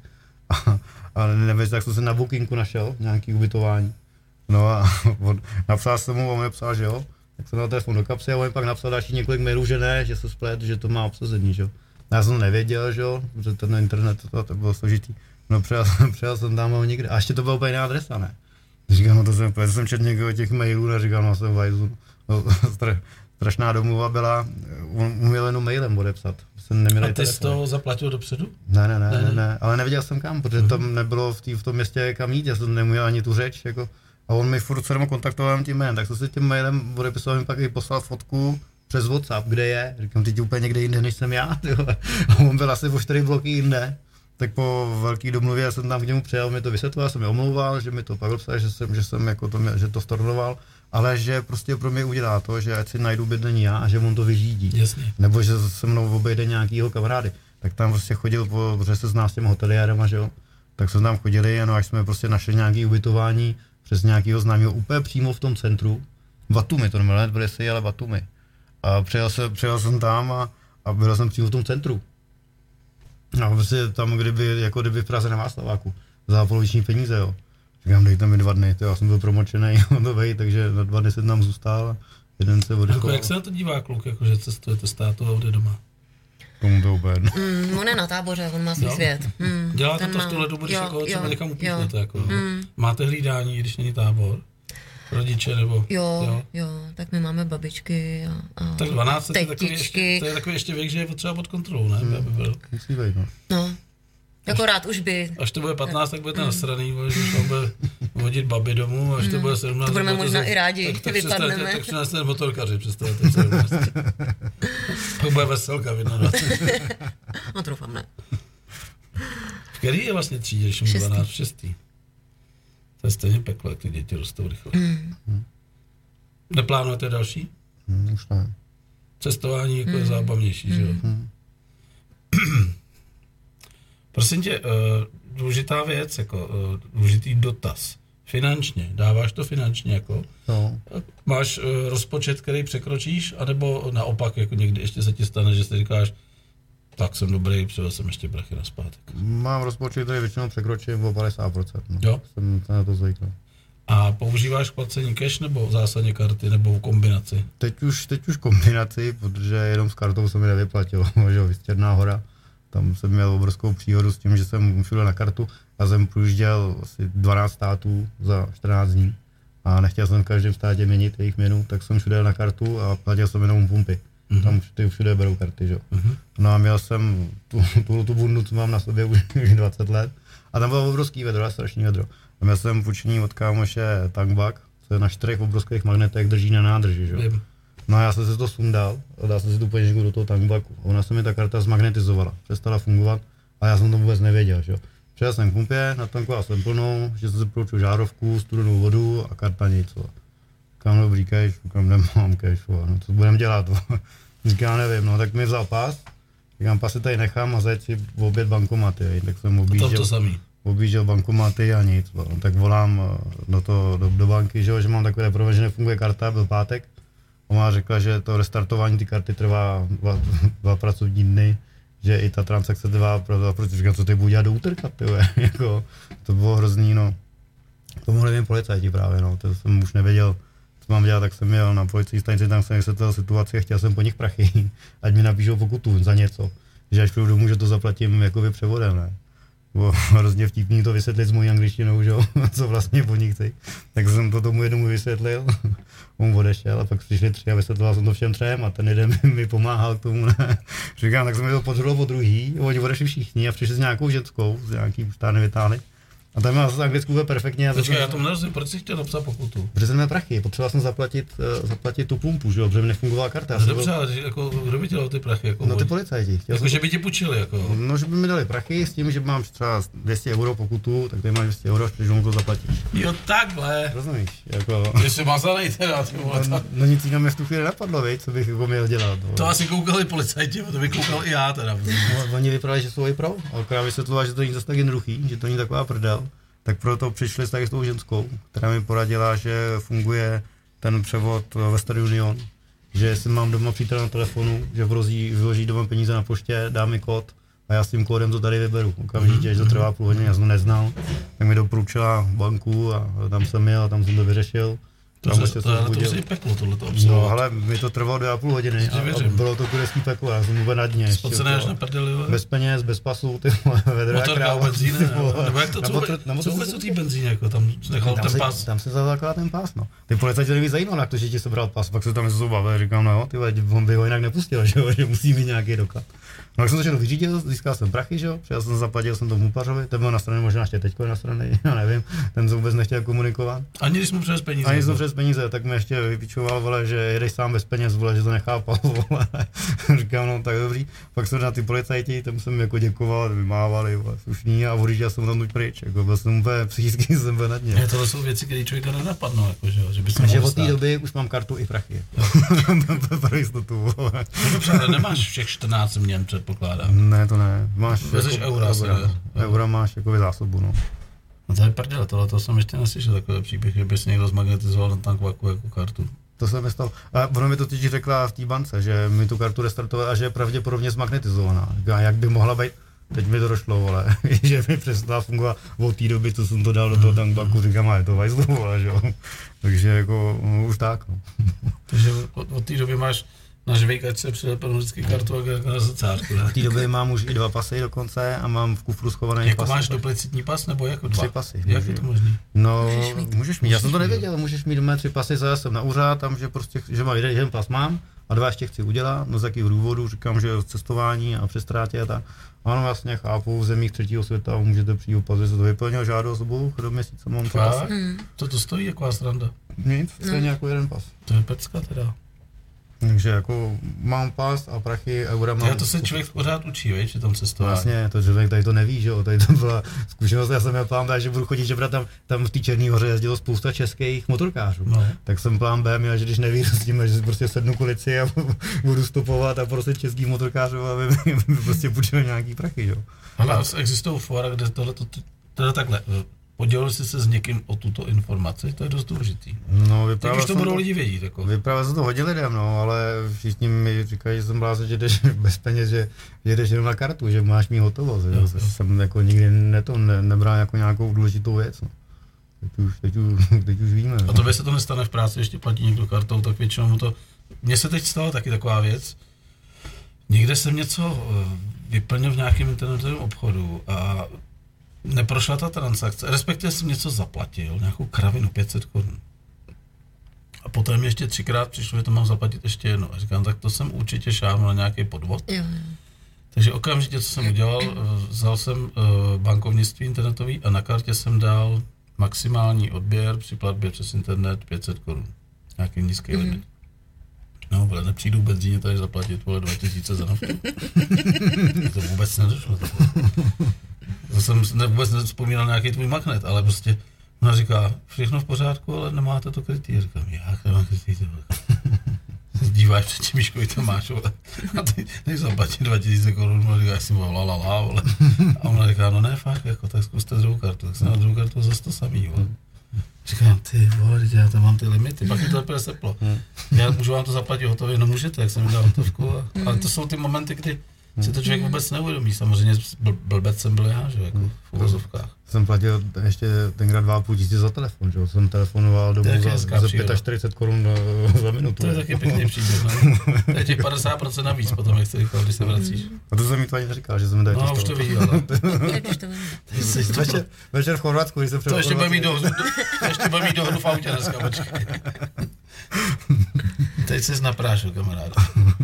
A nevím, tak jsem se na Bookingu našel nějaký ubytování. No a napsal jsem mu, on mi psal, že jo, tak jsem dal telefon do kapsy a on mi pak napsal další několik mailů, že ne, že se splet, že to má obsazení, že jo. Já jsem nevěděl, že jo, že ten internet to bylo složitý. No přijel jsem tam ho nikde, a ještě to byla úplně jiná adresa, ne. Říkám, no to jsem četl někoho těch mailů a říkám, no jsem vajzu. No, strašná domluva byla, on měl jenom mailem odepsat. A ty jsi to zaplatil dopředu? Ne, ale nevěděl jsem kam, protože tam nebylo v tom městě kam jít, já jsem neměl ani tu řeč, jako. A on mi furt se kontaktoval tím mailem, tak jsem si tím mailem odepisoval, mi pak i poslal fotku přes WhatsApp, kde je. Říkám, teď úplně někde jinde, než jsem já. A on byl asi o 4 bloky jinde. Tak po velký domluvě jsem tam k němu přijel, mi to vysvětloval, jsem mi omlouval, že mi to pak psal, že to stornoval, ale že prostě pro mě udělá to, že ať si najdu bydlení já a že on to vyřídí. Jasně. Nebo že se mnou obejde nějakýho kamarády. Tak tam prostě chodil, protože se zná s těmi hoteliérama, že jo. Tak jsme tam chodili, no až jsme prostě našli nějaké ubytování přes nějakého známého úplně přímo v tom centru. Batumi, to normálně byly si, ale Batumi. A přijel jsem tam a byl jsem přímo v tom centru. A prostě tam, kdyby v Praze na Václaváku, za poloviční peníze, jo. Říkám, dejte mi 2 dny, já jsem byl promočený, takže na 2 dny jsem tam zůstal a jeden se odešel. Jako jak se na to dívá kluk, jako, že cestujete z tátu a jde doma? Tomu to úplně. On je na táboře, on má svůj svět. Děláte to v tuhle dobu, když jako třeba někam upíchnete, jako. Máte hlídání, když není tábor? Rodiče nebo... Jo, tak my máme babičky a tak 12 tetičky. To je takový ještě věk, že je potřeba pod kontrolou, ne? Aby byl. Musí být, no. No. Jako rád už by. Až to bude 15, tak budete nasraný, že vám bude vodit babi domů, až to bude 17. To budeme možná i rádi, vypadneme. Tak přineste motorkaři, představte 17. Pak bude veselka v 21. No troufám, ne. V který je vlastně třídě, když mu 12, 6. To je stejně peklo, jak ty děti rostou rychle. Neplánujete další? Už ne. Cestování jako je zábavnější, že jo? Prosím tě, důležitá věc, jako důležitý dotaz. Finančně, dáváš to finančně, jako? No. Máš rozpočet, který překročíš, anebo naopak, jako někdy ještě se ti stane, že si říkáš, tak jsem dobrý, přijel jsem ještě prachy nazpátek. Mám rozpočet, který většinou překročím o 50%. No. Jo? Jsem na to zvyklý. A používáš placení cash nebo zásadně karty nebo kombinaci? Teď už kombinaci, protože jenom s kartou se mi nevyplatilo, že Černá Hora. Tam jsem měl obrovskou příhodu s tím, že jsem šel na kartu a jsem projížděl asi 12 států za 14 dní. a nechtěl jsem v každém státě měnit jejich měnu, tak jsem všude na kartu a platil jsem jenom pumpy. Tam ty všude berou karty, že? No a měl jsem tu bundu, co mám na sobě už 20 let a tam bylo obrovský vedro, strašný vedro. A měl jsem půjčení od kámoše tankbag, co je na 4 obrovských magnetech drží na nádrži, že? No a já jsem si to sundal a dal jsem si tu peněženku do toho tankbagu. Ona se mi ta karta zmagnetizovala, přestala fungovat a já jsem to vůbec nevěděl, že? Přijel jsem k pumpě, natankoval jsem plnou, že jsem si proučil žárovku, studenou vodu a karta nic. Říkám, dobrý cash, říkám, nemám cash, no co budem dělat? Říkám, nevím, no tak mi vzal pás, říkám, pas si tady nechám a zajet si v oběd bankomaty, tak jsem objížděl bankomaty a nic, no, tak volám do banky, že mám takové problém, že nefunguje karta, byl pátek, ona řekla, že to restartování ty karty trvá 2 pracovní dny, že i ta transakce trvá, protože říkám, co ty budu dělat do úterka, jako, to bylo hrozný, no. To mohli jen policajti právě, no, to jsem už nevěděl, co mám dělat, tak jsem jel na policii stanici, tam jsem vysvětlil situaci a chtěl jsem po nich prachy, ať mi napíšou pokutu za něco, že až přijdu domů, že to zaplatím jakoby převodem, ne. Bylo hrozně vtipný to vysvětlit s mojí angličtinou, že? Co vlastně po nich chci. Tak jsem to tomu jednomu vysvětlil, on odešel a pak přišli 3 a vysvětloval jsem to všem 3 a ten jeden mi pomáhal k tomu, ne. Říkám, tak jsem mi to podřadil po druhý, oni odešli všichni a přišli s nějakou ženskou, z nějaký stárny vytáhli. A tam má zase anglickou úplně perfektně. Počkej, já tomu nerozumím, proč jsi chtěl napsat pokutu? Protože jsem měl prachy, potřeboval jsem zaplatit tu pumpu, že jo, protože mi nefungovala karta. No dobře, ale jako, kdo by ti dal ty prachy? Jako, no ty policajti. Jako, že by ti půjčili, jako? No, že by mi dali prachy s tím, že mám třeba 200 € pokutu, tak tady máš 200 €, protože mu to zaplatíš. Jo, takhle. Rozumíš, jako... Ty jsi mazanej teda, ty vole. No nic jiného mě v tu chvíli napadlo, viď, co bych jako měl dělat. No. To asi koukali policajti, to bych koukal i já teda. No, oni vypadali, že jsou i pro, ale krát vysvětloval, že to není zase tak jednoduchý, že to není taková prdel. Tak proto přišli s tou ženskou, která mi poradila, že funguje ten převod Western Union, že jestli mám doma přítele na telefonu, že vyloží doma peníze na poště, dá mi kód a já s tím kódem to tady vyberu. Okamžitě, že to trvá půl hodiny, já jsem to neznal, tak mi doporučila banku a tam jsem jel, tam jsem to vyřešil. To si peklo tohleto obsahovat. No, ale mi to trvalo 2,5 hodiny a bylo to kurevský peklo, já jsem vůbec na dně. Spocené až na prdeli, bez peněz, bez pasu, ty vole, vedro jak kráva. Motorka benzíne, nebo jak to, co vůbec o té benzíně, jako tam nechal ten pás? Tam se zakládá ten pás, no. Ty policajti neví zajímalo, jak to, že ti sebral pas, pak se tam něco bavili, říkám, no jo, ty vole, on by ho jinak nepustil, že musí mít nějaký doklad. No, jak jsem to všechno vyřídil, získal jsem prachy, že jo, přijel jsem, zaplatil jsem tomu Mupařovi, ten byl na straně, možná ještě teďko na straně, já nevím, ten se vůbec nechtěl komunikovat. Ani když jsme přes peníze. Tak mi ještě vypičoval, vole, že jedeš sám bez peněz, vole, že to nechápal, vole. Říkám, no tak dobrý. Pak jsem na ty policajti, tam jsem jako děkoval, vymávali, vole, slušný a odjížděl jsem tam tuď pryč, jako byl jsem úplně psychicky jsem byl na dně. Ne, tohle jsou věci, které člověka nenapadnou, jako, že by se že od té doby už mám kartu i prachy. To pro jistotu, vole. Dobře, ale nemáš všech 14 měn, předpokládám. Ne, to ne. Máš vezeš jako, eura. Eura máš jako zásobu, no. No to je prdele, tohle jsem ještě neslyšel takový příběh, že by si někdo zmagnetizoval na tankvaku jako kartu. To se mi stalo. A ono mi to teď řekla v té bance, že mi tu kartu restartovala a že je pravděpodobně zmagnetizovaná. Jak by mohla být, teď mi to došlo, vole, že mi přestala fungovat od té doby, co jsem to dal do toho tankvaku, říkám, a je to vajzlo, vole, že jo. Takže jako už tak, no. Takže od té doby máš na žvejkačce přilepenou vždycky kartu jako na zrcátku, ne? V té době mám už i 2 pasy dokonce a mám v kufru schované jako pasy. Máš duplicitní pas nebo jako 2? 3 pasy. Jak je to možný? No, můžeš mít. Já jsem to nevěděl, můžeš mít doma 3 pasy, zajel jsem na úřad, tam, že prostě, že mám jeden pas mám a 2 ještě chci udělat, no z jakých důvodů, říkám, že cestování a při ztrátě a tak. Ano, jasně chápu, v zemích 3. světa můžete přijít pas, že se to vyplnil žádost, do měsíce mám 3 pasy. Co to stojí, jaká sranda? Nic, stejně jako jeden pas. To je pecka teda. Takže jako mám pas a prachy, eura mám... Já to se člověk pořád učí, víš, že tam cestování. Vlastně, to člověk tady to neví, že jo, tady to byla zkušenost, já jsem měl plán B, že budu chodit, že tam v té Černý Hoře jezdilo spousta českých motorkářů. No. Tak jsem plán B měl, že když nevyrostíme, že si prostě sednu k ulici a budu stopovat a prostě český motorkářů, aby mi prostě půjčili nějaký prachy, že jo. Ale existují fora, kde tohle takhle. Podělil jsi se s někým o tuto informaci, to je dost důležitý. No, tak už to budou lidi vědět. Jako. Vyprávěl jsem to hodně lidem, no, ale všichni mi říkají, že jsem blázen, že jdeš bez peněz, že jdeš jenom na kartu, že máš mít hotovost. Jo. Jsem jako nikdy nebral jako nějakou důležitou věc. No. Teď už víme. A tobě se to nestane v práci, ještě platí někdo kartou, tak většinou mu to... Mně se teď stala taky taková věc. Někde jsem něco vyplnil v nějakém internetovém obchodu a neprošla ta transakce, respektive jsem něco zaplatil, nějakou kravinu 500 korun. poté mi ještě 3krát přišlo, že to mám zaplatit ještě jednou. A říkám, tak to jsem určitě šáhnul na nějaký podvod. Jo. Takže okamžitě, co jsem udělal, vzal jsem bankovnictví internetový a na kartě jsem dal maximální odběr při platbě přes internet 500 korun. Nějaký nízký limit. No, vole, nepřijdu v benzíně tady zaplatit, vole, 2000 za naftu. To vůbec nedošlo. To jsem vůbec nevzpomínal nějaký tvůj magnet, ale prostě ona říká, všechno v pořádku, ale nemáte to krytý. Říkám, jak nemám krytý, díváš před Čimiškovi, to máš, vole. A ty než zaplatí 2000 korun, ona říká, já jsem volala, vole. A ona říká, no ne, fakt, jako, tak zkuste druhou kartu. Tak jsem na druhou kartu za 100 samý, vole. Říkám, ty vole, já tam mám ty limity, pak mi to teprve seplo. Já můžu vám to zaplatit hotově, no můžete, jak jsem mi dal hotovku. Ale to jsou ty momenty, kdy si to člověk vůbec neuvědomí. Samozřejmě blbec jsem byl já, že jako v uvozovkách. Jsem platil ještě tenkrát 2500 za telefon, že jo? Jsem telefonoval domů za 45 korun za minutu. To je taky pěkný příběh, no. To je těch 50% navíc potom, jak jsi říkal, když se vracíš. A to jsem mi to ani neříkal, že jsem tady no, už to viděl. Večer v Chorvatsku, když jsem to ještě bude mít dohodu v autě dneska, počkej. Teď jsi naprášil, kamarád.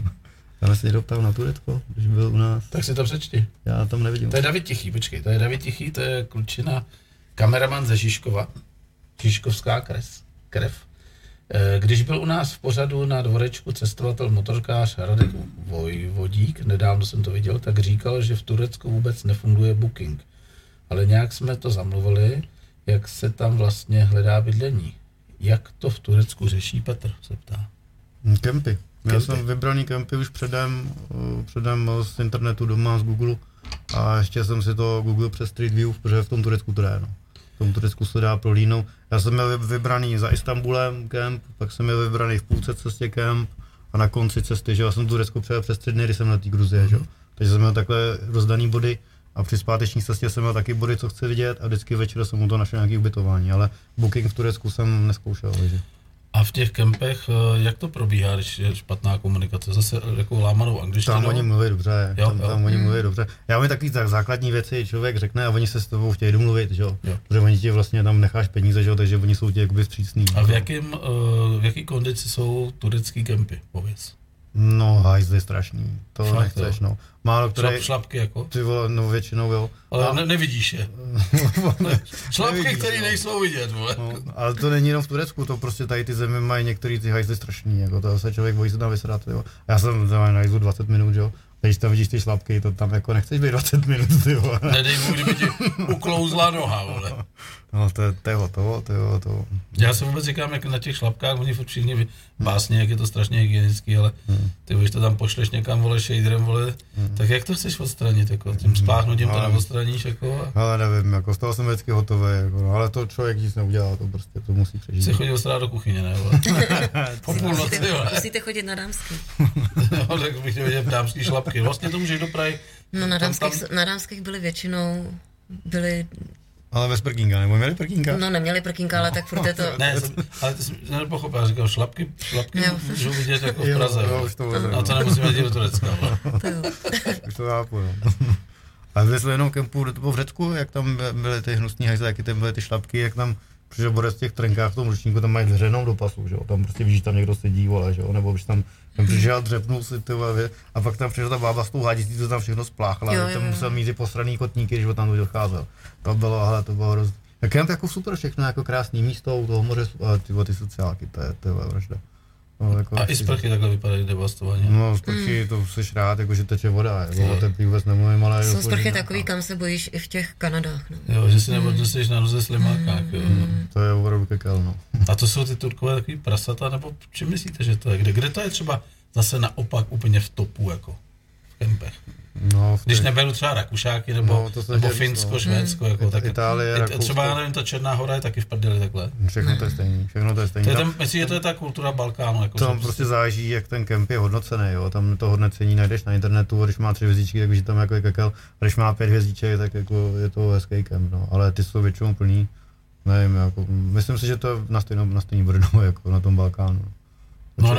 Já se někdo ptal na Turecko, když byl u nás. Tak si to přečti. Já tam nevidím. To je David Tichý, počkej, to je David Tichý, to je klučina, kameraman ze Žižkova, Žižkovská krev. Když byl u nás v pořadu na dvorečku cestovatel motorkář Radek Vojvodík, nedávno jsem to viděl, tak říkal, že v Turecku vůbec nefunguje booking. Ale nějak jsme to zamluvili, jak se tam vlastně hledá bydlení. Jak to v Turecku řeší Petr, se ptá. Kempy. Já jsem vybraný kempy už předem z internetu doma, z Google a ještě jsem si to Google přes Street View, protože v tom Turecku to jde, no. V tom Turecku se dá prolínout. Já jsem měl vybraný za Istanbulem kemp, pak jsem měl vybraný v půlce cestě kemp a na konci cesty, že já jsem Turecko přejel přes 3 dny, když jsem na té Gruzie, že? Takže jsem měl takhle rozdaný body a při zpáteční cestě jsem měl taky body, co chci vidět a vždycky večer jsem mu to našel nějaký ubytování, ale booking v Turecku jsem neskoušel, takže. A v těch kempech, jak to probíhá, když je špatná komunikace? Zase jako lámanou angličtinou? Tam oni mluví dobře, tam oni mluví dobře. Já mám takový tak základní věci, člověk řekne a oni se s tebou chtějí domluvit, že jo? Protože oni ti vlastně tam necháš peníze, že jo? Takže oni jsou ti jakoby vstřícní. A v jaký kondici jsou turecký kempy, pověz? No, hajzly strašný, to fakt, nechceš, jo. no. Málo které... Šlapky jako? Ty vole, no většinou jo. Ale nevidíš je. Šlapky, které nejsou vidět, vole. No, ale to není jenom v Turecku, to prostě tady ty země mají některý ty hajzly strašný, jako to se člověk bojí se tam vysrat, jo. Já jsem tam na hajzlu 20 minut, jo. Když tam vidíš ty šlapky, to tam jako nechceš být 20 minut, ty vole. Nedej mu, kdyby ti uklouzla noha, vole. No to je hotovo. Já se vůbec říkám, jak na těch šlapkách, oni furt všichni básně, jak je to strašně hygienický, ale ty když to tam pošleš někam, vole, shaderem, vole, tak jak to chceš odstranit, jako, tím spláchnutím to neodstraníš, jako? Ale nevím, jako z toho jsem vždycky hotový, jako, no, ale to člověk nic neudělá, to prostě, to musí přežít. Jsi chodil strát do kuchyně, ne, vole? Po půlnoci, vole. Musíte chodit na dámský. No, tak bych chtěl vidět dámský šlapky, vlastně to můžeš do Prahy. No na dámských byly většinou, ale bez prkínka, nebo měli prkínka? No neměli prkínka, ale tak furt je to... Ne, ale ty jsi nepochopil, já říkal, šlapky můžou vidět jako v Praze, a to nemusíme vidět do Turecka. Už to chápu, no. A jestli jenom kempu v Řecku, jak tam byly ty hnusný hajzle, jaké tam byly ty šlapky, jak tam přišel Borec v těch trenkách v tom ručníku, tam mají dřenou do pasu, že jo, tam prostě víš, tam někdo sedí, vole, že jo, nebo když tam přišel, dřepnul si ty vole, a pak tam přišel ta bába s tou hádistí, to tam všechno spláchla, tam musel mít ty posraný kotníky, že tam docházel. To bylo hrozné. A kemp jako super všechno, jako krásný místo u toho moře, a ty sociálky, to je vražda. No, jako a i sprchy takhle vypadají devastovaně. No, sprchy, to seš rád, jakože teče voda, jako o teplý vůbec nemluvím, ale... Jsou sprchy takový, kam se bojíš i v těch Kanadách, no. Jo, že si neodneseš na noze slimákách, jo. To je opravdu kekel, no. A to jsou ty Turkové takový prasata, nebo čím myslíte, že to je? Kde to je třeba zase naopak úplně v topu, jako v kempech? No, když neberu třeba Rakušáky, nebo Finsko, Švédsko, jako tak. Itálie, Rakousko. Třeba, já nevím, ta Černá Hora je taky v prdeli takhle. Všechno to je stejný. Myslíš, že to je ta kultura Balkánu? Jako tam prostě záleží, jak ten kemp je hodnocený, jo. Tam to hodnocení najdeš na internetu, když má 3 hvězdičky, tak už je tam jako kekel, a když má 5 hvězdiček, tak jako je to hezký kemp, no. Ale ty jsou většinou plný, nevím, jako, myslím si, že to je na stejný brno, jako na tom Balkánu. No,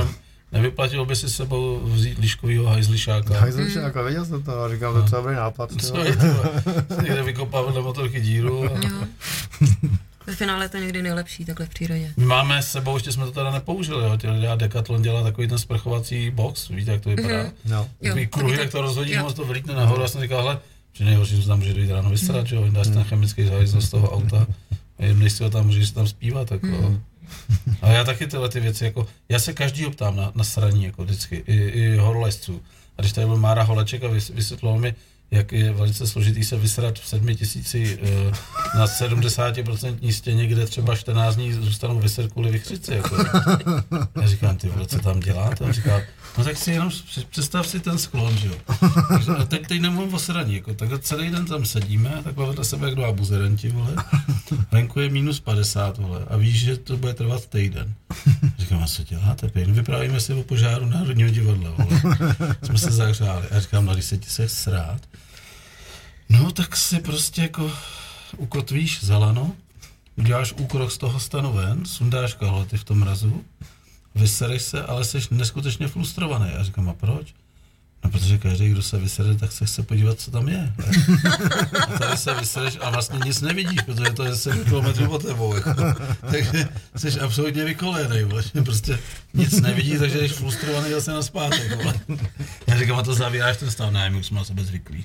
Nevyplatilo by si s sebou vzít liškovýho hajzlišáka. Hajzlišáka, věděl jsem to a říkal, docela dobrý nápad. Co je to? Někde vykopávat na motorky díru. Ve finále je to někdy nejlepší, takhle v přírodě. My máme s sebou, ještě jsme to teda nepoužili, jo. Decathlon dělá takový ten sprchovací box, víte, jak to vypadá? No. Takový kruhy, jak to rozhodí, moc to vylítne nahoru. Já jsem říkal, hele, že nejhorší, že se tam může dojít ráno vysrat, že jo, dáš ten chemický závislost z toho auta a jemnej si ho tam, můžeš si tam zpívat, jako. Ale já taky tyhle ty věci, jako, já se každýho ptám na sraní, jako vždycky, i horolezců. A když tady byl Mára Holeček a vysvětloval mi, jak je velice složitý se vysrat v 7000 na 70% stěně, kde třeba 14 dní zůstanou vyset kvůli vychřici. Jako. Já říkám, ty vole, co tam děláte? On říká, no tak si jenom představ si ten sklon, že jo. A teď nemluvím o sraní, jako, tak celý den tam sedíme, takhle vedle sebe jak dva buzeranti, vole. Venku je -50, vole, a víš, že to bude trvat týden. Říkám, a co děláte? Pěkně, vyprávíme si o požáru Národního divadla, vole. Jsme se zahřáli. A říkám, no, když se ti se srát, no, tak si prostě jako ukotvíš za lano, uděláš úkrok z toho stanu ven, sundáš kalhoty v tom mrazu, vysereš se, ale jsi neskutečně frustrovaný. A říkám, a proč? No, protože každý, kdo se vysere, tak se chce podívat, co tam je. A tady se vysereš a vlastně nic nevidíš, protože to je 7 km pod tebou. Jako. Takže jsi absolutně vykolejený. Vlastně prostě nic nevidíš, takže jsi frustrovaný zase na zpátek. Já říkám, a to zavíráš ten stav, ne, my už jsme na sebe zvyklí.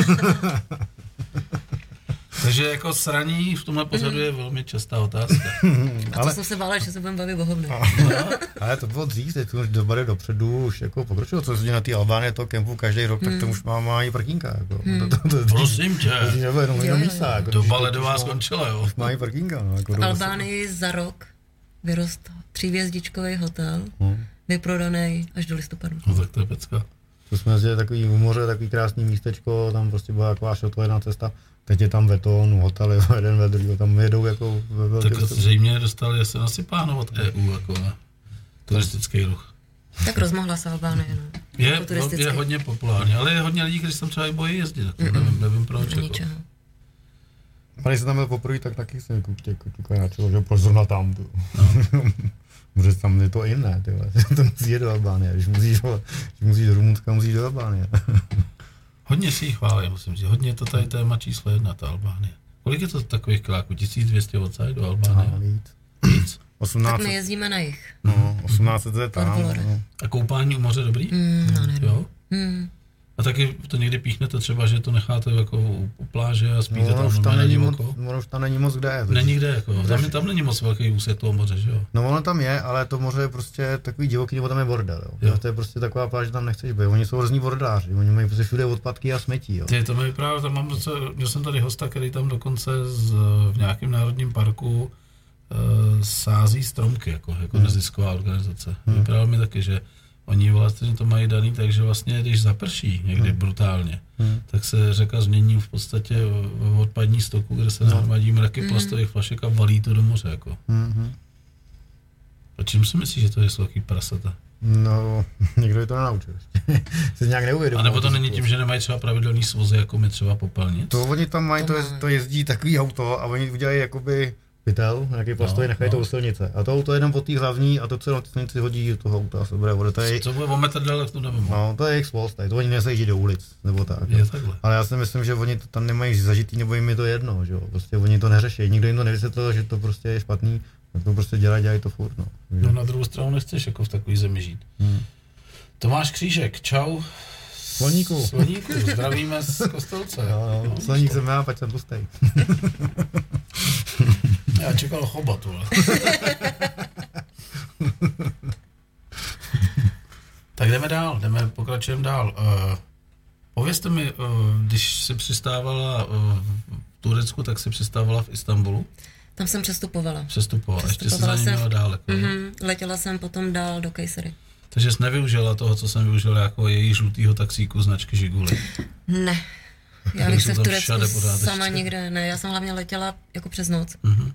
Takže jako sraní v tomhle pořadu je velmi častá otázka. A to jsem se bála, že se budeme bavit o hovně. Ale to bylo dřív, teď už dobře dopředu, už jako pokročilo, co se na té Albánie toho kempu každý rok, tak to už má i parkínka. Jako. Prosím tě. Nebo jenom místa. Jako, doba ledová skončila, jo. Už má i parkínka. No, jako v Albánii za rok vyrostl 3hvězdičkový hotel, vyprodaný až do listopadu. No tak to je pecka. To jsme jezdili takový u moře, takový krásný místečko, tam prostě byla taková šotlená cesta. Teď je tam beton, hotely, jeden ve druhého, tam jedou jako tak zřejmě dostali se nasypáno od EU jako na turistický ruch. Tak rozmohla se Albánie, no. Je hodně populární, ale je hodně lidí, kteří se tam třeba i bojí jezdit, tak nevím proč. Jako. A když jsem tam byl poprvé, tak taky jsem koukal na čelo, že proč zrovna tam, tu. No. Protože tam je to jiné, tyhle. To musí jít do Albánie, když musíš do Rumunska, musíš do Albánie. Hodně si jí chválí, musím říct. Hodně to tady téma číslo 1, ta Albánie. Kolik je to takových kiláků? 1200 odsaď do Albánie? Víc. 18. Tak my jezdíme na jich. No, 1800 je tam. No. A koupání u moře dobrý? No, ne. Jo? A taky to někdy píchnete třeba, že to necháte jako u pláže a spíte tam normálně divoko? Už tam není moc kde. Není kde, jako. Tam není moc velký úsek toho moře, že jo? No ono tam je, ale to moře je prostě takový divoký, nebo tam je bordel, jo. To je prostě taková pláž, že tam nechceš být. Oni jsou hrozní bordáři, oni mají prostě všude odpadky a smetí, jo. To mi právě, tam měl jsem tady hosta, který tam dokonce v nějakém národním parku sází stromky, jako nezisková organizace. Vypadalo mi taky, že oni vlastně to mají daný, takže vlastně, když zaprší někdy brutálně, tak se řeka změní v podstatě v odpadní stoku, kde se nahromadí mraky plastových flašek a valí to do moře. Jako. A čím si myslíš, že to je takový prasata? No, někdo je to nenaučil. Se nějak neuvědomil. A nebo to není tím, že nemají třeba pravidelný svozy, jako my třeba Popelnic? To oni tam mají, to jezdí takový auto a oni udělají jakoby pytel, nějaký plastový, nechají to u silnice. A to auto je jenom po té hlavní a to, co na ty silnici hodí do toho auta, se bude voda. Co bude o metr dál, tak to nevím. No, to je jejich svoz, to oni nesejdí do ulic, nebo tak. Ale já si myslím, že oni to tam nemají zažitý, nebo jim je to jedno, že jo. Prostě oni to neřeší. Nikdo jim to nevysvětlil, že to prostě je špatný, tak to prostě dělají to furt, no. No na druhou stranu nechceš jako v takový zemi žít. Tomáš Křížek, čau. Sloníku, zdravíme z Kostelce. No, Sloník jsem já, pať jsem pustej. Já čekal chobat, vole. Tak pokračujeme dál. Povězte mi, když jsi přistávala v Turecku, tak jsi přistávala v Istanbulu? Tam jsem přestupovala. Ještě se za ní měla dál. Letěla jsem potom dál do Kejsery. Takže jsi nevyužila toho, co jsem využila jako její žlutýho taxíku značky Žiguli? Ne. Já bych se v Turecku sama nikde ne. Já jsem hlavně letěla jako přes noc.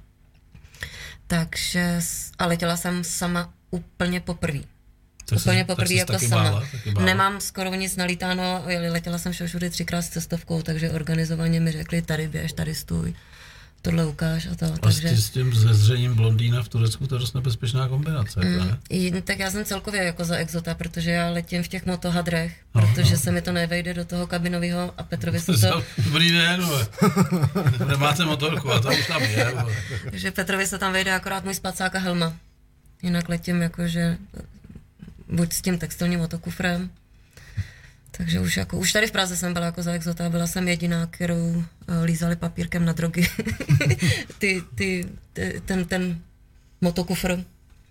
Takže, a letěla jsem sama úplně poprvé. Úplně poprvé jako sama. Nemám skoro nic nalítáno, letěla jsem všude 3krát s cestovkou, takže organizovaně mi řekli, tady běž, tady stůj. tohle ukáž a to. A Takže... s tím zezřením blondýna v Turecku, to je dost nebezpečná kombinace. Tak já jsem celkově jako za exota, protože já letím v těch motohadrech, protože se mi to nevejde do toho kabinového a Petrovi se to... Dobrý den, nemáte motorku a to už tam je. Takže Petrovi se tam vejde akorát můj spacák a helma. Jinak letím jakože buď s tím textilním motokufrem, takže už tady v Praze jsem byla jako za exota, byla jsem kterou lízali papírkem na drogy. ten motokufr.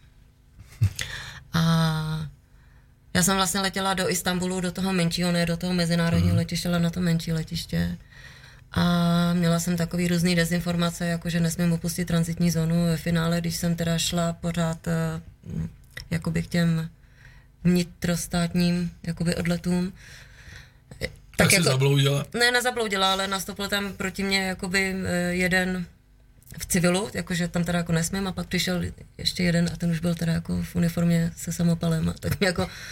A já jsem vlastně letěla do Istanbulu, do toho menšího, ne do toho mezinárodního letiště, ale na to menší letiště. A měla jsem takový různý dezinformace, jako že nesmím opustit tranzitní zónu. Ve finále, když jsem teda šla pořád jakoby k těm vnitrostátním jakoby odletům. Tak jako, jsi zabloudila? Ne, nezabloudila, ale nastoupil tam proti mně jakoby jeden v civilu, jakože tam teda jako nesmím, a pak přišel ještě jeden a ten už byl teda jako v uniformě se samopalem a tak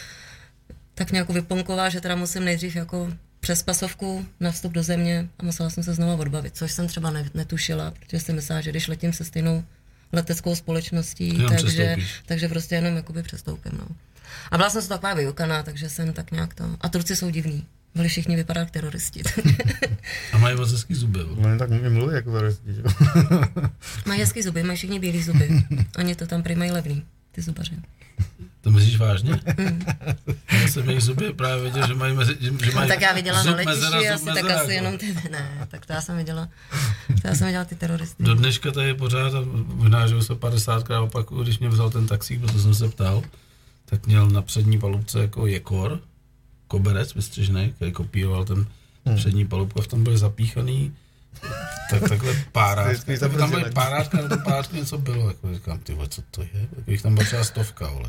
mě jako vyponkoval, že teda musím nejdřív jako přes pasovku na vstup do země a musela jsem se znovu odbavit, což jsem třeba netušila, protože jsem myslela, že když letím se stejnou leteckou společností, takže prostě jenom jakoby přestoupím, no. A byla jsem se taková vyukaná, takže jsem tak nějak to... A Turci jsou divní. Byli všichni vypadat jak teroristi. A mají moc hezký zuby. Oni tak mluví jako teroristi, že? Mají hezký zuby, mají všichni bílý zuby. Oni to tam prý mají levný, ty zubaři. To myslíš vážně? Já jsem jejich zuby právě viděl, že mají tak já viděla na letišti asi, tak asi jenom ty... Ne, tak to já jsem viděla ty teroristy. Do dneška tady pořád, možná, že už se 50krát opakuju, když mě vzal ten taxík, protože jsem se ptal, tak měl na přední palubce jako jekor, koberec vystřižnej, který kopíroval ten přední palubku, a v tom byly zapíchaný takhle párátky. Tam byly párátky, na tom párátku něco bylo, jako říkám, ty vole, co to je? Jako jich tam byla třeba 100, vole.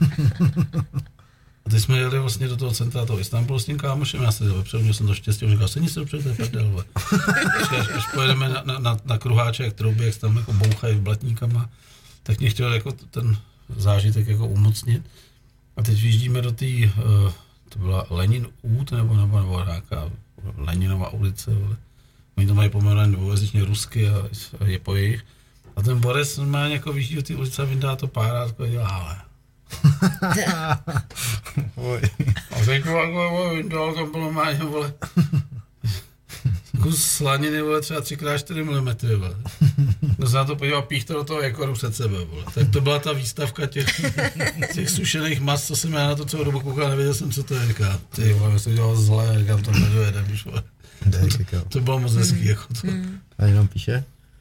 A teď jsme jeli vlastně do toho centra toho Istanbulu s tím kámošem, já se vepředu, měl jsem to štěstí, on říkal, sedni se dopředu, to je prdel, vole. Až pojedeme na kruháče, jak trouby, jak se tam jako bouchají blatníkama, tak mě chtěl jako ten zážitek jako umocnit. A teď vyjíždíme do té, to byla Lenin út, nebo nějaká Leninova ulice, vole. Oni to mají poměrně dvoujazyčně rusky a je po jejich. A ten Boris má jako vyjíždí do té ulice a vyndá to párátko a dělá, ale. A teď vyndal, tam bylo máně, vole. Kus slaniny, vole, třeba 3x4 mm, vole. No se na to podíval, pích to do toho jakoru před sebe, vole. Tak to byla ta výstavka těch sušených mas, co jsem já na to celou dobu koukal, nevěděl jsem, co to je, říká. Ty vole, já jsem dělal zlé, říkám, to nedojedem, víš, vole. To bylo moc hezký, jako to. A jenom píše?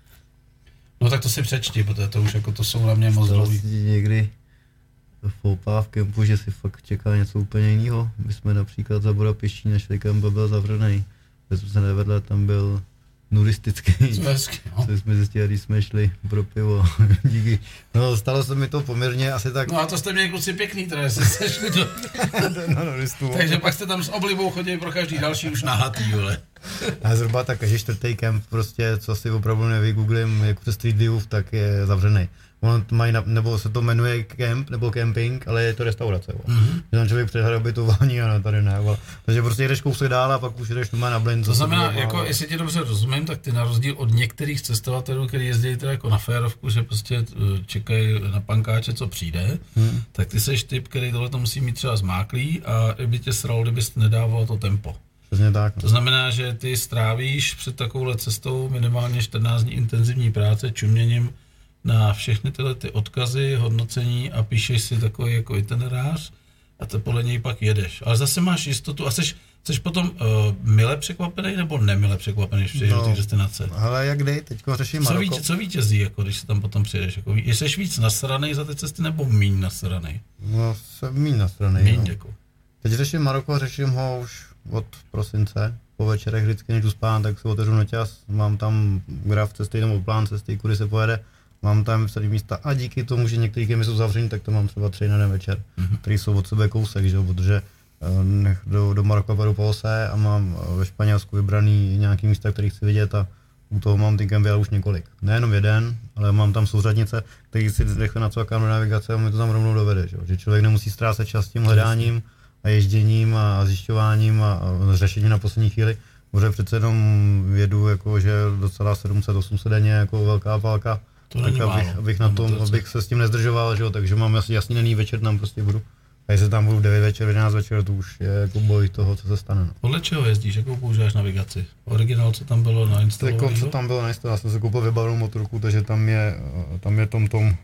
No tak to si přečti, protože to už jako to jsou na mě moc dlouhý. Někdy foupá v kempu, že si fakt čeká něco úplně jiného. My jsme například za Budapešti našli kemp, byl zavřený. Když jsme se nevedli, tam byl nuristický. No. Co jsme zjistili, když jsme šli pro pivo. Díky. No, stalo se mi to poměrně asi tak... No a to jste měli kluci pěkný, teda jste se šli do... nuristů. Takže pak jste tam s oblibou chodili pro každý další už nahatý, vole. A zhruba tak každý 4. kemp, prostě, co si opravdu nevygooglím, jako přes Street View, tak je zavřený. Ono mají, nebo se to jmenuje kemp, nebo camping, ale je to restaurace. Mm-hmm. Že tam člověk přehledá ubytování a tady ne. Takže prostě jdeš kousek dál a pak už jdeš na blend. To znamená, jako, jestli ti dobře rozumím, tak ty na rozdíl od některých cestovatelů, kteří jezdí teda jako na férovku, že prostě čekají na pankáče, co přijde, tak ty seš typ, který tohle to musí mít třeba zmáklý a kdyby tě sralo, kdybys nedával to tempo. Tak, no. To znamená, že ty strávíš před takovouhle cestou minimálně 14 dní intenzivní práce čuměním na všechny tyhle ty odkazy, hodnocení a píšeš si takový jako itinerář a to podle něj pak jedeš. Ale zase máš jistotu a jsi potom mile překvapený nebo nemile překvapený, když přijdeš do té destinace? Ale jak dej, teďko řeším Maroko. Co vítězí, jako, když se tam potom přijedeš? Jako, jsi víc nasranej za ty cesty nebo míň nasranej? No, jsem míň nasranej. Míň, no. Jako. Teď řeším Maroko, řeším ho už od prosince. Po večerech vždycky, než jdu spát, tak si otevřu noťaz, mám tam graf cesty nebo plán cesty, kudy se pojede. Mám tam vypsaný místa a díky tomu, že některé kemy jsou zavřený, tak to mám třeba 3 na den večer, který jsou od sebe kousek, že jo, protože do Maroka pojedu po ose a mám ve Španělsku vybraný nějaký místa, který chci vidět a u toho mám ty kempy, ale už několik. Nejenom jeden, ale mám tam souřadnice, který si rychle nacvakám do navigace a mi to tam rovnou dovede, že člověk nemusí ztrácet čas tím hledáním a ježděním a zjišťováním a řešením na poslední chvíli, protože přece jenom jedu jako, že docela 700-800 denně jako velká válka. To není málo. Abych se s tím nezdržoval, že jo, takže mám asi jasný denní večer, tam prostě budu. A jestli tam budu 9 večer, 11 večer, to už je jako boj toho, co se stane. No. Podle čeho jezdíš, jakou používáš navigaci? Originál, co tam bylo nainstalovaného? Co tam bylo nainstalovaného, já jsem si koupil vybavenou motorku, takže tam je tom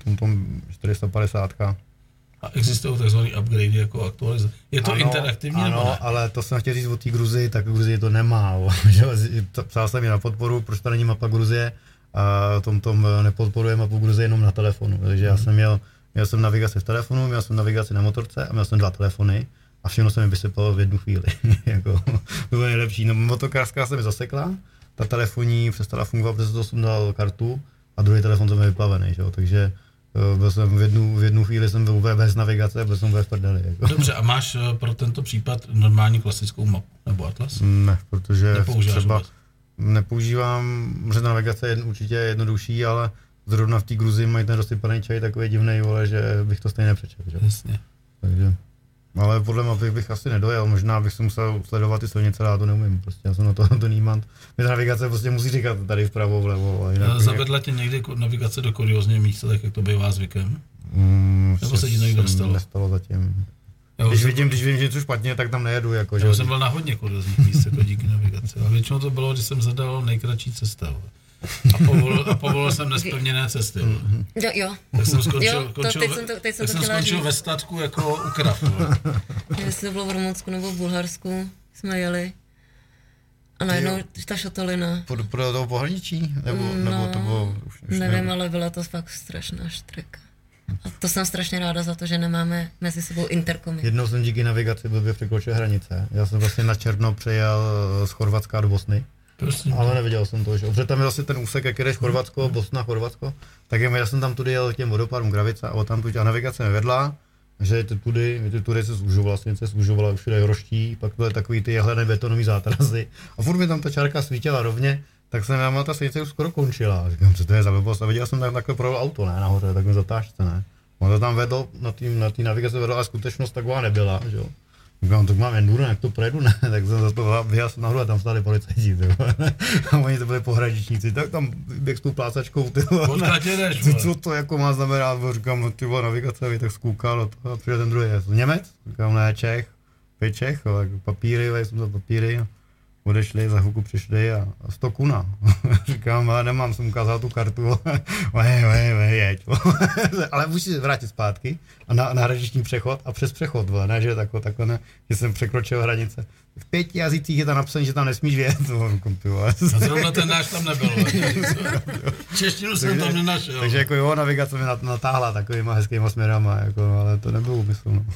450. A existují takzvaný upgrade jako aktualizace. Je to interaktivní nebo ne? Ano, ale to jsem chtěl říct o té Gruzii, tak Gruzii to nemá. Psal jsem ji na podporu, proč to není mapa Gruzie a tom nepodporuje mapu Gruzie jenom na telefonu. Takže já jsem měl jsem navigaci v telefonu, měl jsem navigaci na motorce a měl jsem 2 telefony a všechno se mi vysypalo v jednu chvíli. Jako, to bylo nejlepší. No, motokářská se mi zasekla, ta telefonní přestala fungovat, protože to jsem dal kartu a druhý telefon jsem vyplavený, že? Takže byl jsem v jednu chvíli jsem byl bez navigace, byl jsem v prdeli. Jako. Dobře, a máš pro tento případ normální klasickou mapu nebo atlas? Ne, protože třeba nepoužívám, že navigace je určitě jednodušší, ale zrovna v té Gruzii mají ten rozsypaný čaj takový divnej, vole, že bych to stejně nepřečetl. Jasně. Takže, ale podle mapy bych asi nedojel, možná bych si musel sledovat ty silnice, ale já to neumím, prostě já jsem na to nímant. Mě navigace prostě musí říkat tady vpravo, vlevo. Zavedla tě někdy navigace do kuriózního místa, tak jak to bývá zvykem? Nebo se ti to někdo nestalo zatím. Když vím, že něco špatně, tak tam nejedu. Jako, já jsem byl na hodně kuriózních míst, jako díky navigaci. A většinou to bylo, když jsem zadal nejkratší cesta. A povolil jsem nesplněné cesty. Jo. Tak jsem skončil ve statku jako u krav. Jestli to bylo v Rumunsku nebo v Bulharsku, jsme jeli. A najednou ta šotolina. Podle toho pohraničí? Nebo to bylo... Nevím, ale byla to fakt strašná štreka. A to jsem strašně ráda za to, že nemáme mezi sebou interkomy. Jednou jsem díky navigaci blbě překročil hranice. Já jsem vlastně na černo přejel z Chorvatska do Bosny. Prosím. Ale neviděl jsem to, že? Protože tam je vlastně ten úsek, jak jdeš Chorvatsko, Bosna, Chorvatsko, tak já jsem tam tudy jel k těm vodopádům Gravica a tam tuď a navigace nevedla, že tudy se zužovala už všude roští, pak byly takový ty jehlené betonový zátrazy a furt mi tam ta čárka svítila rovně, tak jsem já ta silnice už skoro končila. Říkám, co to je za blbost a viděl jsem tam takhle projel auto, ne, nahoře, takhle zatáčce, ne. On to tam vedl, na té navigaci vedl, ale skutečnost taková nebyla, že jo. Říkám, tak mám enduro, jak to projedu, ne, tak jsem zase to vyjel jsem nahoru a tam stáli policajti, a oni to byli pohraničníci, tak tam běh s tou plácačkou, co to jako má znamenat, říkám, ty vole, navigace, tak zkoukal a přijde ten druhý, Němec, říkám, ne, Čech, papíry, jsem za papíry, odešli, za chvilku přišli a 100 kuna. Říkám, ale nemám, jsem ukázal tu kartu, jeď. Ale musíš se vrátit zpátky a na hraniční přechod a přes přechod, ne, že takhle ne, že jsem překročil hranice. V 5 jazycích je tam napsané, že tam nesmíš vědět. A zrovna ten náš tam nebyl. Češtinu jsem tam nenašel. Takže jako jo, navigace mi natáhla takovýma hezkýma směrama, jako, ale to nebylo úmysl. No.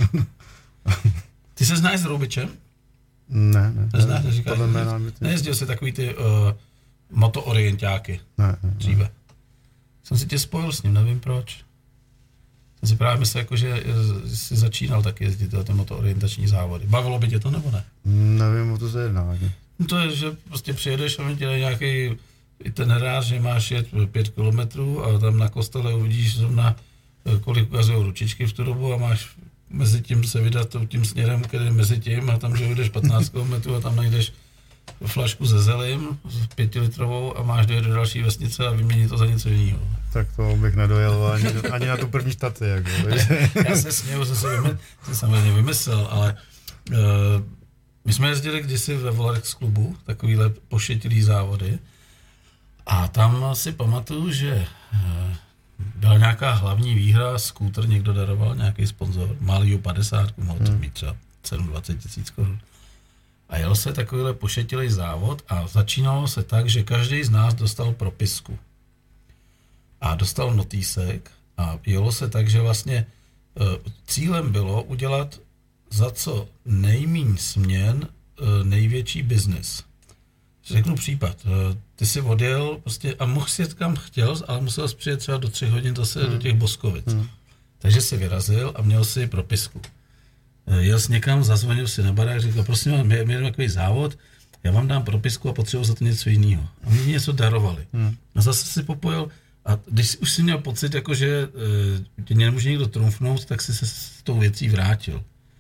Ty se znáš s Roubičem? Ne. Nejezdil jsi takový ty motoorientáky dříve. Jsem si tě spojil s ním, nevím proč. Jsem si právě myslel, jako, že jsi začínal tak jezdit ty motoorientační závody. Bavilo by tě to nebo ne? Nevím, o to se jedná. No to je, že prostě přijedeš a ti dají nějaký itinerář, že máš jet 5 kilometrů a tam na kostele uvidíš zrovna, kolik ukazují ručičky v tu dobu a máš mezi tím se vydat tím směrem, který je mezi tím a tam, že jdeš 15 km a tam najdeš flašku ze zelim, 5litrovou a máš dojet do další vesnice a vyměnit to za něco jiného. Tak to bych nedojel ani na tu první štaci. Jako. Já se směju, že jsem samozřejmě vymyslel, ale my jsme jezdili kdysi ve Volarex klubu, takovýhle pošetilý závody a tam si pamatuju, že byla nějaká hlavní výhra, skútr někdo daroval, nějaký sponzor, malý 50, mohl to mít třeba 7-20 tisíc korun. A jel se takovýhle pošetilý závod a začínalo se tak, že každý z nás dostal propisku. A dostal notýsek a jelo se tak, že vlastně cílem bylo udělat za co nejméně směn největší biznis. Řeknu případ. Ty jsi odjel prostě a mohl si jet kam chtěl, ale musel jsi přijet třeba do 3 hodin zase do těch Boskovic. Takže si vyrazil a měl si propisku. Jel jsi někam, zazvonil si na barák, říkal, prosím vám, my jdeme takový závod, já vám dám propisku a potřebuji za to něco jiného. A mě něco darovali. A zase si popojil a když už si měl pocit, jako, že tě nemůže někdo trumfnout, tak si se s tou věcí vrátil.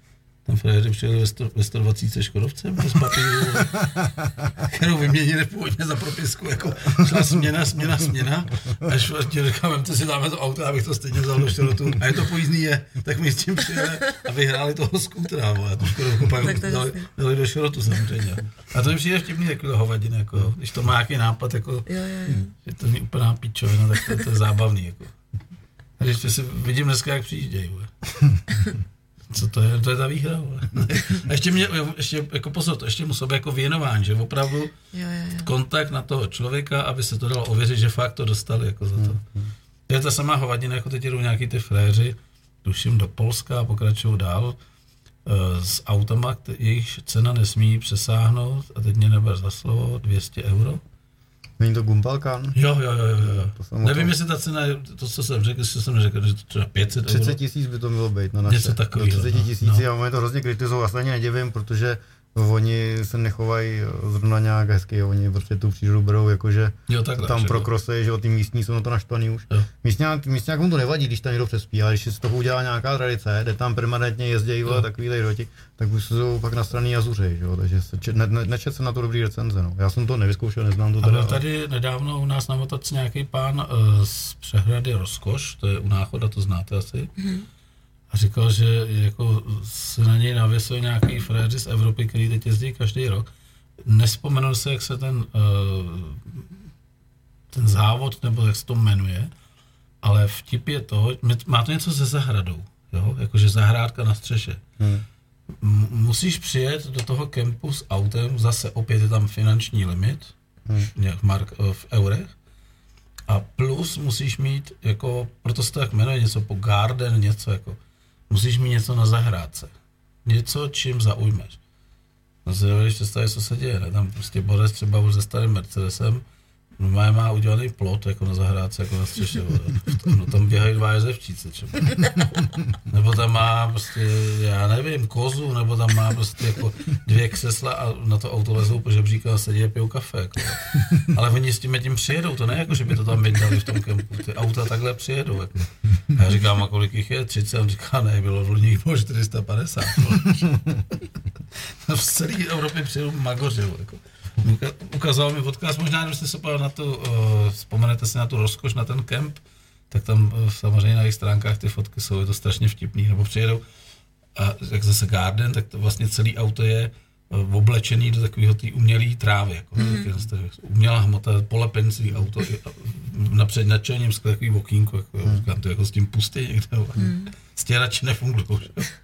Tam frajeři přijeli ve 120 Škodovce bez papíru, kterou vyměnili původně za propisku, jako šla směna, až vlastně říkám, vemte si dáme to auto, abych to stejně vzal do Škodotu, a je to pojízdný tak my s tím přijeli a vyhráli toho skútra, a tu Škodovku pak dali do Škodotu samozřejmě. A to mi přijde vtipný takovýhle hovadin, jako, když to má nějaký nápad, jako, že to není úplná píčovina, tak to je zábavný, jako. A když si vidím dneska, jak přijíždějí, co to je? To je ta výhra. A ještě jako pozor, to ještě muselo být jako věnování, že opravdu kontakt na toho člověka, aby se to dalo ověřit, že fakt to dostali jako za to. To je ta samá hovadina, jako teď jdou nějaký ty fréři, tuším do Polska a pokračují dál s autama, jejich cena nesmí přesáhnout, a teď mě neber za slovo, 200 €. Není to Gumpalkan? Jo. Nevím, jestli ta cena je to, co jsem řekl, jestli jsem neřekl, že to třeba 500 €. 30 000 by to mělo být na naše. Něco takového. 30 000 a oni to hrozně kritizují, já se ani nedivím, protože oni se nechovají zrovna nějak hezky, oni prostě tu přírodu berou jakože tam prokrosej, že ty místní jsou na to naštvaný už. Místňákům to nevadí, když tam někdo přespí, ale když si z toho udělá nějaká tradice, kde tam permanentně jezdějí takovýhle roti, tak už jsou pak na straně jazuřej, že jo, takže nečet se na to dobrý recenze, no. Já jsem to nevyzkoušel, neznám to teda. Ale tady nedávno u nás na motaci nějaký pán z přehrady Rozkoš, to je u Náchoda, to znáte asi. A říkal, že jako se na něj navěsili nějaký fréři z Evropy, který teď jezdí každý rok. Nespomenu se, jak se ten závod, nebo jak se to jmenuje, ale vtip je to, má to něco se zahradou, jo? Jakože zahrádka na střeše. Musíš přijet do toho kempu s autem, zase opět je tam finanční limit, v eurech, a plus musíš mít, jako, proto se to tak jmenuje, něco po garden, něco jako, musíš mít něco na zahrádce. Něco, čím zaujmeš. No si dovedeš představit, co se děje, ne? Tam prostě Boris třeba už se starým Mercedesem má udělaný plot jako na zahrádce, jako na střeše. No tam běhají 2 jezevčíci třeba. Nebo tam má prostě, já nevím, kozu, nebo tam má prostě jako 2 křesla a na to auto lezou po žebříku a sedí a pijou kafe. Jako. Ale oni s tím přijedou, to ne jako, že by to tam vydali v tom kempu. Ty auta takhle přijedou. Jako. A já říkám, a kolik jich je? 30? A on říká, ne, bylo v loni 450. V celé Evropě přijedou magoři. Jako. Ukázal mi podcast, možná, když jste se na tu, vzpomenete si na tu Rozkoš, na ten kemp, tak tam samozřejmě na jejich stránkách ty fotky jsou, je to strašně vtipný, nebo přijedou a jak zase garden, tak to vlastně celý auto je oblečený do takového té umělé trávy, jako umělá hmota, polepený celý auto, napřed na čelním skle takový okýnko, jako, říkám, to jako s tím pustý někde, stěrači nefungují.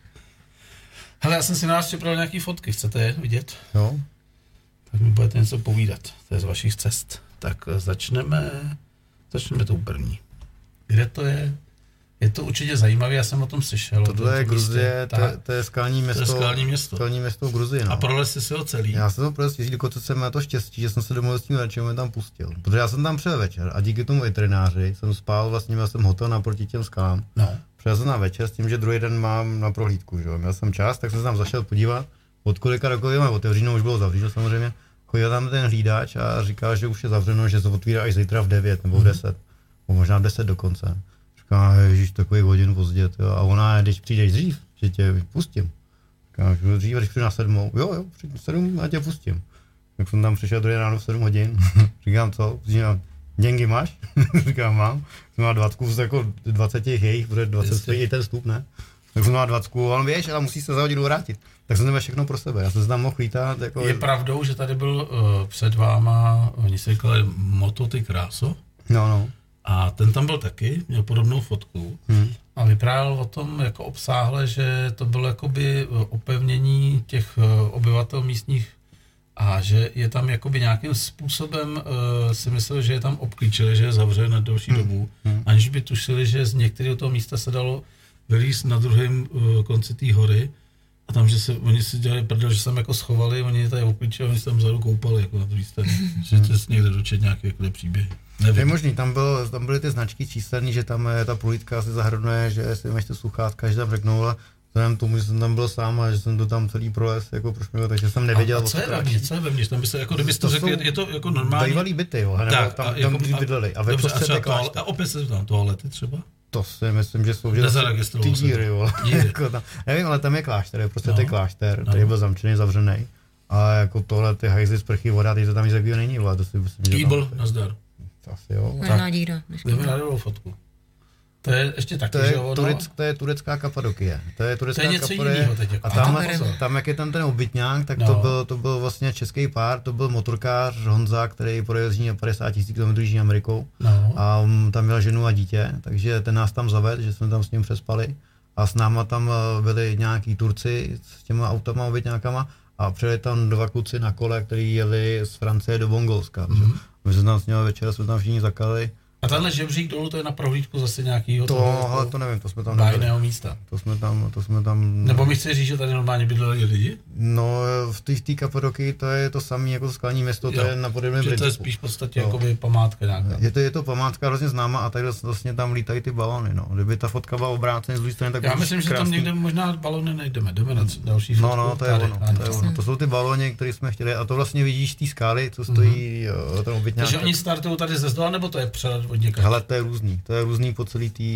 Hele, já jsem si na vás připravil nějaký fotky, chcete je vidět? Jo. Tak mi budete něco povídat, to je z vašich cest. Tak začneme tou první. Kde to je? Je to určitě zajímavé, já jsem o tom slyšel. Tohle je Gruzie, to je skalní město. To je skalní město. Skalní město v Gruzii, no. A prolezl si ho celý? Já jsem to prolezl, dokonce jsem měl to štěstí, že jsem se domluvil s tím rečem, mě tam pustil. Protože já jsem tam přijel večer a díky tomu veterináři jsem spál, vlastně měl jsem hotel naproti těm skalám. No. Přijel jsem na večer s tím, že druhý den mám na prohlídku, že? Měl jsem čas, tak jsem se tam zašel podívat. Od kolika do kolika otevřeno, už bylo zavřeno samozřejmě. Chodil tam ten hlídač a říkal, že už je zavřeno, že se otvírá až zítra v 9 nebo v 10, možná v 10 dokonce. Říká, ježiš, takový hodin pozdě, tyjo. A ona, když přijdeš dřív, že tě pustím. Říká, že dřív, když přijdu na 7, jo, přijdu 7 a tě pustím. Tak jsem tam přišel druhý ráno v 7 hodin, říkám, co? Říkám, děnky máš? Říkám, mám. Jsem má 20, jako 20 jejich, protože 20 stojí i ten vstup, ne? Tak jsem má 20, ale víš, ale musí se za hodinu vrátit. Tak jsem to všechno pro sebe, já jsem se tam mohl lítat. Jako... Je pravdou, že tady byl před váma, oni se říkali Moto Ty Kráso. No. A ten tam byl taky, měl podobnou fotku. A vyprávěl o tom jako obsáhle, že to bylo jakoby opevnění těch obyvatel místních a že je tam jakoby nějakým způsobem si mysleli, že je tam obklíčili, že je zavřeli na delší dobu, aniž by tušili, že z některého toho místa se dalo vylízt na druhém konci té hory. A tam, že oni si dělali prdel, že se tam jako schovali, oni tady obklíčili, oni se tam vzadu koupali jako na druhý straně. Že to si někde dočet nějaké jako příběhy. Nevím. Je možný, tam byly ty značky číselný, že tam je ta prohlídka asi zahrnuje, že si máš to sluchátka, že tam řeknou, a vzhledem tomu, že jsem tam byl sám a že jsem to tam celý prolez, jako proč mě, takže jsem nevěděl. A co je vevnitř, tam by se, jako kdybyste to řekl, je to jako normální. Bývalý byty, jo, tak, tam bydleli. A ve prostředek a opět se tam toalety třeba? To si myslím, že jsou ty díry, jako tam, nevím, ale tam je klášter, je prostě ten klášter, který byl zamčený, zavřený. A jako tohle, ty hajzly, sprchy, voda, teď to tam nic takového není, ale to si myslím, že Kýbl, nazdar. Asi jo. Možná díra. Jdeme na druhou fotku. To je ještě taky, že ono? To je turecká Kapadokie. To je něco jiného teď. Jako. A tam, jak je tam ten obytňák, tak to byl vlastně český pár, to byl motorkář Honza, který projezdí 50 000 km Jižní Amerikou. A tam měl ženu a dítě, takže ten nás tam zavedl, že jsme tam s ním přespali. A s náma tam byli nějaký Turci s těma autama, obytňákama a přijeli tam 2 kluci na kole, kteří jeli z Francie do Mongolska. My jsme tam s nimi večera, jsme tam všichni zakali. A tenhle žebřík dolů, to je na prohlídku zase nějakýho to nevím, to jsme tam bájného místa. To jsme tam... Nebo mi chceš říct, že tady normálně bydleli lidi? No, v té Kapadokii to je to samé jako skalní město, to je na podobném principu. To je spíš v podstatě jakoby památka nějaká. Je to památka hrozně známá a tady vlastně tam lítají ty balony, no. Kdyby ta fotka byla obráceně z druhé strany, tak já myslím, že tam někde možná balony nejdeme. Jdeme na další fotku. No, to je ono. To jsou ty balony, které jsme chtěli a to vlastně vidíš té skály, co stojí ten obytňák. Takže oni startují tady ze zdola, nebo to je přelet od někde? Hele, to je různý po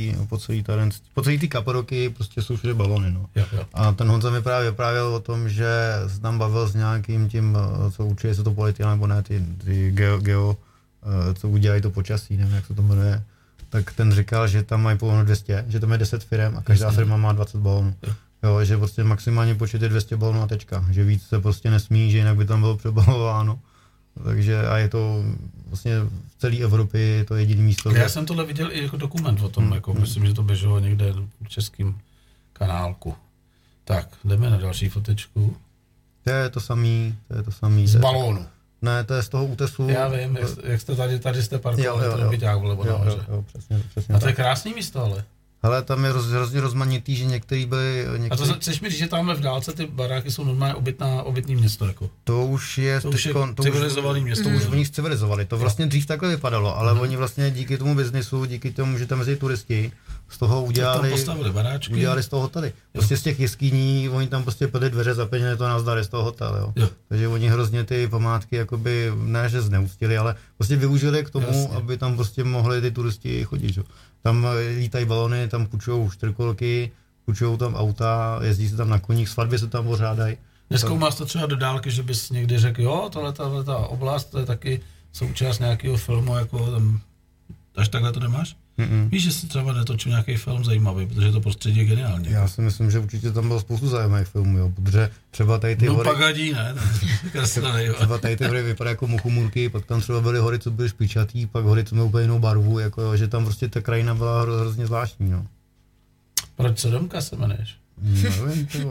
celý té Kapadokii, prostě jsou všude balony, no. Jo. A ten Honza mi právě vyprávěl o tom, že se tam bavil s nějakým tím, co učí, jestli to politika nebo ne, ty geo, co udělají to počasí, nevím, jak se to jmenuje. Tak ten říkal, že tam mají povoleno 200, že tam je 10 firem a každá firma má 20 balonů. Jo, že prostě maximálně počet je 200 balonů a tečka, že víc se prostě nesmí, že jinak by tam bylo přebalováno. Takže a je to vlastně v celé Evropě je to jediné místo. Já jsem tohle viděl i jako dokument o tom, jako myslím, že to běželo někde v českém kanálku. Tak, jdeme na další fotečku. To je to samý. Z balónu. Ne, to je z toho útesu. Já vím, jak jste tady jste parkovali, to byťák vlevo nahoře. Jo, přesně. A to je krásný místo, ale. Hele, tam je hrozně rozmanitý, že některý byli... A to chceš mi říct, že tamhle v dálce ty baráky jsou normálně obytný město, jako? To už je civilizovaný město. To už oni civilizovali, to vlastně dřív takhle vypadalo, ale oni vlastně díky tomu biznisu, díky tomu, že tam mezi turisti, z toho udělali z toho hotely. Prostě z těch jeskyní, oni tam prostě pili dveře, zapeněli to nazdar z toho hotelu, jo. Takže oni hrozně ty památky jakoby, ne že zneustili, ale prostě využili k tomu, aby tam prostě mohli ty turisti chodit, jo. Tam lítají balony, tam půjčujou čtyřkolky, půjčujou tam auta, jezdí se tam na koních, svatby se tam pořádají. Neskoumáš to třeba do dálky, že bys někdy řekl, jo, ta oblast, to je taky součást nějakého filmu, jako tam, až takhle to nemáš? Víš, že si třeba netočil nějaký film zajímavý, protože to prostředí je geniální. Já si myslím, že určitě tam bylo spoustu zajímavých filmů, jo, protože třeba tady ty hory... No pagadí, ne? Třeba tady ty hory vypadají jako muchumurky, pak tam třeba byly hory, co byly špičatý, pak hory, co měly úplně jinou barvu, jako, že tam prostě ta krajina byla hrozně zvláštní, no. Proč Sodomka se jmenuješ? Nevím, to.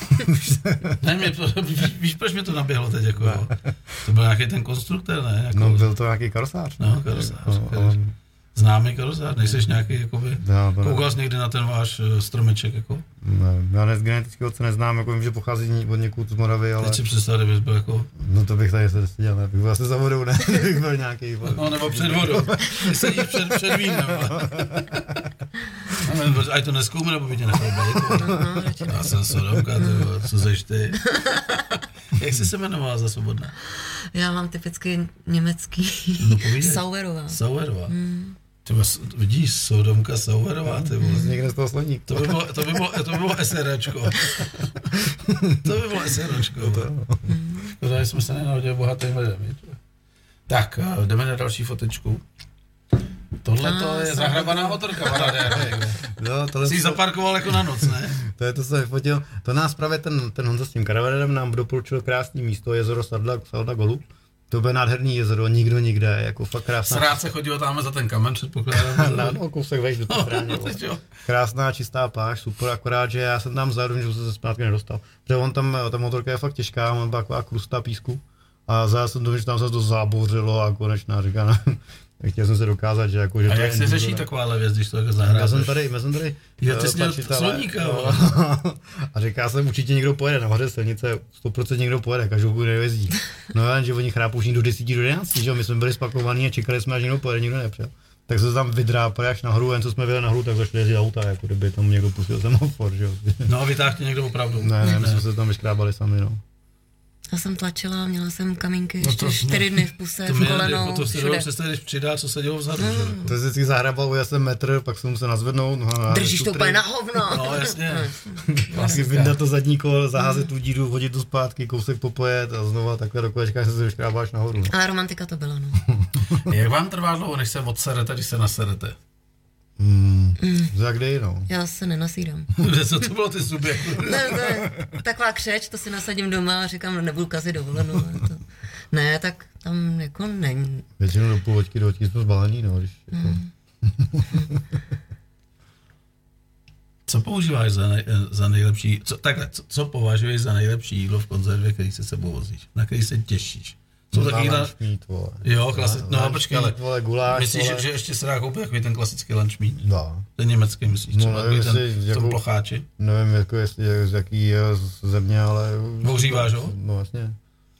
Ne, víš, proč mě to naběhlo teď, jako, to byl nějaký ten konstruktor, ne? Jako, no, byl to nějaký karosář. No, karosář. Známý karosář, nejseš nějaký, jakoby, koukal jsi někdy na ten váš stromeček, jako? Ne, já z genetického otce neznám, jako vím, že pochází od někud z Moravy, ale... Teď si představ, kdybys byl jako... No to bych tady se seděl, ne, bych byl asi za vodou, ne, bych byl nějaký... No, nebo před vodou, ty sedíš před vínem, ať to nezkoumí, nebo by tě nechal být. Já jsem Sodomka, co seš ty? Jak jsi se jmenovala za Svobodná? Já mám typicky německý. No, Sauerová. Sauerová. Vidíš, Sodomka Sauerová, ty vole. Někde z toho sloník. To by bylo SROčko. To by bylo SROčko. Škoda, jsme se nenahodili bohatým lidem. Tak, jdeme na další fotečku. Tohle to je zahrabaná motorka, kamaráde. No, tohle jsi ji zaparkoval jako na noc, ne? To je to, co vyfotil. To nás právě ten Honza s tím karavanem nám doporučil krásný místo, jezero Salda Golu. To bude nádherný jezero, nikdo nikde, jako fakt krásná. Srát se chodilo tam za ten kamen, předpokládám. No, kousek vejš do té stráně. Krásná, čistá pláž, super, akorát, že já jsem tam zároveň, že jsem se zpátky nedostal. Protože ta motorka je fakt těžká, mám taková krusta písku. A zase jsem to, že tam se to zábořilo a konečná říká, chtěl jsem se dokázat, že jako, že a to jak se řeší takováhle věc, když to jako zahráš? Já jsem tady jo, ty jsi měl sloníka, a říká jsem, určitě někdo pojede, na vaře silnice 100% někdo pojede, každou chvíli nejezdí. No jen, že oni chrápou už do 10 do 11, že jo, my jsme byli spakovaní a čekali jsme, až někdo pojede, nikdo nepřijel. Tak se tam vydrápali až nahoru, jen co jsme vyjeli nahoru, tak začali jezdit auta, jako kdyby tam někdo pustil semafor, že jo. No a vytáhli někdo opravdu? Ne, my jsme se tam vyškrábali sami, no. Já jsem tlačila, měla jsem kamínky ještě 4 dny v puse, v kolenou, to si představit, když přidá, co se dělo vzadu, že? To se vždycky zahrabal, já jsem metr, pak jsem se nazvednout. Držíš to úplně na hovno. No, jasně. Vlastně vyndat to zadní kolo, zaházet tu díru, hodit to zpátky, kousek popojet a znova takhle do kolečka, že se vyškrábáš nahoru. Ale romantika to byla, no. Jak vám trvá dlouho, než se odserete, když se naserete? Jak kdy, no. Já se nenasídám. Co to bylo ty zuby? Ne, to je taková křeč, to si nasadím doma a říkám, no, nebudu kazit dovolenou. To... Ne, tak tam jako není. Většinou do půl hoďky jsme zbalení, no. Když jako... Co používáš za nejlepší, co považuješ za nejlepší jídlo v konzervě, který se sebou vozíš, na který se těšíš? Jsou takovýhle... Lunch meat, vole. Jo, no počkej, vole, guláš, myslíš, vole. že ještě se dá koupit takový ten klasický lunch meat? No. Ten německý myslíš, třeba No, takový nevím, ten plocháči? Nevím, jako jestli z jaký je země, ale... Ohříváš ho? No vlastně.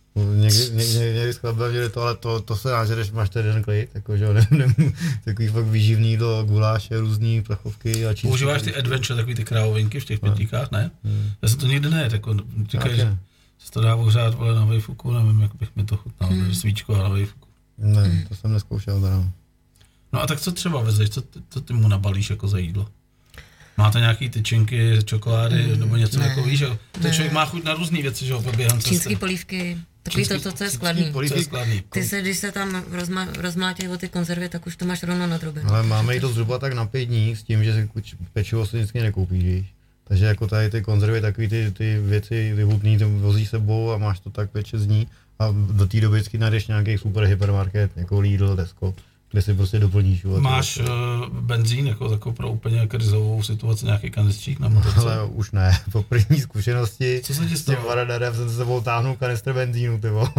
Někdy skladbám, že to, ale to se nážereš, máš tady den klid, jakože takový fakt výživný jídlo, guláše, různý plechovky a čísky. Používáš ty adventure, takový ty krávovinky v těch pětíkách, ne? Já jsem to nikdy nejet, jako říkají, že se to dá ohřát, vole, na vejfuku, nevím, jak bych mi to chutnal, svíčko a na vejfuku. Ne, to jsem neskoušel teda. No a tak co třeba vezeš, co ty mu nabalíš jako za jídlo? Máte nějaký tyčinky, čokolády nebo něco jako víš, že ten člověk má chuť na různý věci, že jo, během cesty. Čínský polívky, takový to, co je skladný. Co je skladný. Ty se, když se tam rozmlátí o ty konzervy, tak už to máš rovno na drobě. Ale máme jich to zhruba tak na 5 dní s tím, že pečivo si vždycky nekoupíš, víš. Takže jako tady ty konzervy, takový ty věci, ty hutný, ty vozíš sebou a máš to tak 5-6 dní a do té doby vždycky najdeš nějaký super hypermarket, jako Lidl, Tesco, kde si prostě doplníš. Máš benzín jako takovou pro úplně krizovou situaci, nějaký kanistřík na motorce? Ale už ne, po první zkušenosti co se ti s tím Varadarem jsem se sebou táhnul kanistr benzínu, ty vole.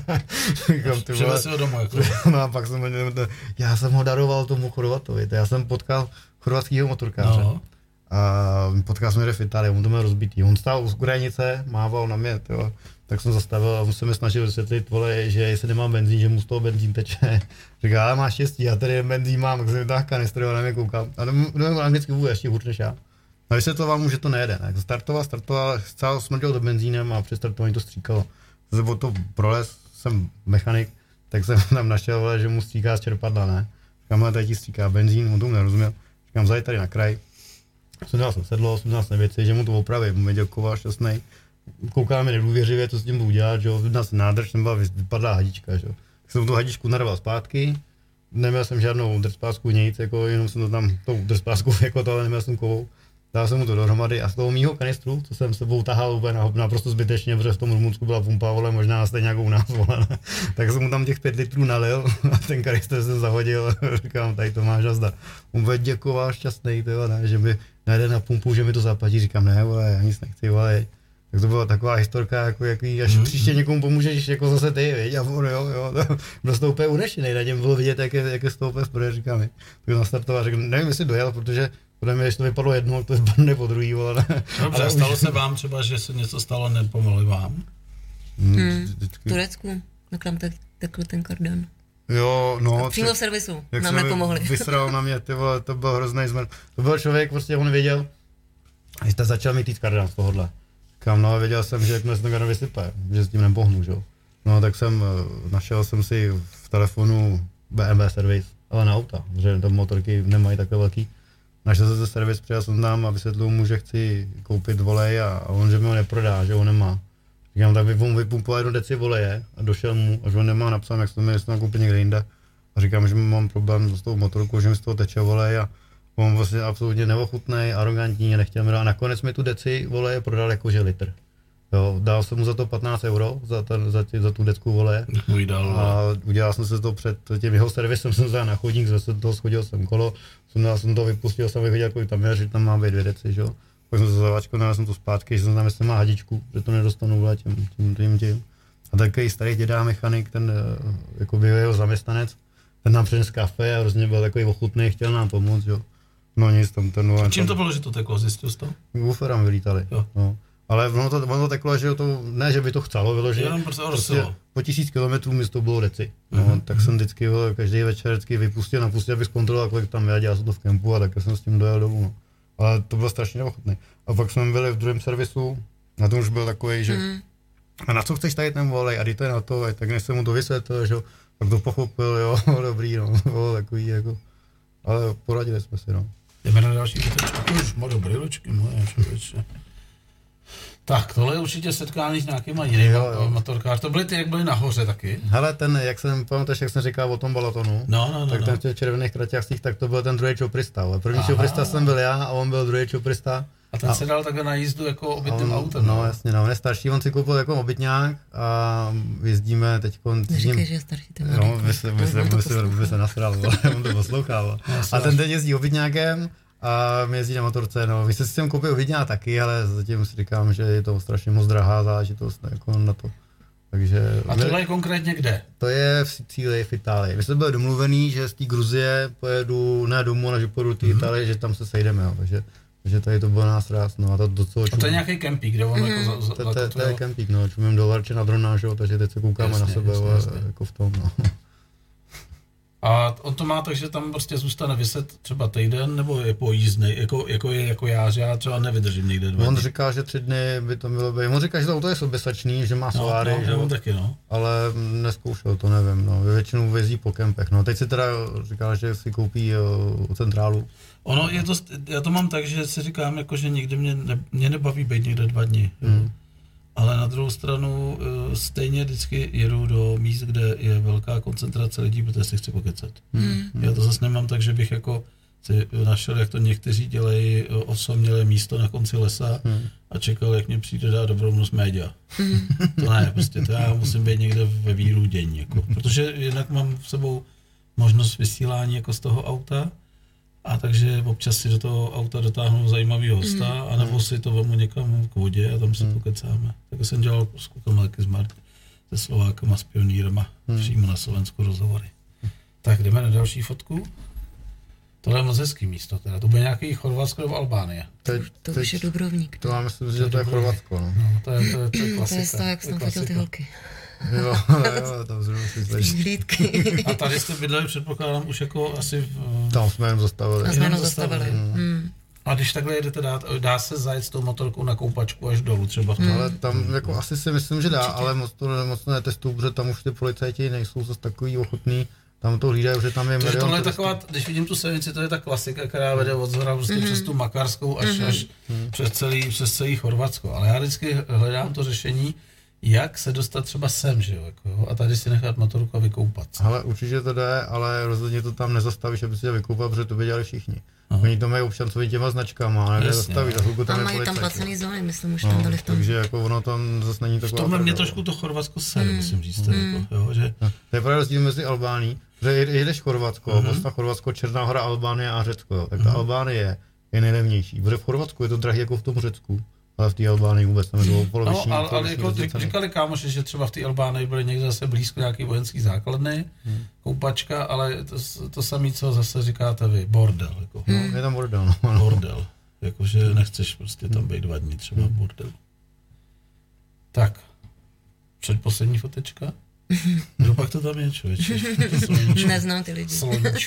Přivez si ho domů, jako. No a pak já jsem ho daroval tomu Chorvatovi, já jsem potkal chorvatskýho motorkáře. No. A potkal jsem v Itálii, on to měl rozbitý. On stál u krajnice, mával na mě, tyjo. Tak jsem zastavil a on se mi snažil vysvětlit, vole, že jestli nemám benzín, že mu z toho benzín teče. Říká, ale máš štěstí, já tady benzín mám, tak jsem mi tak kanistr, na mě koukal. A nemám anglicky vůbec ještě hůř než já. A vysvětloval mu, že to nejede. Ne? Startoval, stál smrděl do benzínem a při startování to stříkalo. Zde to prolez, jsem mechanik, tak jsem tam našel, vole, že mu stříká z čerpadla, ne. Říkám, tady ti stříká benzín, on tomu nerozuměl. Říkám, zajď tady na kraj. Sundal jsem sedlo, sundal jsem věci, že mu to opravím, mu děkoval, šťastnej. Koukal mi nedůvěřivě, co s tím budu dělat, že jo, vydal jsem nádrž, vypadla hadička, že jo. Tak jsem tu hadičku narval zpátky, neměl jsem žádnou drzpásku, nic, jako jenom jsem to tam, tou drzpásku jako to, ale neměl jsem kovou. Dal jsem mu to dohromady a z toho mýho kanistru, co jsem s sebou tahal úplně naprosto zbytečně, protože v tom Rumunsku byla pumpa, vole, možná stejně nějakou u nás, vole, tak jsem mu tam těch 5 litrů nalil a ten kanistr jsem zahodil a říkám, tady to máš a zda. On bude děkoval šťastnej, tyjo, ne, že mi najde na pumpu, že mi to zaplatí, říkám, ne, vole, já nic nechci, vole. Tak to byla taková historka, jako jaký, až příště někomu pomůžeš, jako zase ty, viď, a on, jo, byl z toho úplně unešenej, na něm bylo vidět, jak je z toho úplně sprve, říkám, tak nastartoval, řekl, nevím, jestli dojel, protože podle mě, když to vypadlo jednou, to je zbarné po druhý, vole. Dobře, ale stalo se vám třeba, že se něco stalo, nepomohli vám? V Turecku, jak tam tekl ten kardan. Jo, no. Přímo v servisu, nám nepomohli. Vysral na mě, ty vole, to byl hrozný zmrt. To byl člověk, prostě on věděl, že jste začal mít týt kardan z tohohle. Říkám, no a věděl jsem, že jakmile se ten kardan vysype, že s tím nepohnu, že jo. No tak našel jsem si v telefonu BMW servis, ale na auta, protože tam motorky nemají takové velký. Našel jsem se servis, přijel jsem tam a vysvětlil mu, že chci koupit volej a on, že mi ho neprodá, že ho nemá. Říkám, tak on vypumpoval 1 deci voleje a došel mu, a že on nemá napsán, jak se to mi koupit někde jinde. A říkám, že mám problém s tou motorkou, že mi z toho teče volej a on vlastně absolutně neochutnej, arrogantní, nechtěl mi dát. A nakonec mi tu deci voleje prodal jakože litr. Jo, dal jsem mu za to 15 € za tu decku voleje. A udělal jsem se to před tím jeho servisem, jsem se na chodník, zase toho schodil jsem kolo, jsem to vypustil, jsem viděl, kolik tam je, že tam má být 2 deci, že jo. Pak jsem se zaváčkal, dal jsem to zpátky, že jsem tam, jestli má hadičku, že to nedostanu vole tím. A takový starý dědá mechanik, ten jako byl jeho zaměstnanec, ten nám přinesl kafe a hrozně byl takový ochutný, chtěl nám pomoct, jo. No nic, tam ten... Čím to bylo, že to teklo, zjistil jsi to? Wooferem vylítali, no. Ale ono to teklo, že to, ne, že by to chcelo vyložit, prostě po 1000 kilometrů mi to bylo deci. No, tak jsem vždycky každý večer vypustil, abych zkontroloval, kolik tam je, dělal jsem to v kempu a tak jsem s tím dojel domů. No. Ale to bylo strašně neochotné. A pak jsme byli v druhém servisu, na tom už byl takový, že a na co chceš tady ten volej, a kdy to je na to, a tak než jsem mu to vysvětlil, že tak to pochopil, jo, dobrý, no, bylo takový, jako, ale poradili jsme si, no. Jdeme na další fotečku, už má do bryločky moje, člověče. Tak, tohle je určitě setkání s nějakýma jinými motorkáři. To byly ty, jak byly nahoře taky? Hele, ten, pamatuješ, jak jsem říkal o tom balatonu? No. Tak ten v těch červených kraťáscích, tak to byl ten druhý čoprista, ale první čoprista jsem byl já a on byl druhý čoprista. A ten se dal takhle na jízdu jako obytným autem. No jasně, no, on je starší, on si koupil jako obytňák a jezdíme teďko. Neříkej, že je starší, ten no, by se nasral, on to poslouchal. A ten teď jezdí obytňákem a my jezdí na motorce, no, my se s tím koupil obytňák taky, ale zatím si říkám, že je to strašně moc drahá záležitost jako na to. Takže, a tohle je konkrétně kde? To je v Sicílii, v Itálii. My jsme byli domluvený, že z té Gruzie pojedu ne domů, ale že pojedu do té Itálie, že tam se sejdeme, jo, takže tady to bylo nás rád, no a to docela čumím. A to je nějaký kempík, kde on jako to je kempík, no, čumím do Varče nad Ronážou, takže teď se koukáme na sebe, jasně. Jako v tom, no. A on to má tak, že tam prostě zůstane vyset třeba týden, nebo je pojízdnej, jako já, že já třeba nevydržím někde 2 dny. On říká, že 3 dny by to bylo být. On říká, že to auto je soběstačný, že má soláry, že on taky, no. Ale neskoušel, to nevím, no. Většinou jezdí po kempech, no. Teď si teda říkal, že si koupí centrálu. Ono je to, já to mám tak, že si říkám, jako, že nikdy mě nebaví být někde 2 dny. Ale na druhou stranu stejně vždycky jedu do míst, kde je velká koncentrace lidí, protože si chci pokecat. Já to zase nemám tak, že bych jako si našel, jak to někteří dělají, osamělé místo na konci lesa a čekal, jak mě přijde dát dobroumnost média. To ne, prostě to já musím být někde ve víru dění, jako, protože jinak mám v sebou možnost vysílání jako z toho auta. A takže občas si do toho auta dotáhnu zajímavýho hosta, anebo si to vemu někam k vodě a tam se pokecáme. Tak jsem dělal s klukama taky se Slovákama, s pionýrama, přímo na Slovensku rozhovory. Tak jdeme na další fotku. Tohle je moc hezký místo, teda. To bude nějaký Chorvatsko nebo Albánie. To už je Dubrovník. To mám myslím, že to je Chorvatsko, no. To je klasika. To je stav, jak jsem fotil ty holky. Jo, tam zrovna si sleží. A tady jste bydleli, předpokládám, už jako asi Tam jsme jenom zastavili. A když takhle jedete, dá se zajet s tou motorkou na koupačku až dolů třeba? Ale tam jako asi si myslím, že dá, ale moc to netestuju, protože tam už ty policajti nejsou zase takový ochotný. Tam to hlídají, že tam je milion. Tohle je taková, když vidím tu silnici, to je ta klasika, která vede od zhora prostě přes tu Makarskou až přes celý Chorvatsko. Ale já vždycky hledám to řešení, jak se dostat třeba sem, že jo, a tady si nechat motorku a vykoupat. Ale určitě to jde, ale rozhodně to tam nezastavíš, aby si je vykoupat, protože to by dělali všichni. Oni to mají občancový těma značkama, ale nezastaví, za chvilku tam je mají tam placený zóny, myslím, už tam dali v tom. Takže jako ono tam zase není taková... V tomhle mě trošku to Chorvatsko sere, musím říct. Jako, jo, že... To je právě rozdíl mezi Albánií, že jedeš Chorvatsko, Bosna, Chorvatsko, Černá Hora, Albánie a Řecko, jo. Tak ta Albánie je nejlevnější, protože v Chorvatsku je to drahý jako v tom Řecku. Ale v té Albánii vůbec tam bylo poloviční. No, ale jako říkali kámoši, že třeba v té Albánii byly někde zase blízko nějaký vojenský základny, koupačka, ale to samé, co zase říkáte vy, bordel. Jako. Je tam bordel, no. Bordel. Jakože nechceš prostě tam být 2 dny třeba bordel. Tak, předposlední fotečka. Kdo pak to tam je, člověče? Neznám ty lidi.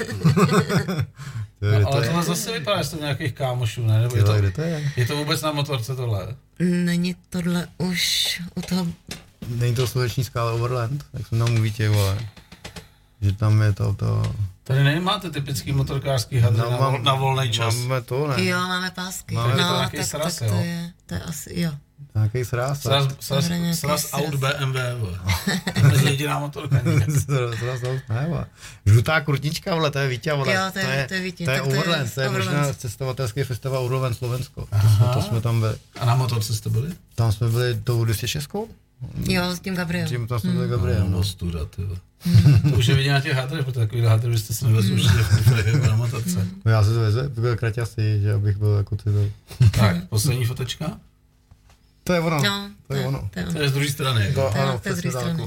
Ale tohle zase vypadá, že to nějakých kámošů, ne? Nebo je to vůbec na motorce tohle? Není tohle už u toho... Není to sluneční skála Overland, jak jsme tam mluvíte, vole. Že tam je to... Tady nemáte typický motorkářský hadr na volný čas. Máme to, ne? Jo, máme pásky. Máme to nějaký sraz, jo? To je asi, jo. Nějaký sraz. Sraz aut BMW, to je jediná motorka. Sraz aut, ne, žlutá kurtička, vole, to je Vítě, vole. Jo, to je Vítě. To je Overland, to je možná cestovatelský festival Overland Slovensko. To jsme tam byli. A na motorce jste byli? Tam jsme byli tou 206. Jo, s tím Gabriel. Tam jsme byli Gabriel. No, studa, tyhle. To už je vidět na těch hadrech, protože takovýhle hadr byste se nevezli určitě v kufrech jako na motorce. No já se to vezu, byl kraťasý, že abych byl jako ty. Tak, poslední fotečka. To je ono. No, to je z druhé strany. Ano, to je z druhé strany.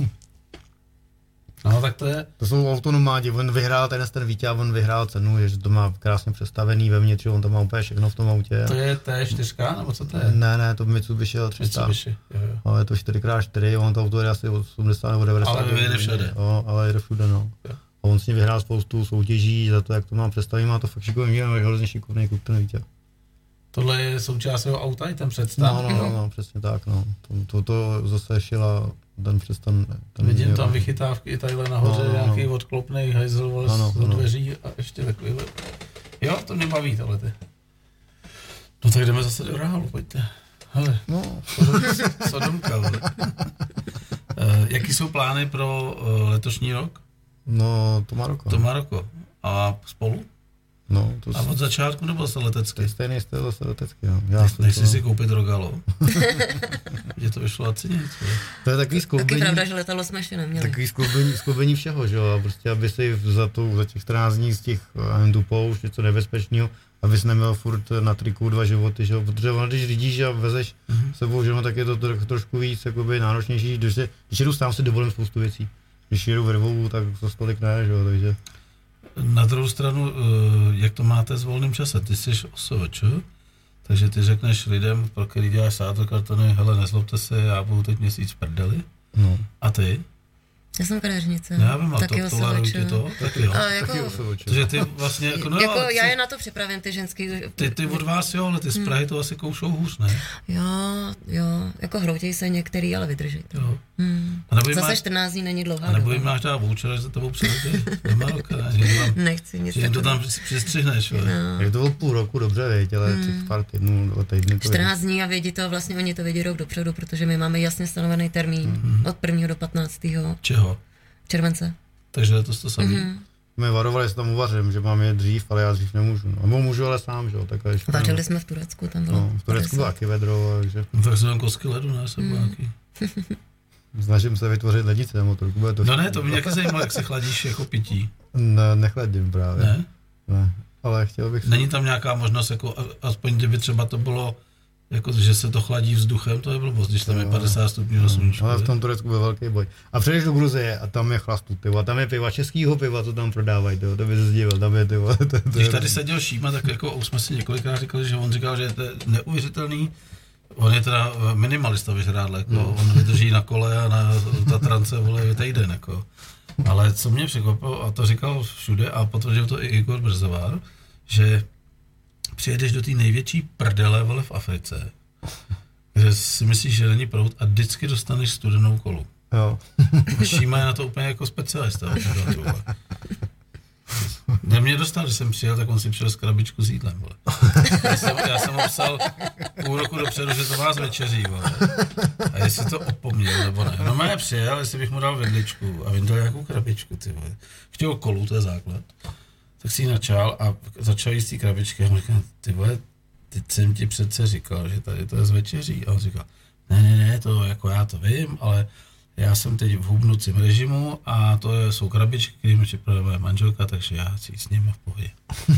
No, tak to je... To jsou autonomádi, on vyhrál ten Vítě a on vyhrál cenu, že to má krásně představený vevnitř, on to má úplně všechno v tom autě. To je T4, nebo co to je? Ne, to Mitsubishi L300. Jo. Ale je to 4x4, on to auto je asi 80 nebo 90. Ale jede všude. Jo, ale jede všude, no. Jo. A on s ním vyhrál spoustu soutěží za to, jak to má představit, má to fakt šikovný, hrozně šikovný kluk ten Vítě. Tohle je součást jeho auta, i ten představ. No, přesně tak, no. To zase šila ten přestan. Vidím tam vychytávky i tadyhle nahoře, nějaký odklopnej hajzl z dveří a ještě takovýhle. Jo, to mě baví tohle ty. No tak jdeme zase do reálu, pojďte. Hele, Sodomka, vole. Jaký jsou plány pro letošní rok? No, to Maroko. A spolu? No, a od začátku nebo se letecky? Stejný styl zase letecky, no. Nechci si koupit Rogalo. Že to vyšlo asi nic. To je takový skloubení. Taky pravda, že letadlo jsme ještě neměli. Takový skloubení všeho, že jo, a prostě aby si za těch 14 dní z těch tu poušť, něco nebezpečného, abys neměl furt na triku 2 životy, že jo, protože ono, když řídíš a vezeš sebou ženu, tak je to trošku víc jakoby náročnější, když jedu sám, si dovolím spoustu věcí. Když jedu ve dvou, tak to stolik ne, že jo, takže... Na druhou stranu, jak to máte s volným časem? Ty jsi OSVČ, takže ty řekneš lidem, pro který děláš sátokartony, hele, nezlobte se, já budu teď měsíc v prdeli. No. A ty? Já jsem kadeřnice. Já vím, a tolerují ti to? Taky jo. Takže ty vlastně jako já je na to připravím, ty ženský... Ty od vás jo, ale ty z Prahy to asi koušou hůř, ne? Jo, jako hroutěj se některý, ale vydrží to. Zase 14 dní není dlouhá. A nebo jim máš dát voucher, že za tebou přijde do Maroka, ne? Nechci nic. Že to tam přistřihneš, jo. Jak to bylo půl roku, dobře, věď, ale pár týdnů, 2 týdny to 14 dní a vědí to, vlastně oni to vědí rok dopředu, protože my máme jasně stanovený termín od 1. do 15. Čeho? Července. Takže letos to samý. My varovali, že tam uvařím, že mám je dřív, ale já dřív nemůžu. Nebo můžu, ale sám, že jo. Vařili jsme v Turecku, tam bylo. No, v Turecku bylo taky vedro, takže... Tak jsem kosky ledu, ne, jsem nějaký. Snažím se vytvořit lednice na motorku, bude to... No ne, to mě nějaké zajímalo, jak se chladíš jako pití. Ne, nechladím právě. Ne, ale chtěl bych... Není tam nějaká možnost, jako aspoň kdyby třeba to bylo, jako, že se to chladí vzduchem, to je blbost, když tam je 50 stupňů na sluníčku. Ale v tom Turecku byl velký boj. A přejdeš do Gruzie a tam je chlastu piva, tam je piva českýho piva, co tam prodávají, to by se zdivil, tam je piva. Když tady seděl Šíma, tak jako už jsme si několikrát říkali, že on říkal, že je to neuvěřitelný. On je teda minimalista vyžrádle, jako. On vydrží na kole a na Tatrance, vole, týden, jako. Ale co mě překvapilo, a to říkal všude a potvrdil to i Igor Brzovár, že přijedeš do té největší prdele, vole, v Africe, kde si myslíš, že není proud a vždycky dostaneš studenou kolu. Jo. Šíma je na to úplně jako specialista. Kde mě dostal, když jsem přijel, tak on si přijel s krabičku s jídlem, vole. Já jsem ho psal půl roku dopředu, že to vás večeří, vole. A jestli to opomněl, nebo ne. No mě přijel, jestli bych mu dal vidličku a vyndal nějakou krabičku, ty vole. Chtěl kolu, to je základ. Tak si ji načal a začal jíst z té krabičky a mu říkal, ty vole, teď jsem ti přece říkal, že tady to je z večeří. A on říkal, ne, to jako já to vím, ale já jsem teď v hubnoucím režimu a to jsou krabičky, které mi připravila moje manželka, takže já si s nimi v pohodě.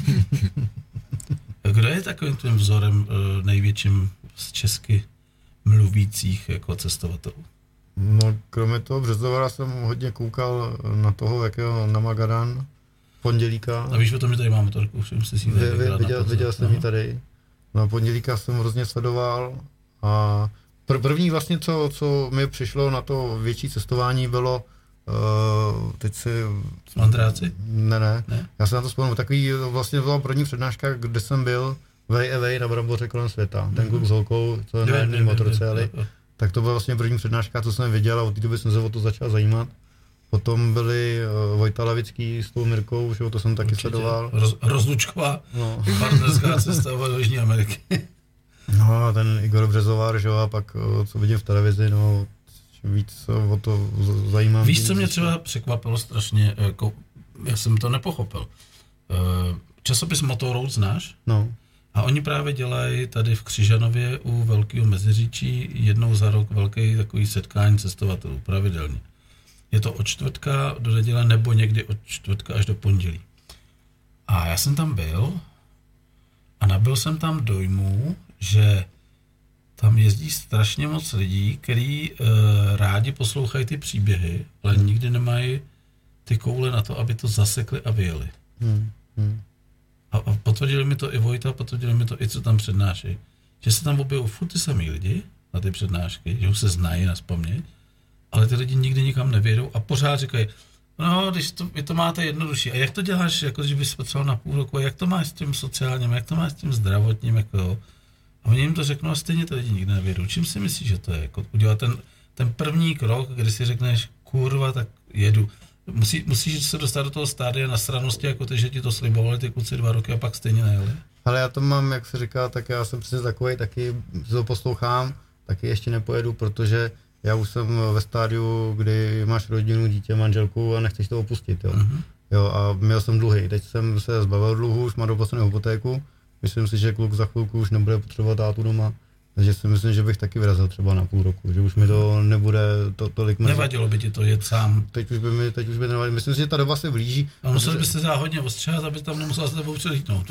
Kdo je takovým tím vzorem největším z česky mluvících jako cestovatelů? No, kromě toho Březovara jsem hodně koukal na toho, jakého na Magadan, Pondělíka. A víš o tom, že tady mám motorku, už jsem si si viděl jsem ji tady. No, Pondělíka jsem hrozně sledoval a první vlastně, co mi přišlo na to větší cestování, bylo teď si... Mandráci? Ne. Já jsem na to vzpomněl. Takový vlastně byla první přednáška, kde jsem byl Way Away na Bramboře kolem světa. Ten kluk s holkou, co na jedné motorce jeli. Tak to byla vlastně první přednáška, co jsem viděl a od té doby jsem se o to začal zajímat. Potom byli Vojta Lavický s tou Mirkou, že to jsem taky sledoval. Rozlučková partnerská cesta do Jižní Ameriky. No a ten Igor Březovár, že jo, a pak co vidím v televizi, no víc o to zajímám. Víš, co mě třeba překvapilo strašně, jako, já jsem to nepochopil. Časopis Motor znáš? No. A oni právě dělají tady v Křižanově u Velkého Meziříčí jednou za rok velký takový setkání cestovatelů, pravidelně. Je to od čtvrtka do neděle nebo někdy od čtvrtka až do pondělí. A já jsem tam byl a nabyl jsem tam dojmu, že tam jezdí strašně moc lidí, kteří rádi poslouchají ty příběhy, ale nikdy nemají ty koule na to, aby to zasekli a vyjeli. A potvrdili mi to i Vojta, potvrdili mi to i co tam přednášejí. Že se tam objevují furt ty samý lidi na ty přednášky, že už se znají nazpaměť, ale ty lidi nikdy nikam nevědou a pořád říkají, no, když vy to máte jednodušší. A jak to děláš, jako když bys potřeboval na půl roku, jak to máš s tím sociálním, jak to máš s tím zdravotním, jako jo? A oni jim to řeknou a stejně to lidi nikdy nevědou. Čím si myslíš, že to je? Jako udělat ten první krok, kdy si řekneš, kurva, tak jedu. Musíš se dostat do toho stádia nasranosti, jako ty, že ti to slibovali ty kluci 2 roky a pak stejně nejeli. Ale já to mám, jak se říká, tak já jsem přesně takovej, taky to poslouchám, taky ještě nepojedu, protože já už jsem ve stádiu, kdy máš rodinu, dítě, manželku a nechceš to opustit, jo. Jo, a měl jsem dluhy, teď jsem se zbavil dluhu, už mám doplacenou hypotéku, myslím si, že kluk za chvilku už nebude potřebovat tátu doma, takže si myslím, že bych taky vyrazil třeba na půl roku, že už mi to nebude tolik mrzet. Nevadilo by ti to jet sám? Teď už by nevadilo, myslím si, že ta doba se blíží. A musel bys se dát hodně ostřehat, aby tam nemusel se tebou přelítnout.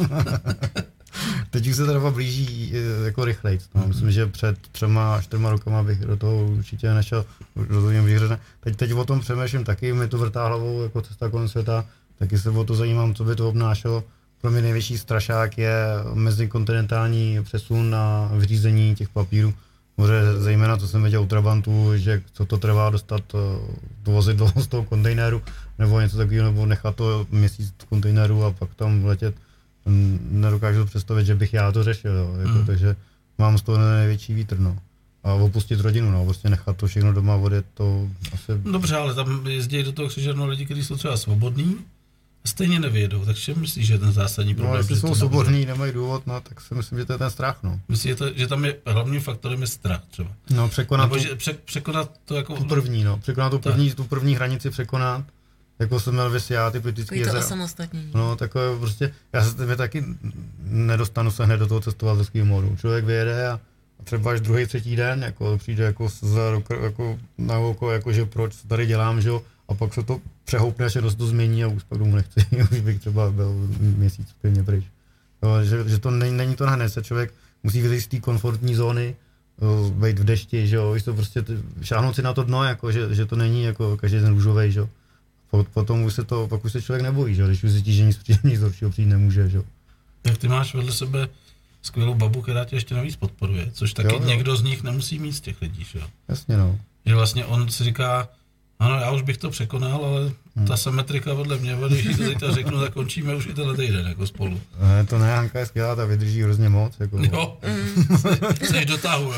Teď už se ta doba blíží jako rychlejc. No. Myslím, že před 3-4 rokama bych do toho určitě nešel, rozhodně bych řekl. Teď o tom přemýšlím taky, mi to vrtá hlavou jako cesta kolem světa, taky se o to zajímám, co by to obnášelo. Pro mě největší strašák je mezikontinentální přesun na vyřízení těch papírů. Może zejména, co jsem viděl u Trabantu, že co to trvá dostat to vozidlo z toho kontejneru, nebo něco takového, nebo nechat to měsíc v kontejneru a pak tam letět. Nedokážu představit, že bych já to řešil, jo, jako, takže mám z toho největší vítr, no. A opustit rodinu, no, prostě nechat to všechno doma odjet, to asi... Dobře, ale tam jezdí do toho křižerno lidi, kteří jsou třeba svobodní, a stejně nevědou, takže myslíš, že je ten zásadní problém? No, jestli jsou svobodní, nemají důvod, no, tak si myslím, že to je ten strach, no. Myslíš, že tam je hlavním faktorem je strach třeba? No, překonat to jako... Tu první, no, překonat tu první hranici překonat. Jako jsem měl ty politické jezera. To osamostatnění. No, takové prostě, já se mě taky nedostanu se hned do toho cestovatelského módu. Člověk vyjede a třeba až 2., 3. den, jako přijde jako jako na oko, jako že proč tady dělám, že jo, a pak se to přehoupne, že to změní a už pak domů nechci, už bych třeba byl měsíc pěkně pryč. Jo, že to není to hned, se člověk musí vyjít z té komfortní zóny, být v dešti, že jo, to prostě šáhnout si na to dno, jako, že to není jako každý den růžovej, že jo. Potom pak už se člověk nebojí, že? Když už zjistí, že nic horšího přijít nemůže. Že? Tak ty máš vedle sebe skvělou babu, která tě ještě navíc podporuje, což taky někdo z nich nemusí mít z těch lidí. Že? Jasně, no. Že vlastně on si říká, ano, já už bych to překonal, ale ta symetrika vedle mě, když jí to teď řeknu, tak končíme už i tenhle týden jako spolu. Ne, to ne, Hanka je skvělá, ta vydrží hrozně moc. Jako... Jo, seš do tahu.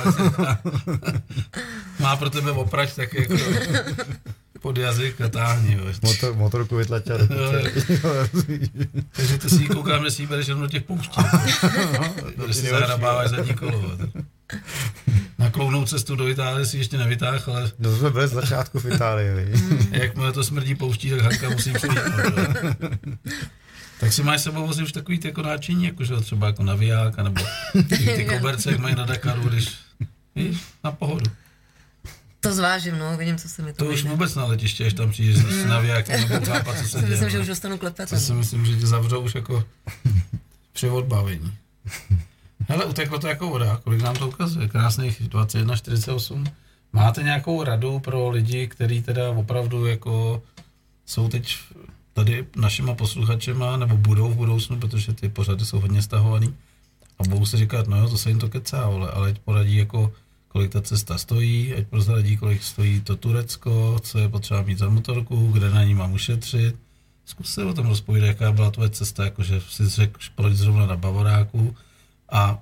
Má pro tebe oprač tak jako... pod jazyk a táhni. Motorku vytlačila. Takže ty si koukám, že si ji bereš jenom do těch pouští. Když si zahrabáváš zadní kolo. Na klounou cestu do Itálie si ještě nevytáh, ale... No jsme byli z začátku v Itálii. Jakmile to smrdí pouští, tak Hanka musí přijít. Tak si máš sebou vozit už takový ty jako náčiní, jakože třeba jako naviják, nebo ty koberce, jak mají na Dakaru, když víš, na pohodu. To zvážím, no, vidím, co se mi to už vyjde. Vůbec na letiště, až tam přijdeš s navijákem, nebo chápat, co se děje. Myslím, že už dostanu klepetem. To si myslím, že tě zavřou už jako při odbavení. Hele, uteklo to jako voda, kolik nám to ukazuje? Krásných 21:48. Máte nějakou radu pro lidi, kteří teda opravdu jako jsou teď tady našima posluchačema, nebo budou v budoucnu, protože ty pořady jsou hodně stahovaný a budou si říkat, no jo, to se jim to kecá, ale ať poradí jako kolik ta cesta stojí, ať prozradí, kolik stojí to Turecko, co je potřeba mít za motorku, kde na ní mám ušetřit. Zkus se o tom rozpovídat, jaká byla tvoje cesta, jakože si řekl, proč zrovna na Bavoráku a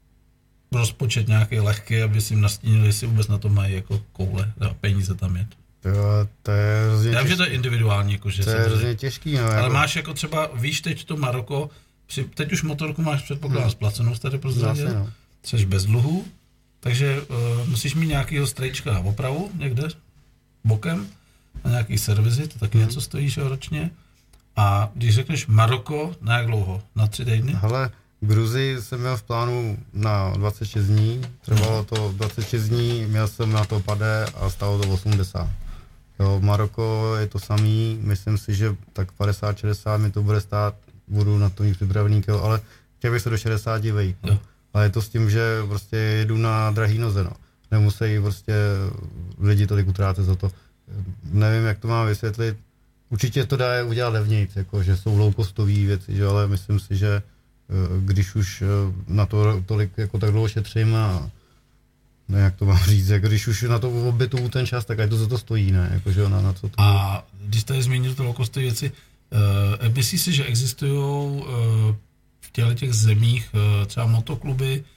rozpočet nějaký lehký, aby si jim nastínili, jestli vůbec na to mají jako koule a peníze tam jet. To je hrozně těžký. Já vím, že to je individuální. Jakože to je hrozně těžký. No, ale jako... máš jako třeba, víš teď to Maroko, teď už motorku máš předpokládám splacenou, jsi tady prozradil, no. Jsi bez dluhů, takže musíš mít nějakýho strejčka na opravu někde bokem, na nějaký servizy, to taky něco stojí ročně. A když řekneš Maroko, na jak dlouho? Na 3 týdny? Hele, Gruzii jsem měl v plánu na 26 dní, trvalo to 26 dní, měl jsem na to pade a stalo to 80. Jo, Maroko je to samý, myslím si, že tak 50-60 mi to bude stát, budu na to mít připravený, ale chtěl bych se do 60 vejít. No. Ale je to s tím, že prostě jedu na drahý noze, no. Nemusí prostě lidi tolik utrácet za to. Nevím, jak to mám vysvětlit. Určitě to dá udělat levnějc, jako, že jsou low-costové věci, že, ale myslím si, že když už na to tolik jako tak dlouho šetřím a ne, jak to mám říct, jako když už na to obytu ten čas, tak ať to za to stojí, ne, jakože na co to... A když jste zmínil to low-costové věci, myslíš si, že existují v těch zemích třeba motokluby,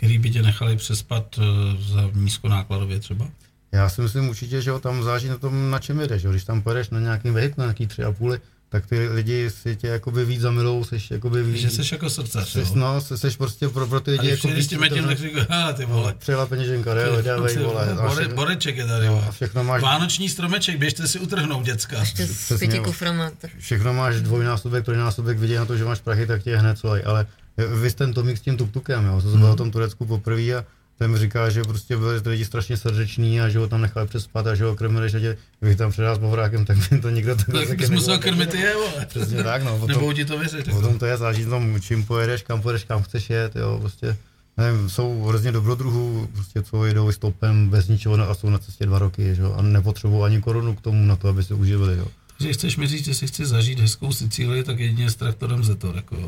který by tě nechali přespat za nízkonákladově třeba? Já si myslím určitě, že tam záleží na tom, na čem jedeš. Když tam pojedeš na nějaký vehikl, na nějaký 3,5, tak ty lidi si tě jakoby víc zamilou, seš jakoby víc... Že seš jako srdcař, jo? No, seš prostě pro ty lidi jako víc... Ale když tak říká, ty vole. Přijela peněženka, dávej, vole. Boreček je tady, vole. Všechno máš... Vánoční stromeček, běžte si utrhnout, děcka. Ještě s 5 kuframa. Všechno máš dvojnásobek, trojnásobek, vidí na to, že máš prachy, tak tě hned celý, ale vy ten Tomík s tím tuk-tukem, jo, co byl o tom Turecku poprvé a ten mi říká, že prostě byli lidi strašně srdečný a že ho tam nechali přespat a že ho krmili, že tě, bych tam předal s bovrákem, tak by to nikdo takhle tak bys musel krmit je, vole. Přesně tak, no. Potom, nebudou ti to věřit. Potom to je, záleží tom, čím pojedeš, kam chceš jet, jo, prostě. Nevím, jsou hrozně dobrodruhů, prostě, co jedou stopem bez ničeho a jsou na cestě 2 roky, že? A nepotřebují ani korunu k tomu na to, aby se uživili. Jo. Takže chceš mi říct, že si chci zažít hezkou Sicílii, tak jedině s traktorem Zetor, jako.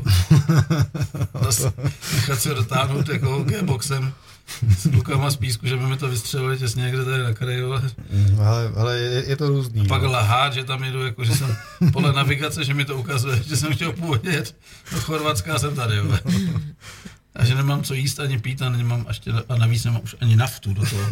Nechat si dotáhnout jako G-boxem s klukama z písku, že by mi to vystřelili těsně někde tady na kraji. Ale je to různý. A pak lhát, že tam jedu, jako, že jsem podle navigace, že mi to ukazuje, že jsem chtěl původně jet do Chorvatska a jsem tady. Jo. A že nemám co jíst ani pít a, a navíc nemám už ani naftu do toho.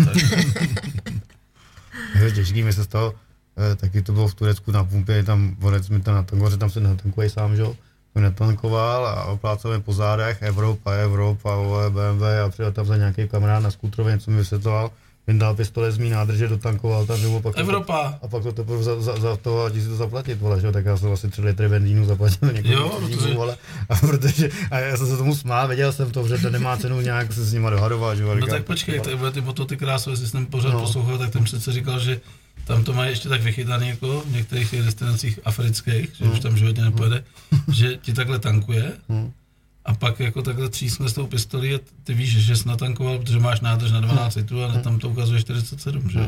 Těžký mi se stalo, taky to bylo v Turecku na pumpě, tam vonec mi tam natankoval, že tam se natankuje sám, že jo. Netankoval a oplácal mi po zádech Evropa, BMW a přijel tam za nějaký kamarád na skútrově, něco mi vysvětloval. Jen dal pistole z mý nádrže, dotankoval tam, nebo pak Evropa. A pak to teprve za to, a si to zaplatit, vole, že? Tak já jsem asi 3 litry benzínu zaplatil někomu, vole. A já jsem se tomu smál, věděl jsem to, že to nemá cenu nějak se s nima dohadovat, že? No tak počkej, ty mototy krásové, jestli jsem pořád poslouchal, tak ten přece říkal, že tam to mají ještě tak vychytaný jako v některých těch destinacích afrických, že už tam životně nepojede, že ti takhle tankuje a pak jako takhle třísne s tou pistolí a ty víš, že jsi natankoval, protože máš nádrž na 12 litrů a tam to ukazuje 47, že jo?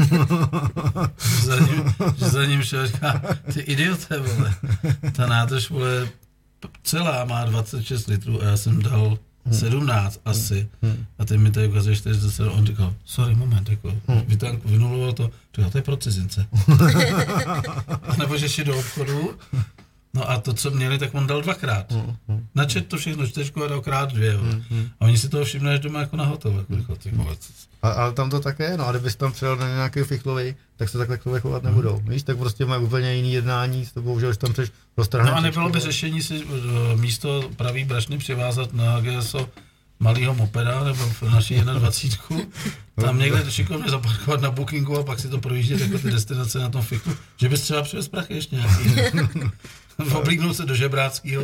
že za ním šel a říká, ty idiote, vole, ta nádrž, vole, celá má 26 litrů a já jsem dal 17 asi. A teď mi tady ukazuje 47, on říkal, sorry, moment, jako, vynuloval to, říkal, to je pro cizince. A nebo že šli do obchodu, no a to, co měli, tak on dal 2krát. Načet to všechno 4 a dal krát 2. A oni si toho všimli až doma jako na hotel. Jako, ale tam to také je, no a kdybys tam přijel na nějaký fichlový, tak se takhle k tobě chovat nebudou. Víš, tak prostě mají úplně jiný jednání s tebou, že už tam přeš roztrhne. No a nebylo by řešení si místo pravý brašny přivázat na GSO malýho mopeda, nebo v naší 21, tam někde šikovně zaparkovat na Bookingu a pak si to projíždět jako ty destinace na tom fichu, že bys třeba přivez prachy ještě nějaký. Oblíknout se do žebráckýho.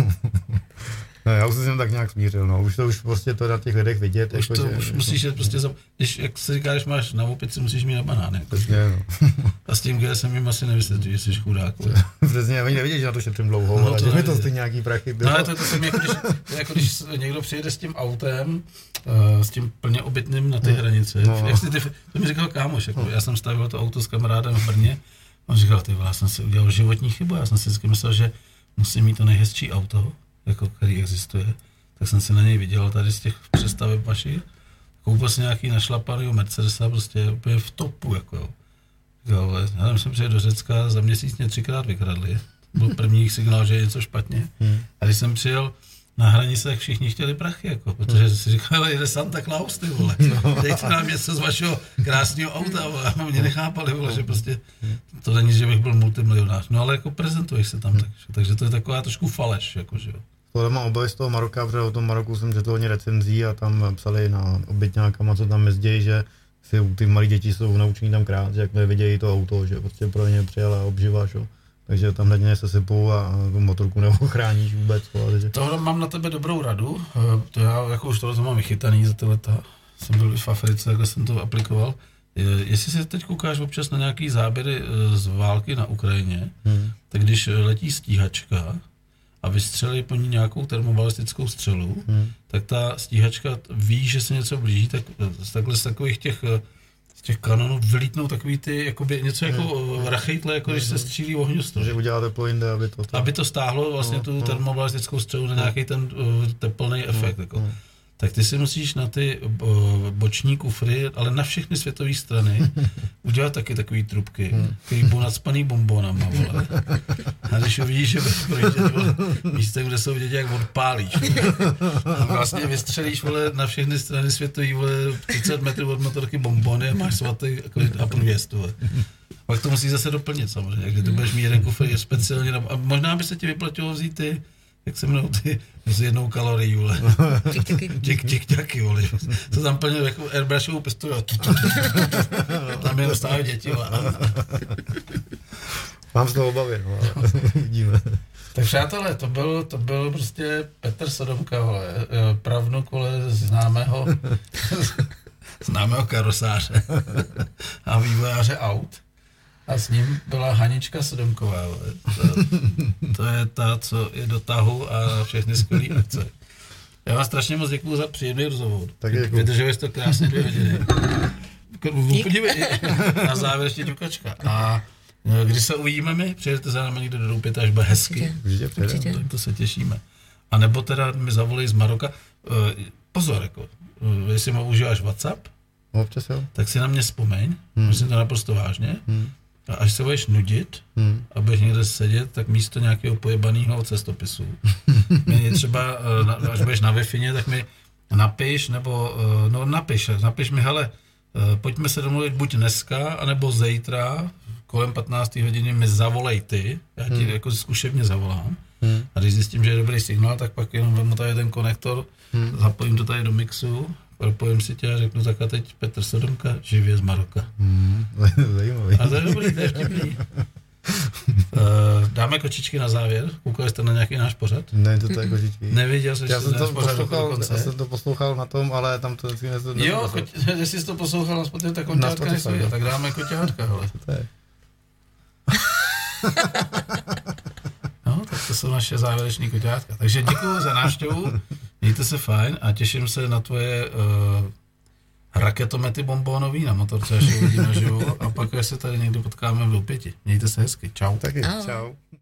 No, já už jsem se tak nějak smířil, no. Už prostě to na těch lidech vidět. Už jako, to že, už musíš jet prostě, když, jak se říká, když máš na opici, musíš mít na banány. Přesně, no. A s tím GSM jim asi nevysvětlí, že jsi chudák. Přesně, oni nevidí, že na to šetřím dlouho, no, ale že mi to stojí nějaký prachy. No ale to jsem jako když někdo přijede s tím autem, s tím plně obytným na ty hranice. No. Jak to mi říkal kámoš, jako, já jsem stavil to auto s kamarádem v Brně, on říkal, ty vole, já jsem si udělal životní chybu, já jsem si vždycky myslel, že musím mít to nejhezčí auto, jako který existuje. Tak jsem si na něj viděl tady z těch přestaveb vašich. Koupil si nějaký našlapanýho Mercedesa, prostě úplně v topu, jako jo. Já jsem přijel do Řecka, za měsíc mě 3krát vykradli. Byl první signál, že je něco špatně. A když jsem přijel na hranici, tak všichni chtěli prachy, jako, protože si říkali, jde Santa Claus, ty vole. Dejte nám něco z vašeho krásného auta, vole. A mě nechápali, vole, že prostě to není, že bych byl multimilionář. No ale jako prezentuješ se tam, takže to je taková trošku faleš, jako, že jo. Tohle mám obavy z toho Maroka, protože o tom Maroku jsem četl hodně recenzí a tam psali na obytňákama, co tam jezdí, že si ty malí děti jsou naučení tam krát, že jak nevidějí to auto, že prostě pro ně přijela obživa, že? Takže tam hned se sypou a tu motorku neochráníš vůbec. Takže... Tohle mám na tebe dobrou radu, to já jako už tohle mám vychytaný za ty leta, jsem byl v Africe, kde jsem to aplikoval. Jestli si teď koukáš občas na nějaký záběry z války na Ukrajině, tak když letí stíhačka a vystřelí po ní nějakou termobalistickou střelu, tak ta stíhačka ví, že se něco blíží, tak takhle z takových těch kanonů vylítnou takový ty, jakoby něco jako rachejtle, jako když se střílí ohňostroj. Že udělá teplo jinde, aby to stáhlo vlastně tu termobalistickou střelu na nějaký ten teplný efekt. Jako. tak ty si musíš na ty boční kufry, ale na všechny světové strany, udělat taky takový trubky, který budou nacpaný bombonama, vole. A když uvidíš, že projíždět, vole, místem, kde jsou vidět, jak odpálíš, vole. A vlastně vystřelíš, vole, na všechny strany světový, vole, 30 metrů od motorky bombony a máš svatý a průjezd, vole. Pak to musíš zase doplnit samozřejmě, takže ty budeš mít jeden kufr je speciálně, a možná by se ti vyplatilo vzít ty, jak se mnou ty, s 1 kalorií, vole. Tik-tik-taky, vole. To tam plně jako airbrushovou pistoli. Tam je dostávají děti, vole. Mám z toho obavy, no, vidíme. Tak přátelé, to byl prostě Petr Sodomka, vole, pravnuk, vole, známého karosáře a vývojáře aut. A s ním byla Hanička Sodomková, to je ta, co je do tahu a všechny skvělý akce. Já vám strašně moc děkuju za příjemný rozhovor. Vydrželi jste to krásně 2 hodiny. Podívej, na závěr ještě ťukačka. A když se uvidíme my, přijedete za námi někde do Doupěta, až bude hezky. Určitě. Tak to se těšíme. A nebo teda mi zavolej z Maroka. Pozor, jako, jestli mu užíváš WhatsApp, občas jo. Tak si na mě vzpomeň, myslím to naprosto vážně. A až se budeš nudit, abych někde sedět, tak místo nějakého pojebaného cestopisu. Mě třeba, až budeš na Wi-Fi, tak mi napiš, nebo napiš mi, hele, pojďme se domluvit buď dneska, anebo zítra, kolem 15. hodiny mi zavolej ty, já ti jako zkušebně zavolám. A když zjistím, že je dobrý signál, tak pak jenom vemu tady ten konektor, zapojím to tady do mixu, propojím si tě a řeknu, tak a teď Petr Sodomka živě z Maroka. Zajímavý. A to je dobrý, to je vtipný. Dáme kočičky na závěr? Koukali jste na nějaký náš pořad? Ne, to je kočičky. Neviděl jsem, já jsem to poslouchal na tom, ale tam to jo, jestli jsi to poslouchal na Spotify, tak koťátka nejsou, tak dáme koťátka, hele. No, tak to jsou naše závěrečný koťátka. Takže děkuju za návštěvu, mějte se fajn a těším se na tvoje raketomety bombónový na motorce, až je uvidí naživu a pak se tady někdy potkáme v Doupěti. Mějte se hezky, čau. Taky, čau.